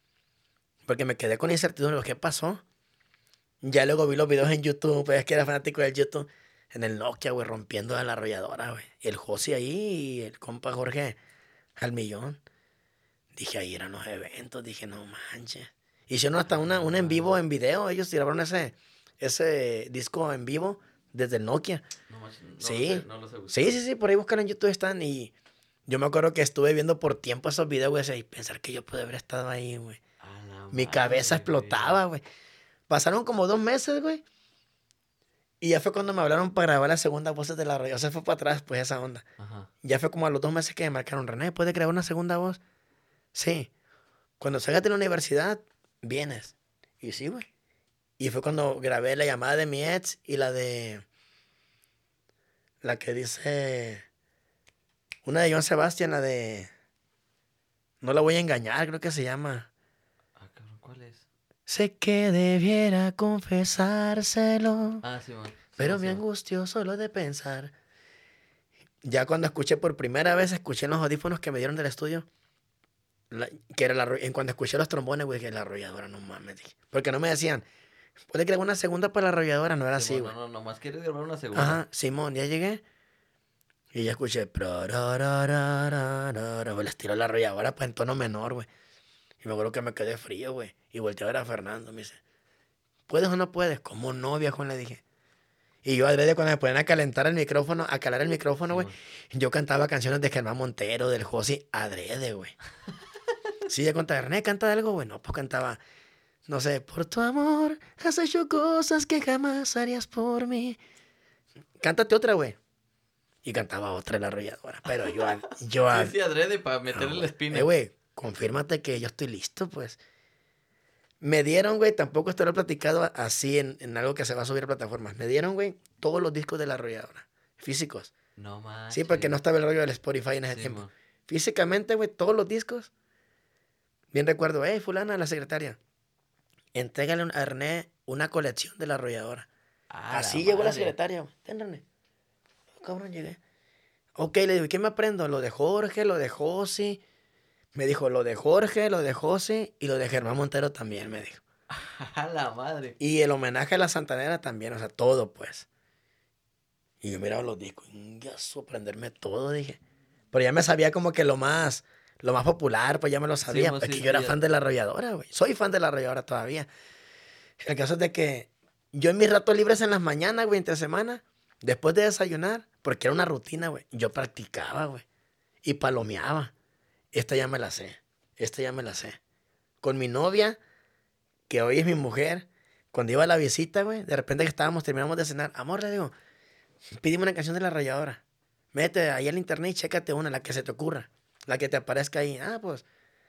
Porque me quedé con incertidumbre, ¿qué pasó? Ya luego vi los videos en YouTube, pues es que era fanático del YouTube. En el Nokia, güey, rompiendo a la arrolladora, güey. Y el Josi ahí y el compa Jorge al millón. Dije, ahí eran los eventos. Dije, no manches. Hicieron hasta una en vivo, en video. Ellos grabaron ese disco en vivo desde el Nokia. No, no lo sé, Sí. no los he Sí, buscado. sí, sí. Por ahí buscan en YouTube están. Y yo me acuerdo que estuve viendo por tiempo esos videos, güey. Y pensar que yo pude haber estado ahí, güey. A la Mi cabeza madre, güey. explotaba, güey. Pasaron como 2 meses, güey. Y ya fue cuando me hablaron para grabar la segunda voz de la radio. O sea, fue para atrás, pues, esa onda. Ajá. Ya fue como a los 2 meses que me marcaron, René, ¿puedes grabar una segunda voz? Sí. Cuando salgas de la universidad, vienes. Y sí, güey. Y fue cuando grabé la llamada de mi ex y la de... La que dice... Una de Joan Sebastián, la de... No la voy a engañar, creo que se llama. Ah, cabrón, ¿cuál es? Sé que debiera confesárselo, Ah, Simón. pero Simón, me Simón. angustió solo de pensar. Ya cuando escuché por primera vez, escuché en los audífonos que me dieron del estudio, que era en cuando escuché los trombones, güey, que la arrolladora, no mames, dije. Porque no me decían, puede crear una segunda para la arrolladora, no era así, Simón, no, güey. no, nomás quieres grabar una segunda. Ajá, Simón, ya llegué y ya escuché, prorarararara, güey, el estilo de la arrolladora, pues en tono menor, güey. Y me acuerdo que me quedé frío, güey. Y volteé a ver a Fernando, me dice, ¿puedes o no puedes? ¿Cómo no, viejo? Le dije. Y yo adrede cuando me ponían a calentar el micrófono, a calar el micrófono, güey, Simón. yo cantaba canciones de Germán Montero, del Josi, adrede, güey. Sí, ya contaba, René, canta algo, güey. No, pues cantaba, no sé, por tu amor has hecho cosas que jamás harías por mí. Cántate otra, güey. Y cantaba otra en la arrolladora. Pero Sí, sí, adrede para meterle la güey, espina. güey, confírmate que yo estoy listo, pues. Me dieron, güey, tampoco esto lo he platicado así en algo que se va a subir a plataformas. Me dieron, güey, todos los discos de la arrolladora, físicos. No Sí, porque no manches. estaba el rollo del Spotify en ese tiempo. Simón. Físicamente, güey, todos los discos. Bien recuerdo, fulana, la secretaria, entrégale a René una colección de la arrolladora. A la Así llegó la madre. secretaria. Ten, René. Oh, cabrón, llegué. Ok, le digo, ¿y qué me aprendo? Lo de Jorge, lo de Josi. Me dijo, lo de Jorge, lo de Josi y lo de Germán Montero también, me dijo. A la madre. Y el homenaje a la Santanera también, o sea, todo, pues. Y yo miraba los discos, ya sorprenderme todo, dije. Pero ya me sabía como que lo más popular, pues ya me lo sabía. Simón, Pues que sí, yo sí, era ya. fan de la arrolladora, güey. Soy fan de la arrolladora todavía. El caso es de que yo en mis ratos libres en las mañanas, güey, entre semana, después de desayunar, porque era una rutina, güey, yo practicaba, güey. Y palomeaba. Esta ya me la sé. Esta ya me la sé. Con mi novia, que hoy es mi mujer, cuando iba a la visita, güey, de repente que terminamos de cenar, amor, le digo, pídeme una canción de la arrolladora. Mete ahí al internet y chécate una, la que se te ocurra. La que te aparezca ahí. Ah, pues,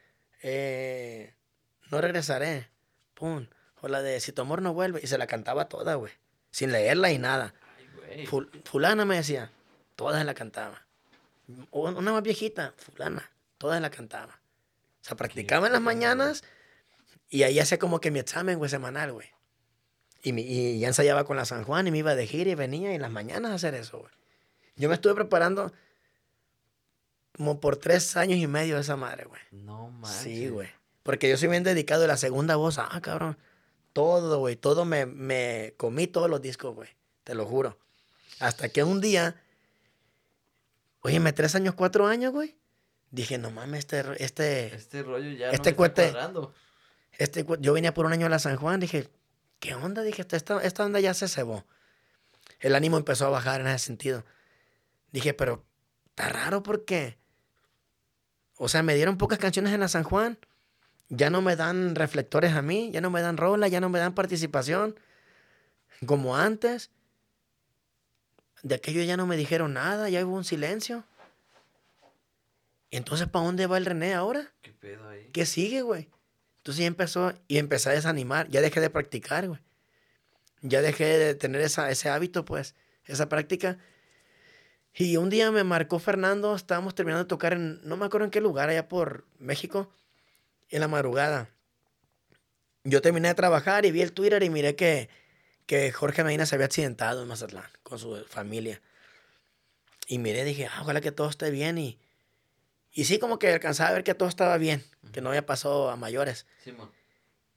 no regresaré. Pum. O la de Si tu amor no vuelve. Y se la cantaba toda, güey. Sin leerla y nada. Ay, güey. Fulana me decía. Todas la cantaba. Una más viejita. Fulana. Todas la cantaba. O sea, Qué practicaba en las pedo. mañanas y ahí hacía como que mi examen, güey, semanal, güey. Y ya ensayaba con la San Juan y me iba de gira y venía y en las mañanas a hacer eso, güey. Yo me estuve preparando como por 3 años y medio de esa madre, güey. No Sí, manches. güey. Porque yo soy bien dedicado a la segunda voz. Ah, cabrón. Todo, güey. Todo me comí todos los discos, güey. Te lo juro. Hasta que un día, óyeme, 3 años, 4 años, güey. Dije, no mames, Este rollo ya no me este está cuete, cuadrando. yo venía por un año a la San Juan. Dije, ¿qué onda? Dije, esta onda ya se cebó. El ánimo empezó a bajar en ese sentido. Dije, pero está raro porque, o sea, me dieron pocas canciones en la San Juan. Ya no me dan reflectores a mí, ya no me dan rola, ya no me dan participación, como antes. De aquello ya no me dijeron nada, ya hubo un silencio. ¿Y entonces para dónde va el René ahora? ¿Qué pedo ahí? ¿Qué sigue, güey? Entonces ya empezó y empecé a desanimar, ya dejé de practicar, güey. Ya dejé de tener ese hábito, pues, esa práctica. Y un día me marcó Fernando, estábamos terminando de tocar no me acuerdo en qué lugar, allá por México, en la madrugada. Yo terminé de trabajar y vi el Twitter y miré que Jorge Medina se había accidentado en Mazatlán con su familia. Y miré, dije, ojalá que todo esté bien. Y sí, como que alcanzaba a ver que todo estaba bien, que Ujú. no había pasado a mayores. Simón.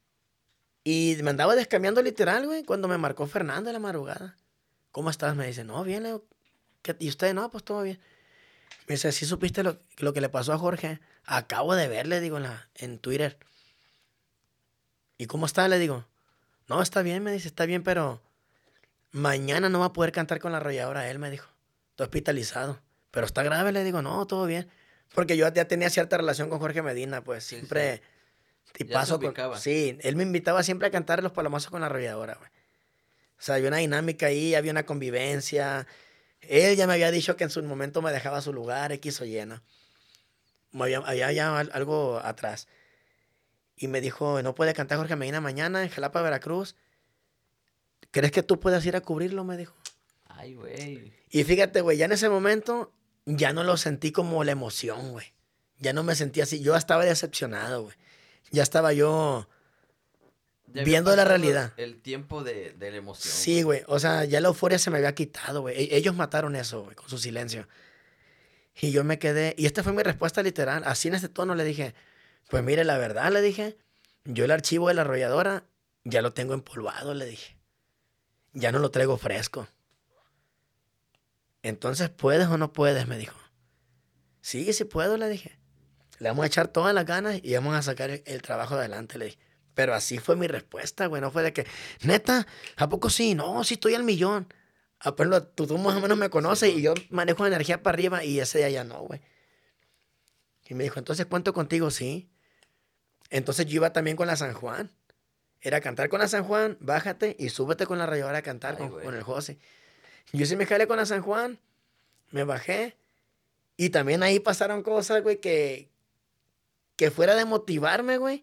Y me andaba descambiando literal, güey, cuando me marcó Fernando en la madrugada. ¿Cómo estás? Me dice, no, bien, Leo. ¿Y usted? No, pues todo bien. Me dice, ¿sí supiste lo que le pasó a Jorge? Acabo de verle, digo, en Twitter. ¿Y cómo está? Le digo, no, está bien, me dice, está bien, pero mañana no va a poder cantar con la arrolladora él, me dijo. Está hospitalizado. Pero está grave, le digo, no, todo bien. Porque yo ya tenía cierta relación con Jorge Medina, pues Sí, siempre... sí. Y Ya se paso con... ubicaban. Sí, él me invitaba siempre a cantar los palomazos con la arrolladora, güey. O sea, había una dinámica ahí, había una convivencia. Él ya me había dicho que en su momento me dejaba su lugar, X o Y, ¿no? Había ya algo atrás. Y me dijo, no puede cantar Jorge Medina mañana en Jalapa, Veracruz. ¿Crees que tú puedas ir a cubrirlo? Me dijo. Ay, güey. Y fíjate, güey, ya en ese momento ya no lo sentí como la emoción, güey. Ya no me sentía así. Yo estaba decepcionado, güey. Ya estaba yo Ya había viendo la pasado realidad. el tiempo de la emoción, Sí, güey. güey. O sea, ya la euforia se me había quitado, güey. Ellos mataron eso, güey, con su silencio. Y yo me quedé. Y esta fue mi respuesta literal. Así en este tono le dije, pues mire, la verdad, le dije, yo el archivo de la arrolladora ya lo tengo empolvado, le dije. Ya no lo traigo fresco. Entonces, ¿puedes o no puedes? Me dijo. Sí, sí puedo, le dije. Le vamos a echar todas las ganas y vamos a sacar el trabajo adelante, le dije. Pero así fue mi respuesta, güey. No fue de que, neta, ¿a poco sí? No, sí estoy al millón. Ah, pero tú más o menos me Sí, conoces y mon. yo manejo energía para arriba y ese día ya no, güey. Y me dijo, entonces cuento contigo, sí. Entonces yo iba también con la San Juan. Era cantar con la San Juan, bájate y súbete con la rayadora a cantar Ay, con güey. el José. Yo sí me jalé con la San Juan, me bajé. Y también ahí pasaron cosas, güey, que fuera de motivarme, güey.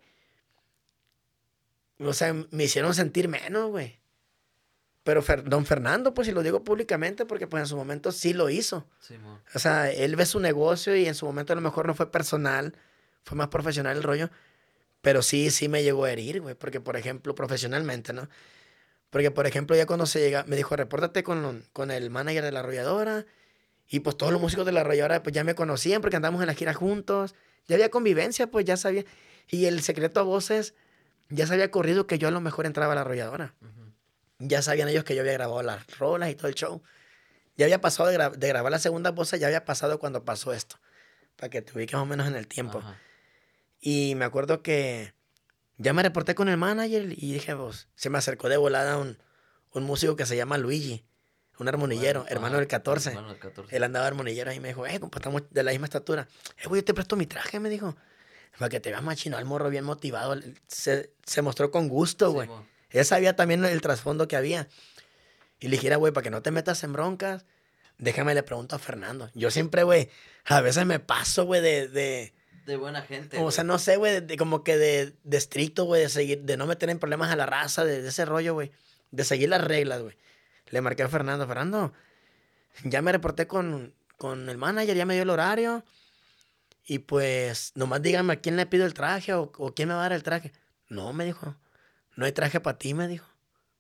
O sea, me hicieron sentir menos, güey. Pero don Fernando, pues si lo digo públicamente, porque pues en su momento sí lo hizo. Sí, mon. O sea, él ve su negocio y en su momento a lo mejor no fue personal, fue más profesional el rollo. Pero sí, sí me llegó a herir, güey. Porque, por ejemplo, profesionalmente, ¿no? Porque, por ejemplo, ya cuando se llega, me dijo, repórtate con el manager de la arrolladora. Y pues todos los músicos de la arrolladora pues ya me conocían porque andábamos en la gira juntos. Ya había convivencia, pues ya sabía. Y el secreto a voces ya se había corrido que yo a lo mejor entraba a la arrolladora. Ujú. Ya sabían ellos que yo había grabado las rolas y todo el show. Ya había pasado de grabar la segunda voz, ya había pasado cuando pasó esto. Para que te ubiques más o menos en el tiempo. Ajá. Y me acuerdo que ya me reporté con el manager y dije, pues, se me acercó de volada un músico que se llama Luigi, un armonillero, Bueno, hermano ajá. del 14. Hermano del 14. Él andaba armonillero y me dijo, compa, estamos de la misma estatura. Güey, yo te presto mi traje, me dijo. Para que te veas machino, el morro bien motivado. Se mostró con gusto, Sí, güey. mon. Él sabía también el trasfondo que había. Y le dijera, güey, para que no te metas en broncas, déjame le pregunto a Fernando. Yo siempre, güey, a veces me paso, güey, De buena gente, o sea, güey. no sé, güey, como que de estricto, güey, de seguir, de no meter en problemas a la raza, de ese rollo, güey. De seguir las reglas, güey. Le marqué a Fernando, Fernando, ya me reporté con el manager, ya me dio el horario. Y pues, nomás díganme a quién le pido el traje o quién me va a dar el traje. No, me dijo, no hay traje para ti, me dijo.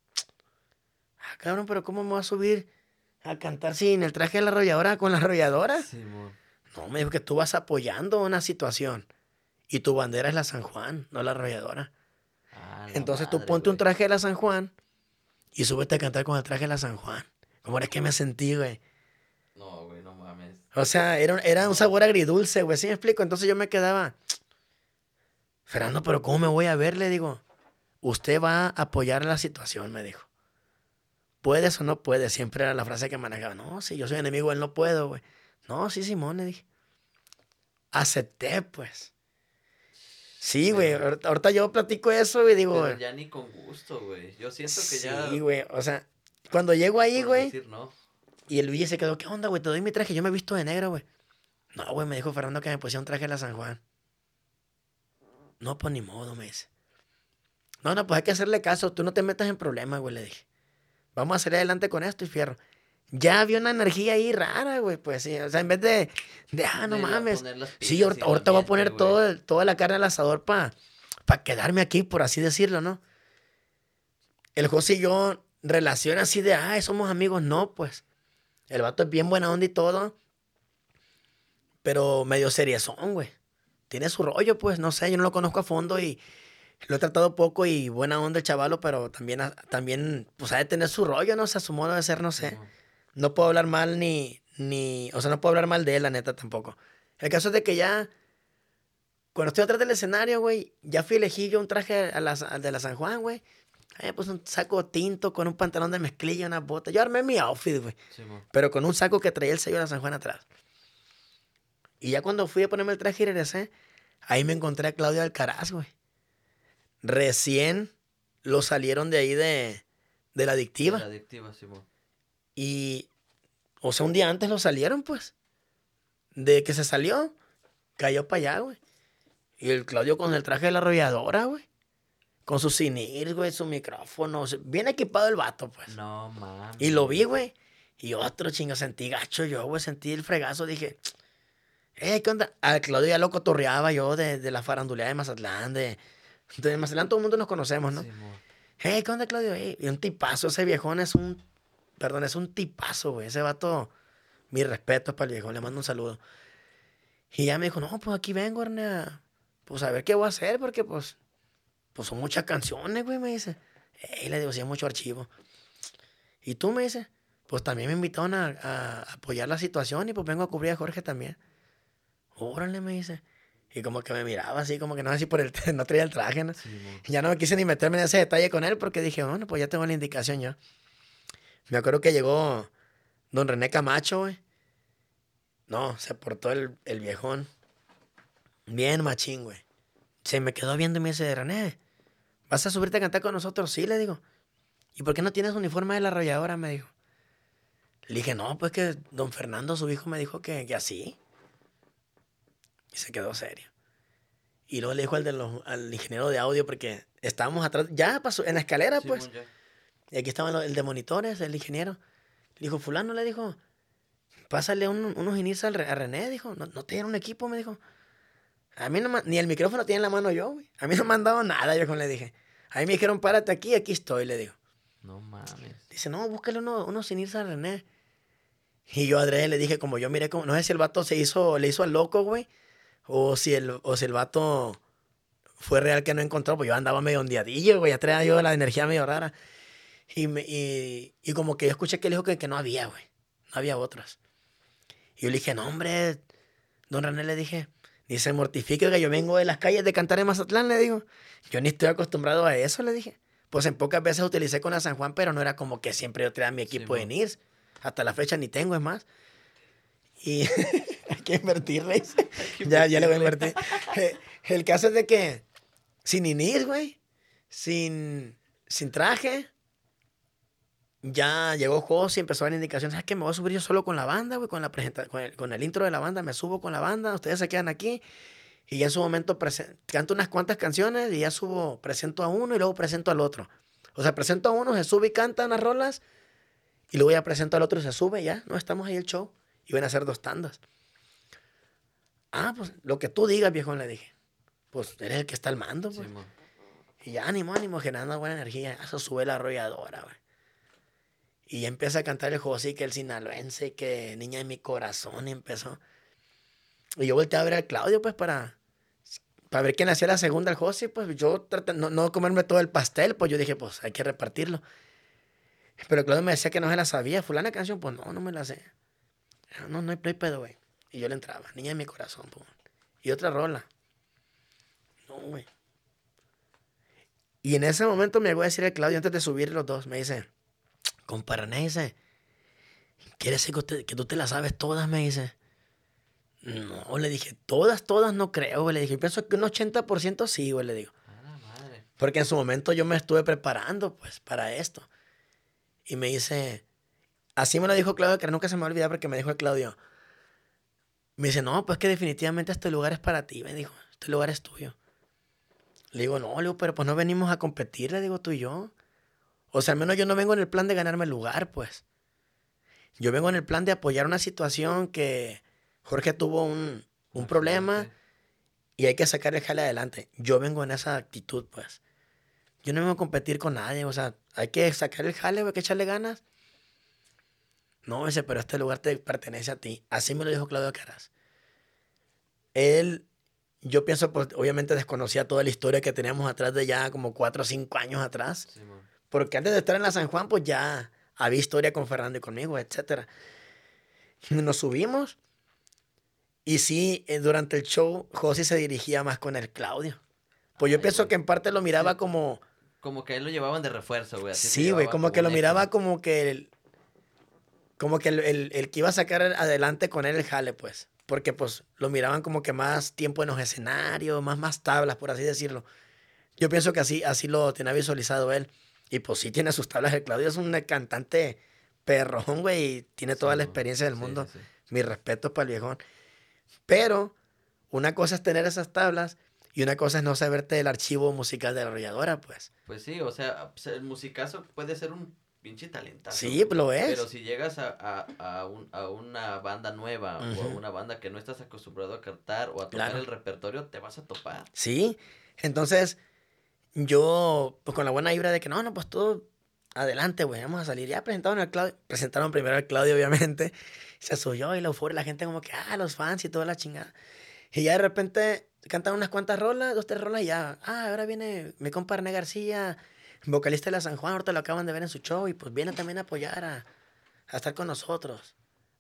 Ah, cabrón, pero ¿cómo me voy a subir a cantar sin el traje de la arrolladora con la arrolladora? Sí, mon. No, me dijo que tú vas apoyando una situación y tu bandera es la San Juan, no la arrolladora. Ah, la Entonces tú madre, ponte un güey. traje de la San Juan y súbete a cantar con el traje de la San Juan. ¿Cómo es que me sentí, güey? No, güey, no mames. O sea, era un No. sabor agridulce, güey. ¿Sí me explico? Entonces yo me quedaba, Fernando, pero ¿cómo me voy a ver? Le digo, usted va a apoyar la situación, me dijo. ¿Puedes o no puedes? Siempre era la frase que manejaba. No, si yo soy enemigo, él no puedo, güey. No, sí, Simón, le dije. Acepté, pues. Sí, güey. Pero, Ahorita yo platico eso y digo, pero ya ni con gusto, güey. Yo siento que sí, ya güey. O sea, cuando llego ahí, por güey, decir no. y el Luigi se quedó, ¿qué onda, güey? Te doy mi traje. Yo me he visto de negro, güey. No, güey, me dijo Fernando que me pusiera un traje de la San Juan. No, pues ni modo, me dice. No, no, pues hay que hacerle caso. Tú no te metas en problemas, güey, le dije. Vamos a salir adelante con esto y fierro. Ya había una energía ahí rara, güey, pues sí. O sea, en vez no mames. Poner las Sí, pilas y el ahorita voy a ambiente, poner güey. toda la carne al asador para quedarme aquí, por así decirlo, ¿no? El José y yo, relación así de, somos amigos, no, pues. El vato es bien buena onda y todo, pero medio seriezón, güey. Tiene su rollo, pues, no sé, yo no lo conozco a fondo y Lo he tratado poco y buena onda el chavalo, pero también, pues ha de tener su rollo, ¿no? O sea, su modo de ser, no sé. Simón. No puedo hablar mal o sea, no puedo hablar mal de él, la neta, tampoco. El caso es de que ya, cuando estoy atrás del escenario, güey, ya fui a elegir yo un traje al de la San Juan, güey. Pues un saco tinto con un pantalón de mezclilla, una bota. Yo armé mi outfit, güey. Simón. Pero con un saco que traía el sello de la San Juan atrás. Y ya cuando fui a ponerme el traje y regresé, ahí me encontré a Claudio Alcaraz, güey. Recién lo salieron de ahí de la De la adictiva. adictiva, Simón. Y, o sea, un día antes lo salieron, pues. De que se salió, cayó para allá, güey. Y el Claudio con el traje de la arrolladora, güey. Con sus CINIR, güey, su micrófono. O sea, bien equipado el vato, pues. No Y lo vi, mames. güey. Y otro chingo, sentí gacho yo, güey. Sentí el fregazo. Dije, ¿qué onda? Al Claudio ya lo cotorreaba yo de la farandulea de Mazatlán. De Mazatlán todo el mundo nos conocemos, ¿no? Simón. ¿Qué onda, Claudio? Y un tipazo, ese viejón perdón, es un tipazo, güey. Ese vato, mis respetos para el viejón, le mando un saludo. Y ya me dijo, no, pues aquí vengo, Ernea. Pues a ver qué voy a hacer, porque pues son muchas canciones, güey, me dice. Le digo, sí, es mucho archivo. Y tú me dices, pues también me invitaron a apoyar la situación y pues vengo a cubrir a Jorge también. Órale, me dice. Y como que me miraba así, como que no, así por no traía el traje, ¿no? Simón. Y ya no me quise ni meterme en ese detalle con él porque dije, bueno, pues ya tengo la indicación yo. Me acuerdo que llegó don René Camacho, güey. No, se portó el viejón. Bien machín, güey. Se me quedó viendo y me dice, René, ¿vas a subirte a cantar con nosotros? Sí, le digo. ¿Y por qué no tienes uniforme de la arrolladora? Me dijo. Le dije, no, pues que don Fernando, su hijo, me dijo que así. Y se quedó serio. Y luego le dijo al ingeniero de audio, porque estábamos atrás, ya pasó, en la escalera, pues. Simón, ya. Y aquí estaba el de monitores, el ingeniero. Le dijo, fulano, le dijo, pásale unos inicios a René, dijo, no te dieron un equipo, me dijo. A mí no, ni el micrófono tiene en la mano yo, güey. A mí no me han dado nada, yo le dije. A mí me dijeron, párate aquí estoy, le digo. No mames. Dice, no, búscale unos inicios a René. Y yo a Adrián le dije, como yo miré, como, no sé si el vato le hizo al loco, güey, o si el vato fue real que no encontró, pues yo andaba medio ondeadillo, güey, ya traía yo la energía medio rara. Y como que yo escuché que él dijo que no había, güey, no había otras. Y yo le dije, no, hombre, don René, le dije, ni se mortifique, que yo vengo de las calles de cantar en Mazatlán, le digo. Yo ni estoy acostumbrado a eso, le dije. Pues en pocas veces utilicé con la San Juan, pero no era como que siempre yo traía mi equipo de Simón. NIRS. Hasta la fecha ni tengo, es más. Y hay que invertirle. Hay que Ya le voy a invertirle. invertir. El caso es de que sin INIS, güey, sin traje, ya llegó José y empezó a dar indicaciones. ¿Sabes qué? Me voy a subir yo solo con la banda, güey, con el intro de la banda. Me subo con la banda, ustedes se quedan aquí. Y ya en su momento canto unas cuantas canciones y ya presento a uno y luego presento al otro. O sea, presento a uno, se sube y canta unas rolas y luego ya presento al otro y se sube y ya. No, estamos ahí el show. Y van a hacer 2 tandas. Pues lo que tú digas, viejo, le dije. Pues eres el que está al mando, pues. Simón. Y ya, ánimo, generando buena energía. Eso sube la arrolladora, güey. Y ya empieza a cantar el José, que el sinaloense, que niña de mi corazón, y empezó. Y yo volteé a ver al Claudio, pues, para ver quién hacía la segunda al José, pues yo traté no comerme todo el pastel, pues yo dije, pues hay que repartirlo. Pero Claudio me decía que no se la sabía. Fulana canción, pues no me la sé. No hay pedo, güey. Y yo le entraba, niña de mi corazón, pues. Y otra rola. No, güey. Y en ese momento me llegó a decir el Claudio, antes de subir los dos, me dice, compa René, dice, ¿quiere decir que tú te las sabes todas? Me dice. No, le dije, todas no creo, güey. Le dije, pienso que un 80% sí, güey, le digo. A la madre. Porque en su momento yo me estuve preparando, pues, para esto. Y me dice, así me lo dijo Claudio, que nunca se me va a olvidar porque me dijo el Claudio. Me dice, no, pues que definitivamente este lugar es para ti, me dijo, este lugar es tuyo. Le digo, no, le digo, pero pues no venimos a competir, le digo tú y yo. O sea, al menos yo no vengo en el plan de ganarme el lugar, pues. Yo vengo en el plan de apoyar una situación que Jorge tuvo un problema Accidente. y hay que sacar el jale adelante. Yo vengo en esa actitud, pues. Yo no vengo a competir con nadie, o sea, hay que sacar el jale, hay que echarle ganas. No, ese, pero este lugar te pertenece a ti. Así me lo dijo Claudio Caras. Él, yo pienso, pues, obviamente desconocía toda la historia que teníamos atrás de ya como 4 o 5 años atrás. Sí, man. Porque antes de estar en la San Juan, pues ya había historia con Fernando y conmigo, etcétera. Nos subimos y sí, durante el show, José se dirigía más con el Claudio. Pues yo Ay, pienso güey. que en parte lo miraba Sí. como... Como que a él lo llevaban de refuerzo, güey. Así te Sí, güey, llevaba como como que lo un miraba extra. como que el que iba a sacar adelante con él el jale, pues. Porque pues lo miraban como que más tiempo en los escenarios, más tablas, por así decirlo. Yo pienso que así lo tenía visualizado él. Y pues sí tiene sus tablas. El Claudio es un cantante perrón, güey, y tiene Sí, toda la man. experiencia del Sí, mundo. sí, sí. Mis respetos para el viejón. Pero una cosa es tener esas tablas y una cosa es no saberte el archivo musical de la arrolladora, pues. Pues sí, o sea, pues, el musicazo puede ser un pinche talentazo, Sí, güey. lo Pero es. si llegas a una banda nueva o a Ujú, una banda que no estás acostumbrado a cantar o a tocar claro. el repertorio, te vas a topar. Sí. Entonces, yo, pues con la buena vibra de que no, pues todo adelante, güey, vamos a salir. Ya presentaron al Claudio, presentaron primero al Claudio, obviamente. Se subió y la euforia, la gente como que, los fans y toda la chingada. Y ya de repente cantaron unas cuantas rolas, 2, 3 rolas y ya, ahora viene mi compa René García, vocalista de la San Juan, ahorita lo acaban de ver en su show y pues viene también a apoyar, a estar con nosotros.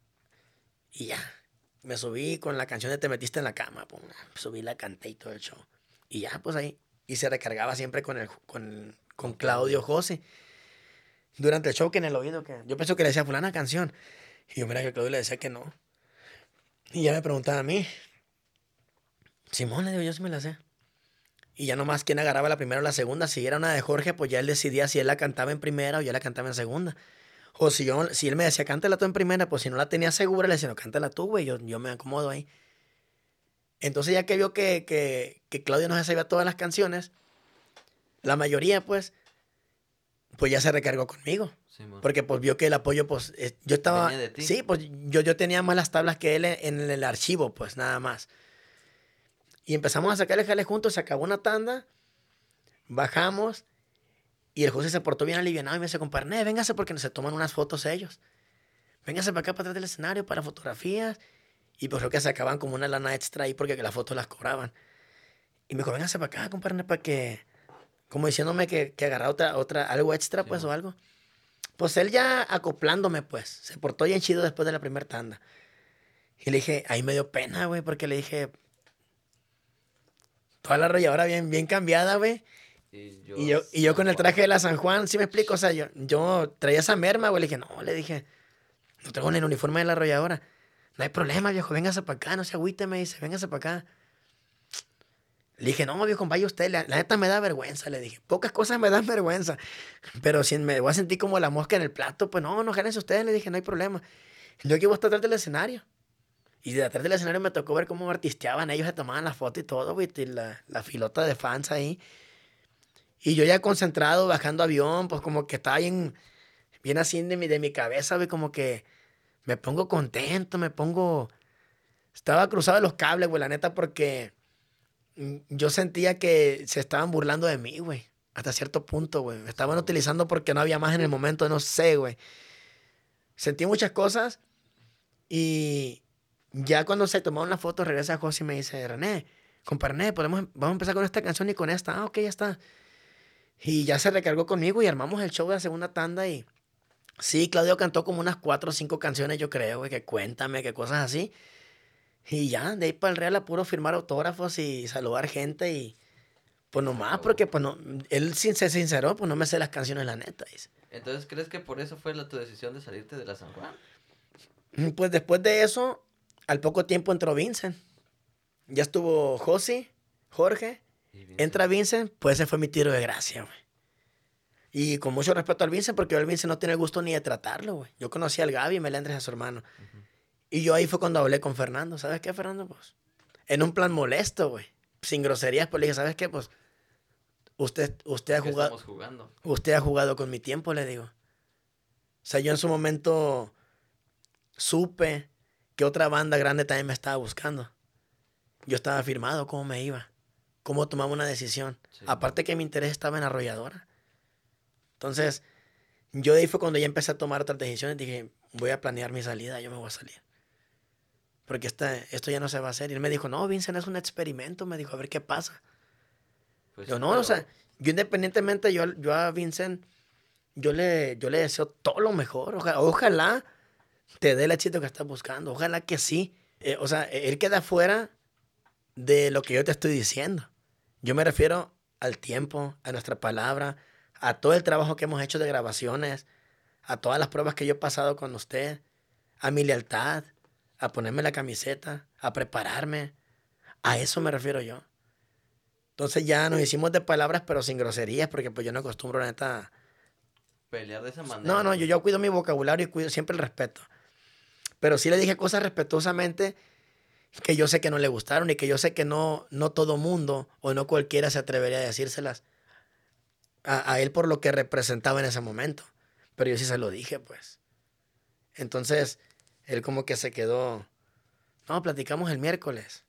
Y ya, me subí con la canción de Te metiste en la cama, pum, subí, la canté y todo el show. Y ya, pues ahí. Y se recargaba siempre con Con Claudio Claudio. José. Durante el show que en el oído, que yo pienso que le decía fulana canción. Y yo mira que Claudio le decía que no. Y ya me preguntaba a mí, Simón, le digo, yo sí me la sé. Y ya nomás quién agarraba la primera o la segunda. Si era una de Jorge, pues ya él decidía si él la cantaba en primera o yo la cantaba en segunda. O si él me decía, cántala tú en primera, pues si no la tenía segura, le decía, no, cántala tú, güey, yo me acomodo ahí. Entonces ya que vio que Claudio no se sabía todas las canciones, la mayoría pues ya se recargó conmigo. Sí, man. Porque pues vio que el apoyo, pues yo Venía estaba, de ti. sí, pues yo tenía más las tablas que él en el archivo, pues nada más. Y empezamos a sacar el jale juntos, se acabó una tanda, bajamos y el José se portó bien alivianado y me dice, compadre, véngase porque se toman unas fotos ellos. Véngase para acá, para atrás del escenario, para fotografías. Y pues creo que sacaban como una lana extra ahí porque las fotos las cobraban. Y me dijo, véngase para acá, compadre, para que, como diciéndome que agarra algo extra, Sí, pues, o man. algo. Pues él ya acoplándome, pues, se portó bien chido después de la primera tanda. Y le dije, ahí me dio pena, güey, porque le dije, toda la arrolladora bien cambiada, güey. Y Y yo, yo San con el traje Juan. de la San Juan, ¿sí me explico? O sea, yo traía esa merma, güey. Le dije, no, le dije, no traigo ni el uniforme de la arrolladora. No hay problema, viejo, véngase para acá, no se agüite, me dice, véngase para acá. Le dije, no, viejo, vaya usted, la neta me da vergüenza, le dije. Pocas cosas me dan vergüenza, pero si me voy a sentir como la mosca en el plato, pues no, jálense ustedes, le dije, no hay problema. Yo aquí voy a estar atrás del escenario. Y de atrás del escenario me tocó ver cómo artisteaban, ellos se tomaban la foto y todo, güey, y la filota de fans ahí. Y yo ya concentrado, bajando avión, pues como que estaba bien así de mi cabeza, güey, como que me pongo contento, estaba cruzado de los cables, güey, la neta, porque yo sentía que se estaban burlando de mí, güey. Hasta cierto punto, güey. Me Sí, estaban man. utilizando porque no había más en el momento, no sé, güey. Sentí muchas cosas y ya cuando se tomaron la foto, regresa José y me dice, René, compa René, vamos a empezar con esta canción y con esta. Ah, ok, ya está. Y ya se recargó conmigo y armamos el show de la segunda tanda y sí, Claudio cantó como unas 4 o 5 canciones, yo creo, güey, que cuéntame, que cosas así. Y ya, de ahí para el Real a puro firmar autógrafos y saludar gente y pues Se nomás acabó. porque pues no, él se sinceró, pues no me sé las canciones la neta, dice. Entonces, ¿crees que por eso fue tu decisión de salirte de la San Juan? Pues después de eso, al poco tiempo entró Vincent. Ya estuvo Josi, Jorge, Y entra Vincent. Vincent, pues ese fue mi tiro de gracia, güey. Y con mucho respeto al Vincent, porque el Vincent no tiene el gusto ni de tratarlo, güey. Yo conocí al Gaby Melendres, a su hermano. Ujú. Y yo ahí fue cuando hablé con Fernando. ¿Sabes qué, Fernando? Pues en un plan molesto, güey. Sin groserías, pues le dije, ¿sabes qué? Pues usted ha ¿Qué jugado, estamos jugando? usted ha jugado con mi tiempo, le digo. O sea, yo en su momento supe que otra banda grande también me estaba buscando. Yo estaba firmado, cómo me iba, cómo tomaba una decisión. Sí, man. Aparte que mi interés estaba en Arrolladora. Entonces, yo de ahí fue cuando ya empecé a tomar otras decisiones. Dije, voy a planear mi salida, yo me voy a salir. porque esto ya no se va a hacer. Y él me dijo, no, Vincent, es un experimento, me dijo, a ver qué pasa. Pues Yo sí, no, o sea, yo independientemente, yo a Vincent, yo le deseo todo lo mejor. Ojalá te dé el éxito que estás buscando. Ojalá que sí. O sea, él queda fuera de lo que yo te estoy diciendo. Yo me refiero al tiempo, a nuestra palabra, a todo el trabajo que hemos hecho de grabaciones, a todas las pruebas que yo he pasado con usted, a mi lealtad, a ponerme la camiseta, a prepararme. A eso me refiero yo. Entonces ya nos hicimos de palabras, pero sin groserías, porque pues yo no acostumbro, neta. pelear de esa No, manera, no, yo, pues. yo cuido mi vocabulario y cuido siempre el respeto. Pero sí le dije cosas respetuosamente que yo sé que no le gustaron y que yo sé que no todo mundo o no cualquiera se atrevería a decírselas a él por lo que representaba en ese momento. Pero yo sí se lo dije, pues. Entonces, él como que se quedó, no, platicamos el miércoles.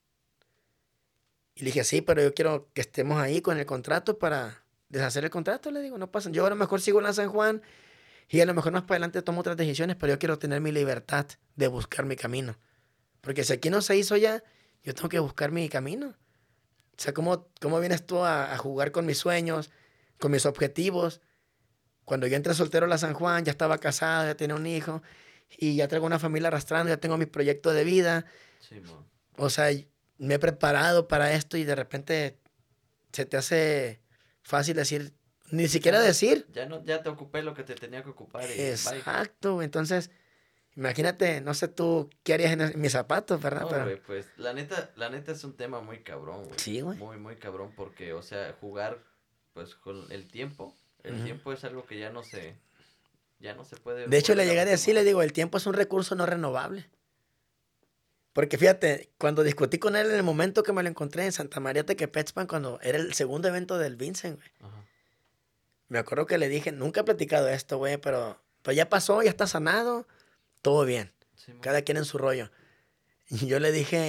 Y le dije, sí, pero yo quiero que estemos ahí con el contrato para deshacer el contrato, le digo, no pasa. Yo a lo mejor sigo en la San Juan y a lo mejor más para adelante tomo otras decisiones, pero yo quiero tener mi libertad de buscar mi camino. Porque si aquí no se hizo ya, yo tengo que buscar mi camino. O sea, ¿cómo vienes tú a jugar con mis sueños, con mis objetivos? Cuando yo entré soltero a la San Juan, ya estaba casado, ya tenía un hijo y ya traigo una familia arrastrando, ya tengo mi proyecto de vida. Simón. O sea, me he preparado para esto y de repente se te hace fácil decir, ni Sí, ya siquiera no, decir. ya te ocupé lo que te tenía que ocupar y bye. Exacto, entonces, imagínate, no sé tú qué harías en mis zapatos, ¿verdad? No, Pero güey, pues la neta es un tema muy cabrón, güey. sí, güey. Muy, muy cabrón porque, o sea, jugar pues con el Ujú. tiempo es algo que ya no se puede De hecho, le volver a llegué a decir, le retomar. digo, el tiempo es un recurso no renovable. Porque fíjate, cuando discutí con él en el momento que me lo encontré en Santa María Tequepexpan, cuando era el segundo evento del Vincent, güey. Ajá. Me acuerdo que le dije, nunca he platicado esto, güey, pero pues ya pasó, ya está sanado, todo bien. Simón. Cada quien en su rollo. Y yo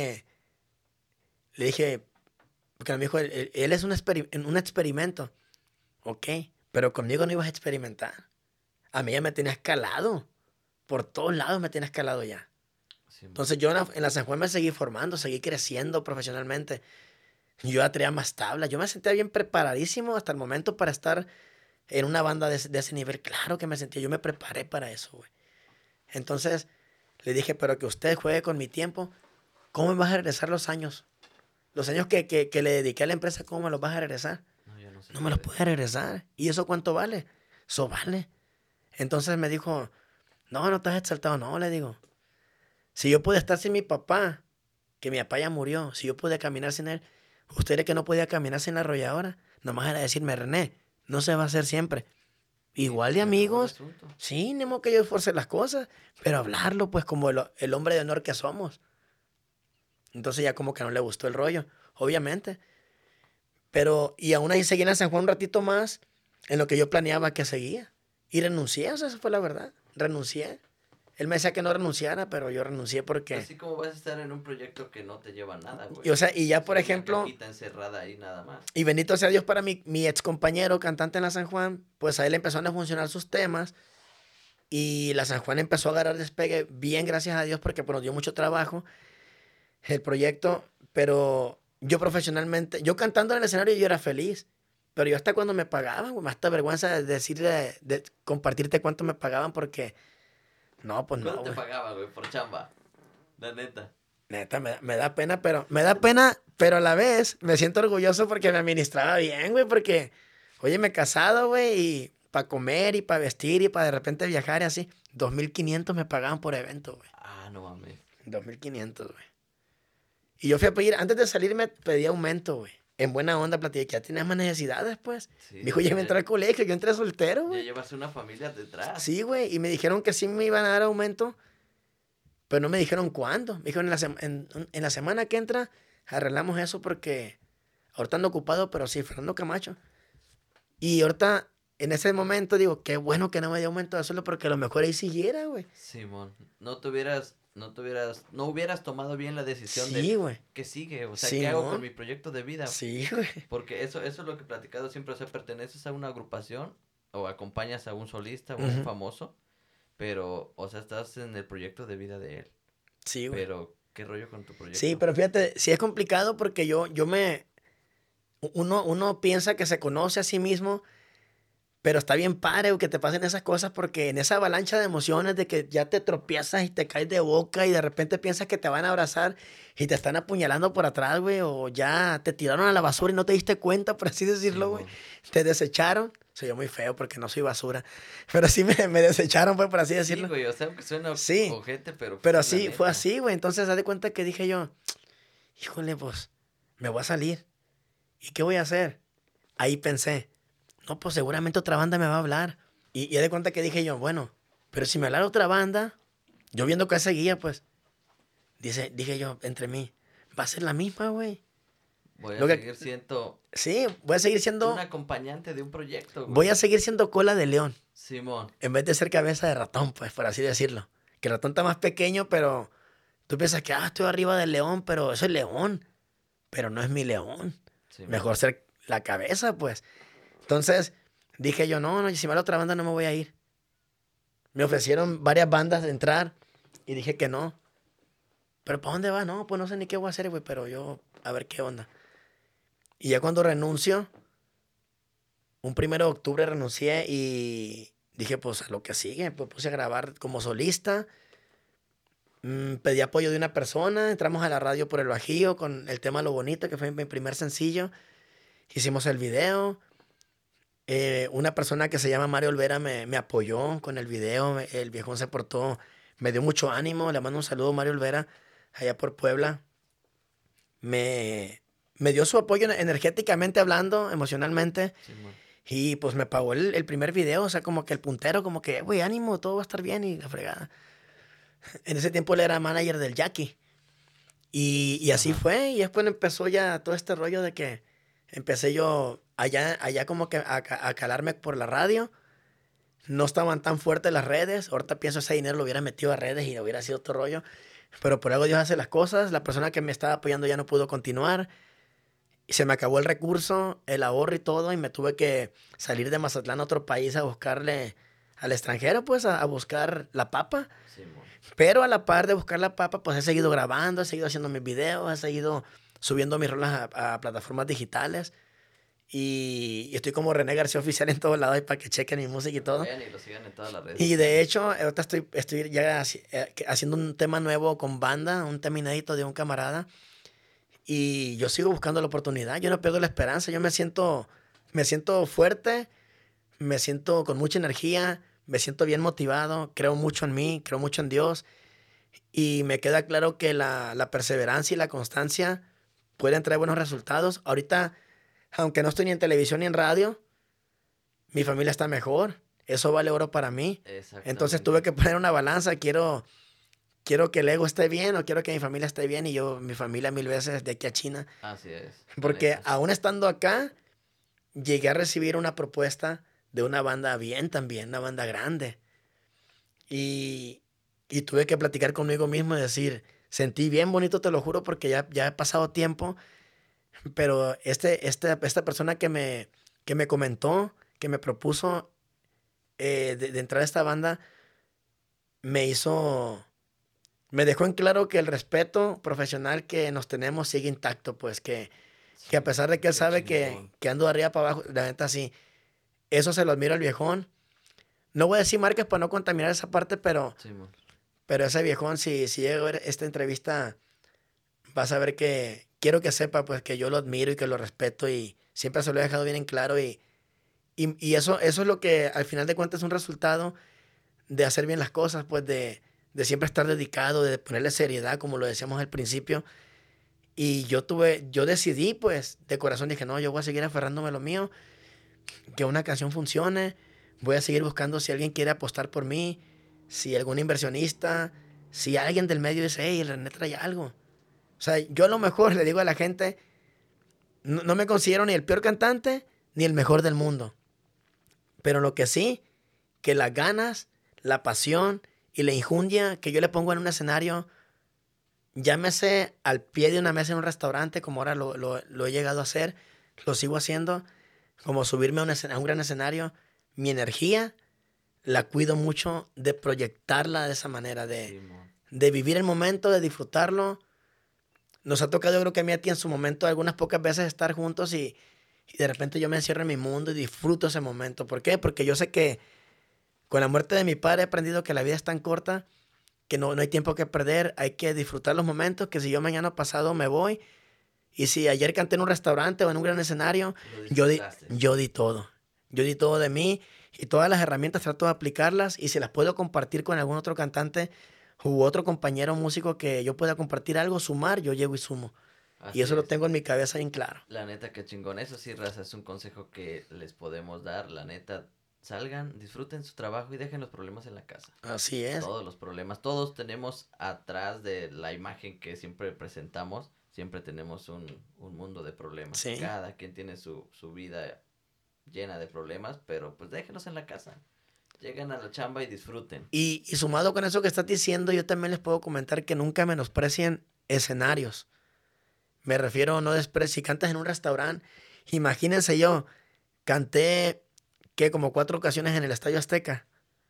le dije, porque me dijo, él es un experimento. Ok, pero conmigo no ibas a experimentar. A mí ya me tenías calado. Por todos lados me tenías calado ya. Simón. Entonces yo en la San Juan me seguí formando, seguí creciendo profesionalmente. Yo ya traía más tablas. Yo me sentía bien preparadísimo hasta el momento para estar en una banda de ese nivel. Claro que me sentía. Yo me preparé para eso, güey. Entonces le dije, pero que usted juegue con mi tiempo. ¿Cómo me vas a regresar los años? Los años que le dediqué a la empresa, ¿cómo me los vas a regresar? No, ya no se No me los puede. puedes regresar. ¿Y eso cuánto vale? Eso vale. Entonces me dijo, no, no estás exaltado. No, le digo, si yo pude estar sin mi papá, que mi papá ya murió, si yo pude caminar sin él, usted cree que no podía caminar sin la arrolladora. Nomás era decirme, René, no se va a hacer siempre. Y Igual de se acabó el amigos, asunto. sí, ni modo que yo esforce las cosas, pero hablarlo, pues, como el hombre de honor que somos. Entonces ya como que no le gustó el rollo, obviamente. Pero, y aún ahí seguí en la San Juan un ratito más, en lo que yo planeaba que seguía. Y renuncié, o sea, esa fue la verdad. Renuncié. Él me decía que no renunciara, pero yo renuncié porque... Así como vas a estar en un proyecto que no te lleva a nada, Y, güey. o sea, y ya, Es por una ejemplo, cajita encerrada ahí nada más. y bendito sea Dios para mi ex compañero cantante en la San Juan, pues a él empezaron a funcionar sus temas y la San Juan empezó a agarrar despegue bien, gracias a Dios, porque pues, nos dio mucho trabajo el proyecto, pero yo profesionalmente, yo cantando en el escenario yo era feliz, pero yo hasta cuando me pagaban, güey, me hasta vergüenza de decirle, de compartirte cuánto me pagaban porque, no, pues no, ¿Cuánto te güey. pagaba, güey, por chamba? La neta. Neta, me da pena, me da pena, pero a la vez me siento orgulloso porque me administraba bien, güey, porque, oye, me he casado, güey, y para comer y para vestir y para de repente viajar y así, 2,500 me pagaban por evento, güey. Ah, no mames. 2,500, güey. Y yo fui a pedir, antes de salir me pedí aumento, güey. En buena onda platiqué, que ya tenías más necesidades, pues. Sí, Me dijo, ya me entré al colegio, yo entré soltero, ya güey. llevas una familia detrás. Sí, güey, y me dijeron que sí me iban a dar aumento, pero no me dijeron cuándo. Me dijeron, en la semana que entra arreglamos eso porque ahorita ando ocupado, pero sí, Fernando Camacho. Y ahorita, en ese momento, digo, qué bueno que no me dio aumento de sueldo porque a lo mejor ahí siguiera, güey. Simón, no hubieras tomado bien la decisión de Sí, güey. qué sigue, o sea, ¿qué hago con Simón. mi proyecto de vida? Sí, güey. Porque eso es lo que he platicado siempre, o sea, perteneces a una agrupación o acompañas a un solista o a un Ujú. famoso, pero, o sea, estás en el proyecto de vida de él. Sí, güey. Pero ¿Qué rollo con tu proyecto? Sí, pero fíjate, sí es complicado porque uno piensa que se conoce a sí mismo, pero está bien padre güey, que te pasen esas cosas porque en esa avalancha de emociones de que ya te tropiezas y te caes de boca y de repente piensas que te van a abrazar y te están apuñalando por atrás, güey, o ya te tiraron a la basura y no te diste cuenta, por así decirlo, güey. Simón. Te desecharon. Soy yo muy feo porque no soy basura, pero sí me desecharon, pues, por así Sí, decirlo. güey, o sea, que suena Sí, ojete, pero pues pero es la sí, fue neta. así, güey. Entonces, haz de cuenta que dije yo, híjole, pues, me voy a salir. ¿Y qué voy a hacer? Ahí pensé, no, pues seguramente otra banda me va a hablar. Y haz de cuenta que dije yo, bueno, pero si me hablara otra banda, yo viendo que seguía, pues, dije yo, entre mí, va a ser la misma, güey. Voy a Lo que, seguir siendo sí, voy a seguir un siendo, acompañante de un proyecto, voy a güey. seguir siendo cola de león, Simón. en vez de ser cabeza de ratón, pues, por así decirlo. Que el ratón está más pequeño, pero tú piensas que, estoy arriba del león, pero eso es león. Pero no es mi león. Simón. Mejor ser la cabeza, pues. Entonces, dije yo, no, si me va la otra banda no me voy a ir. Me ofrecieron varias bandas de entrar y dije que no. ¿Pero para dónde va? No, pues no sé ni qué voy a hacer, güey, pero yo, a ver qué onda. Y ya cuando renuncio, un 1 de octubre renuncié y dije, pues a lo que sigue, pues puse a grabar como solista. Pedí apoyo de una persona, entramos a la radio por el Bajío con el tema Lo Bonito, que fue mi primer sencillo. Hicimos el video. Una persona que se llama Mario Olvera me apoyó con el video. El viejón se portó, me dio mucho ánimo. Le mando un saludo a Mario Olvera, allá por Puebla. Me dio su apoyo energéticamente hablando, emocionalmente. Simón. Y pues me pagó el primer video. O sea, como que el puntero, como que, güey, ánimo, todo va a estar bien y la fregada. En ese tiempo él era manager del Jackie. Y así Ajá. fue. Y después empezó ya todo este rollo de que empecé yo allá como que a calarme por la radio. No estaban tan fuertes las redes. Ahorita pienso ese dinero lo hubiera metido a redes y hubiera sido otro rollo. Pero por algo Dios hace las cosas. La persona que me estaba apoyando ya no pudo continuar. Y se me acabó el recurso, el ahorro y todo. Y me tuve que salir de Mazatlán a otro país a buscarle al extranjero, pues a buscar la papa. Simón. Pero a la par de buscar la papa, pues he seguido grabando, he seguido haciendo mis videos, he seguido subiendo mis rolas a plataformas digitales. Y estoy como René García Oficial en todos lados para que chequen mi música y Lo todo. vean y lo sigan en todas las redes Y de sociales. hecho, ahorita estoy ya haciendo un tema nuevo con banda, un tema inédito de un camarada. Y yo sigo buscando la oportunidad, yo no pierdo la esperanza, me siento fuerte, me siento con mucha energía, me siento bien motivado, creo mucho en mí, creo mucho en Dios. Y me queda claro que la perseverancia y la constancia pueden traer buenos resultados. Ahorita, aunque no estoy ni en televisión ni en radio, mi familia está mejor. Eso vale oro para mí. Entonces tuve Exactamente. que poner una balanza. Quiero que el ego esté bien o quiero que mi familia esté bien y yo, mi familia 1000 veces de aquí a China. Así es, la Porque neta. aún estando acá, llegué a recibir una propuesta de una banda bien también, una banda grande. Y, y tuve que platicar conmigo mismo y decir, sentí bien bonito, te lo juro, porque ya he pasado tiempo, pero esta persona que me comentó, que me propuso de entrar a esta banda, me hizo, me dejó en claro que el respeto profesional que nos tenemos sigue intacto, pues que a pesar de Simón, que él qué sabe que, chingón. que ando de arriba para abajo, la neta sí, eso se lo admiro al viejón. No voy a decir marcas para no contaminar esa parte, pero Simón. ese viejón, si llega a ver esta entrevista, vas a ver que quiero que sepa pues que yo lo admiro y que lo respeto y siempre se lo he dejado bien en claro y eso es lo que al final de cuentas es un resultado de hacer bien las cosas, pues de siempre estar dedicado, de ponerle seriedad, como lo decíamos al principio. Y yo decidí pues de corazón, dije, no, yo voy a seguir aferrándome a lo mío, que una canción funcione, voy a seguir buscando si alguien quiere apostar por mí, si algún inversionista, si alguien del medio dice, hey, el René trae algo. O sea, yo a lo mejor le digo a la gente, no me considero ni el peor cantante ni el mejor del mundo. Pero lo que sí, que las ganas, la pasión y la injundia que yo le pongo en un escenario, llámese al pie de una mesa en un restaurante, como ahora lo he llegado a hacer, lo sigo haciendo, como subirme a un gran escenario, mi energía la cuido mucho de proyectarla de esa manera, de, Simón. de vivir el momento, de disfrutarlo nos ha tocado, yo creo que a mí a ti en su momento, algunas pocas veces estar juntos y de repente yo me encierro en mi mundo y disfruto ese momento. ¿Por qué? Porque yo sé que con la muerte de mi padre he aprendido que la vida es tan corta que no hay tiempo que perder, hay que disfrutar los momentos, que si yo mañana pasado me voy, y si ayer canté en un restaurante o en un gran escenario, Lo yo di, disfrutaste. yo di todo. Yo di todo de mí y todas las herramientas trato de aplicarlas y si las puedo compartir con algún otro cantante u otro compañero músico que yo pueda compartir algo, sumar, yo llego y sumo. Y Así eso lo es. tengo en mi cabeza bien claro. La neta, qué chingón. Eso sí, raza, es un consejo que les podemos dar. La neta, salgan, disfruten su trabajo y dejen los problemas en la casa. Así es. Todos los problemas, todos tenemos atrás de la imagen que siempre presentamos, siempre tenemos un mundo de problemas. Sí. Cada quien tiene su vida llena de problemas, pero pues déjenlos en la casa. Lleguen a la chamba y disfruten. Y sumado con eso que estás diciendo, yo también les puedo comentar que nunca menosprecien escenarios. Me refiero, no despreciar, si cantas en un restaurante, imagínense yo, canté, que como 4 ocasiones en el Estadio Azteca.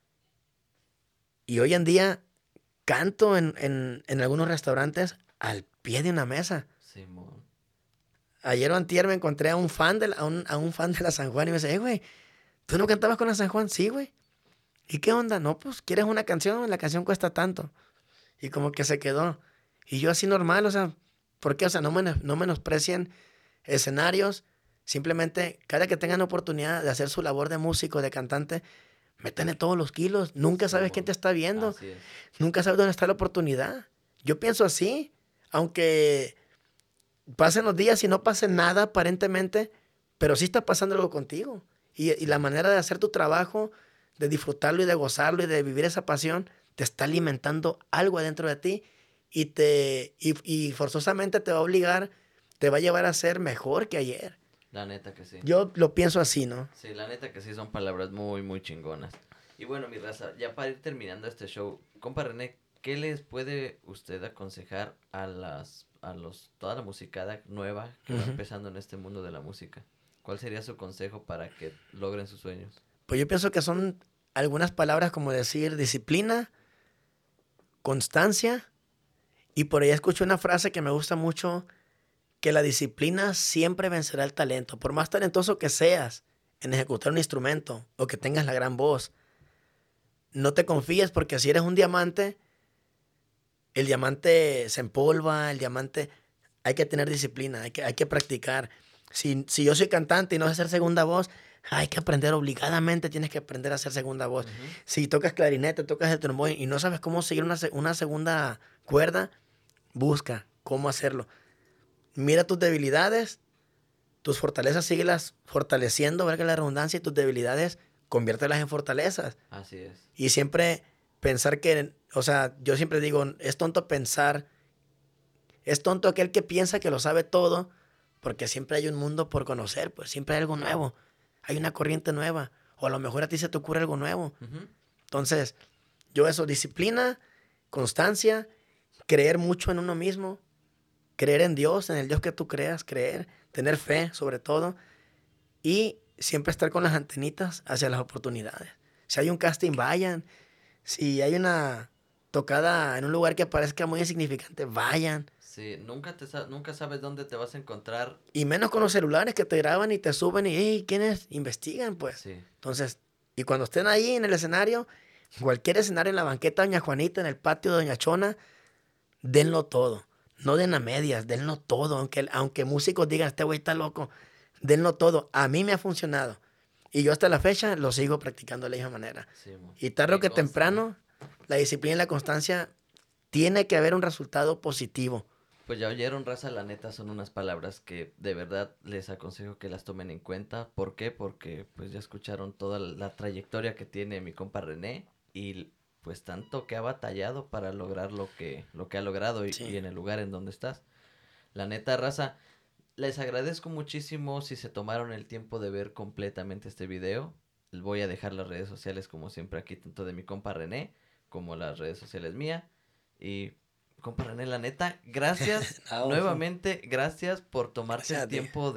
Y hoy en día canto en algunos restaurantes al pie de una mesa. Simón. Ayer o antier me encontré a un fan a un fan de la San Juan y me dice, güey, ¿tú no cantabas con la San Juan? Sí, güey. ¿Y qué onda? No, pues, ¿quieres una canción? La canción cuesta tanto. Y como que se quedó. Y yo así normal, o sea, ¿por qué? O sea, no menosprecien escenarios. Simplemente, cada que tengan oportunidad de hacer su labor de músico, de cantante, métanle todos los kilos. Nunca sabes quién te está viendo. Así es. Nunca sabes dónde está la oportunidad. Yo pienso así, aunque pasen los días y no pase nada aparentemente, pero sí está pasando algo contigo. Y la manera de hacer tu trabajo, de disfrutarlo y de gozarlo y de vivir esa pasión, te está alimentando algo adentro de ti y forzosamente te va a obligar, te va a llevar a ser mejor que ayer. La neta que sí. Yo lo pienso así, ¿no? Sí, la neta que sí son palabras muy, muy chingonas. Y bueno, mi raza, ya para ir terminando este show, compa René, ¿qué les puede usted aconsejar toda la musicada nueva que va Ujú. empezando en este mundo de la música? ¿Cuál sería su consejo para que logren sus sueños? Pues yo pienso que son algunas palabras como decir disciplina, constancia, y por ahí escucho una frase que me gusta mucho, que la disciplina siempre vencerá el talento. Por más talentoso que seas en ejecutar un instrumento o que tengas la gran voz, no te confíes porque si eres un diamante, el diamante se empolva, el diamante... Hay que tener disciplina, hay que practicar. Si yo soy cantante y no sé hacer segunda voz, hay que aprender obligadamente, tienes que aprender a hacer segunda voz. Ujú. Si tocas clarinete, tocas el trombón y no sabes cómo seguir una segunda cuerda, busca cómo hacerlo. Mira tus debilidades, tus fortalezas, síguelas fortaleciendo, valga la redundancia, y tus debilidades, conviértelas en fortalezas. Así es. Y siempre pensar que, o sea, yo siempre digo, es tonto pensar, es tonto aquel que piensa que lo sabe todo, porque siempre hay un mundo por conocer, pues siempre hay algo nuevo, hay una corriente nueva, o a lo mejor a ti se te ocurre algo nuevo. Ujú. Entonces, yo eso, disciplina, constancia, creer mucho en uno mismo, creer en Dios, en el Dios que tú creas, creer, tener fe sobre todo, y siempre estar con las antenitas hacia las oportunidades. Si hay un casting, vayan. Si hay una tocada en un lugar que parezca muy insignificante, vayan. Sí, nunca sabes dónde te vas a encontrar. Y menos con los celulares que te graban y te suben y, hey, ¿quién es? Investigan, pues. Sí. Entonces, y cuando estén ahí en el escenario, cualquier escenario en la banqueta de Doña Juanita, en el patio de Doña Chona, denlo todo. No den a medias, denlo todo. Aunque músicos digan, este güey está loco, denlo todo. A mí me ha funcionado. Y yo hasta la fecha lo sigo practicando de la misma manera. Sí, mo. Y tarde o Me que consta, temprano, la disciplina y la constancia tiene que haber un resultado positivo. Pues ya oyeron, raza, la neta son unas palabras que de verdad les aconsejo que las tomen en cuenta. ¿Por qué? Porque pues ya escucharon toda la trayectoria que tiene mi compa René y pues tanto que ha batallado para lograr lo que ha logrado y Sí. en el lugar en donde estás. La neta, raza, les agradezco muchísimo si se tomaron el tiempo de ver completamente este video. Voy a dejar las redes sociales como siempre aquí, tanto de mi compa René como las redes sociales mía. Y compa René, la neta, gracias No, nuevamente, gracias por tomarte Gracias a el ti. tiempo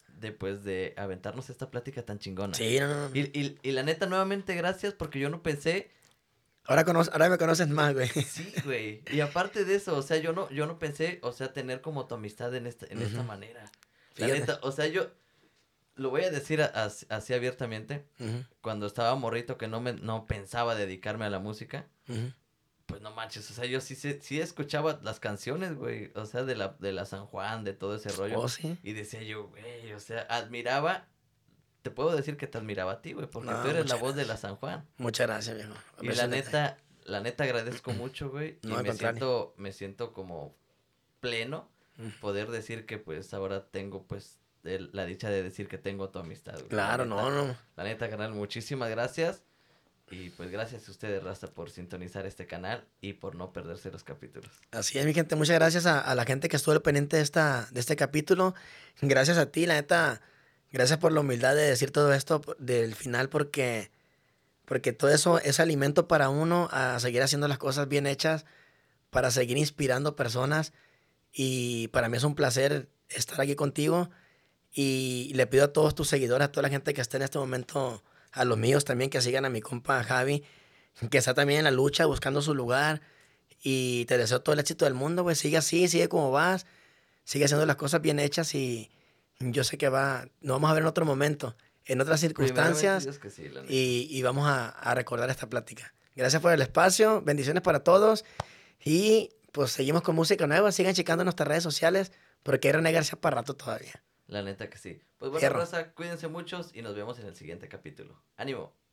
de aventarnos esta plática tan chingona. Sí, no. Y la neta, nuevamente, gracias porque yo no pensé Ahora me conoces más, güey. Sí, güey. Y aparte de eso, o sea, yo no pensé, o sea, tener como tu amistad en esta Ujú. manera. La Fíjate. neta, o sea, yo lo voy a decir así abiertamente. Ujú, Cuando estaba morrito que no pensaba dedicarme a la música, ujú. pues no manches, o sea, yo sí escuchaba las canciones, güey, o sea, de la San Juan, de todo ese rollo. Oh, sí. Y decía yo, güey, o sea, admiraba, te puedo decir que te admiraba a ti, güey, porque tú No, eres la muchas voz de la gracias. San Juan. Muchas gracias, viejo. Y Aprecio el detalle. la neta agradezco mucho, güey, No, y al me contrario. siento, me siento como pleno Mm. poder decir que pues ahora tengo pues la dicha de decir que tengo tu amistad, güey. Claro, no, no. La neta, carnal, muchísimas gracias. Y pues gracias a ustedes, Raza, por sintonizar este canal y por no perderse los capítulos. Así es, mi gente. Muchas gracias a la gente que estuvo al pendiente de este capítulo. Gracias a ti, la neta. Gracias por la humildad de decir todo esto del final, porque todo eso es alimento para uno a seguir haciendo las cosas bien hechas, para seguir inspirando personas. Y para mí es un placer estar aquí contigo. Y le pido a todos tus seguidores, a toda la gente que está en este momento, a los míos también, que sigan a mi compa Javi, que está también en la lucha, buscando su lugar. Y te deseo todo el éxito del mundo, güey. Sigue así, sigue como vas, sigue haciendo las cosas bien hechas y yo sé que nos vamos a ver en otro momento, en otras Primeramente, circunstancias Dios que sí, la neta. y vamos a recordar esta plática. Gracias por el espacio, bendiciones para todos y pues seguimos con música nueva. Sigan checando nuestras redes sociales porque hay René García para rato todavía. La neta que sí. Pues bueno, Fierro. Raza, cuídense muchos y nos vemos en el siguiente capítulo. ¡Ánimo!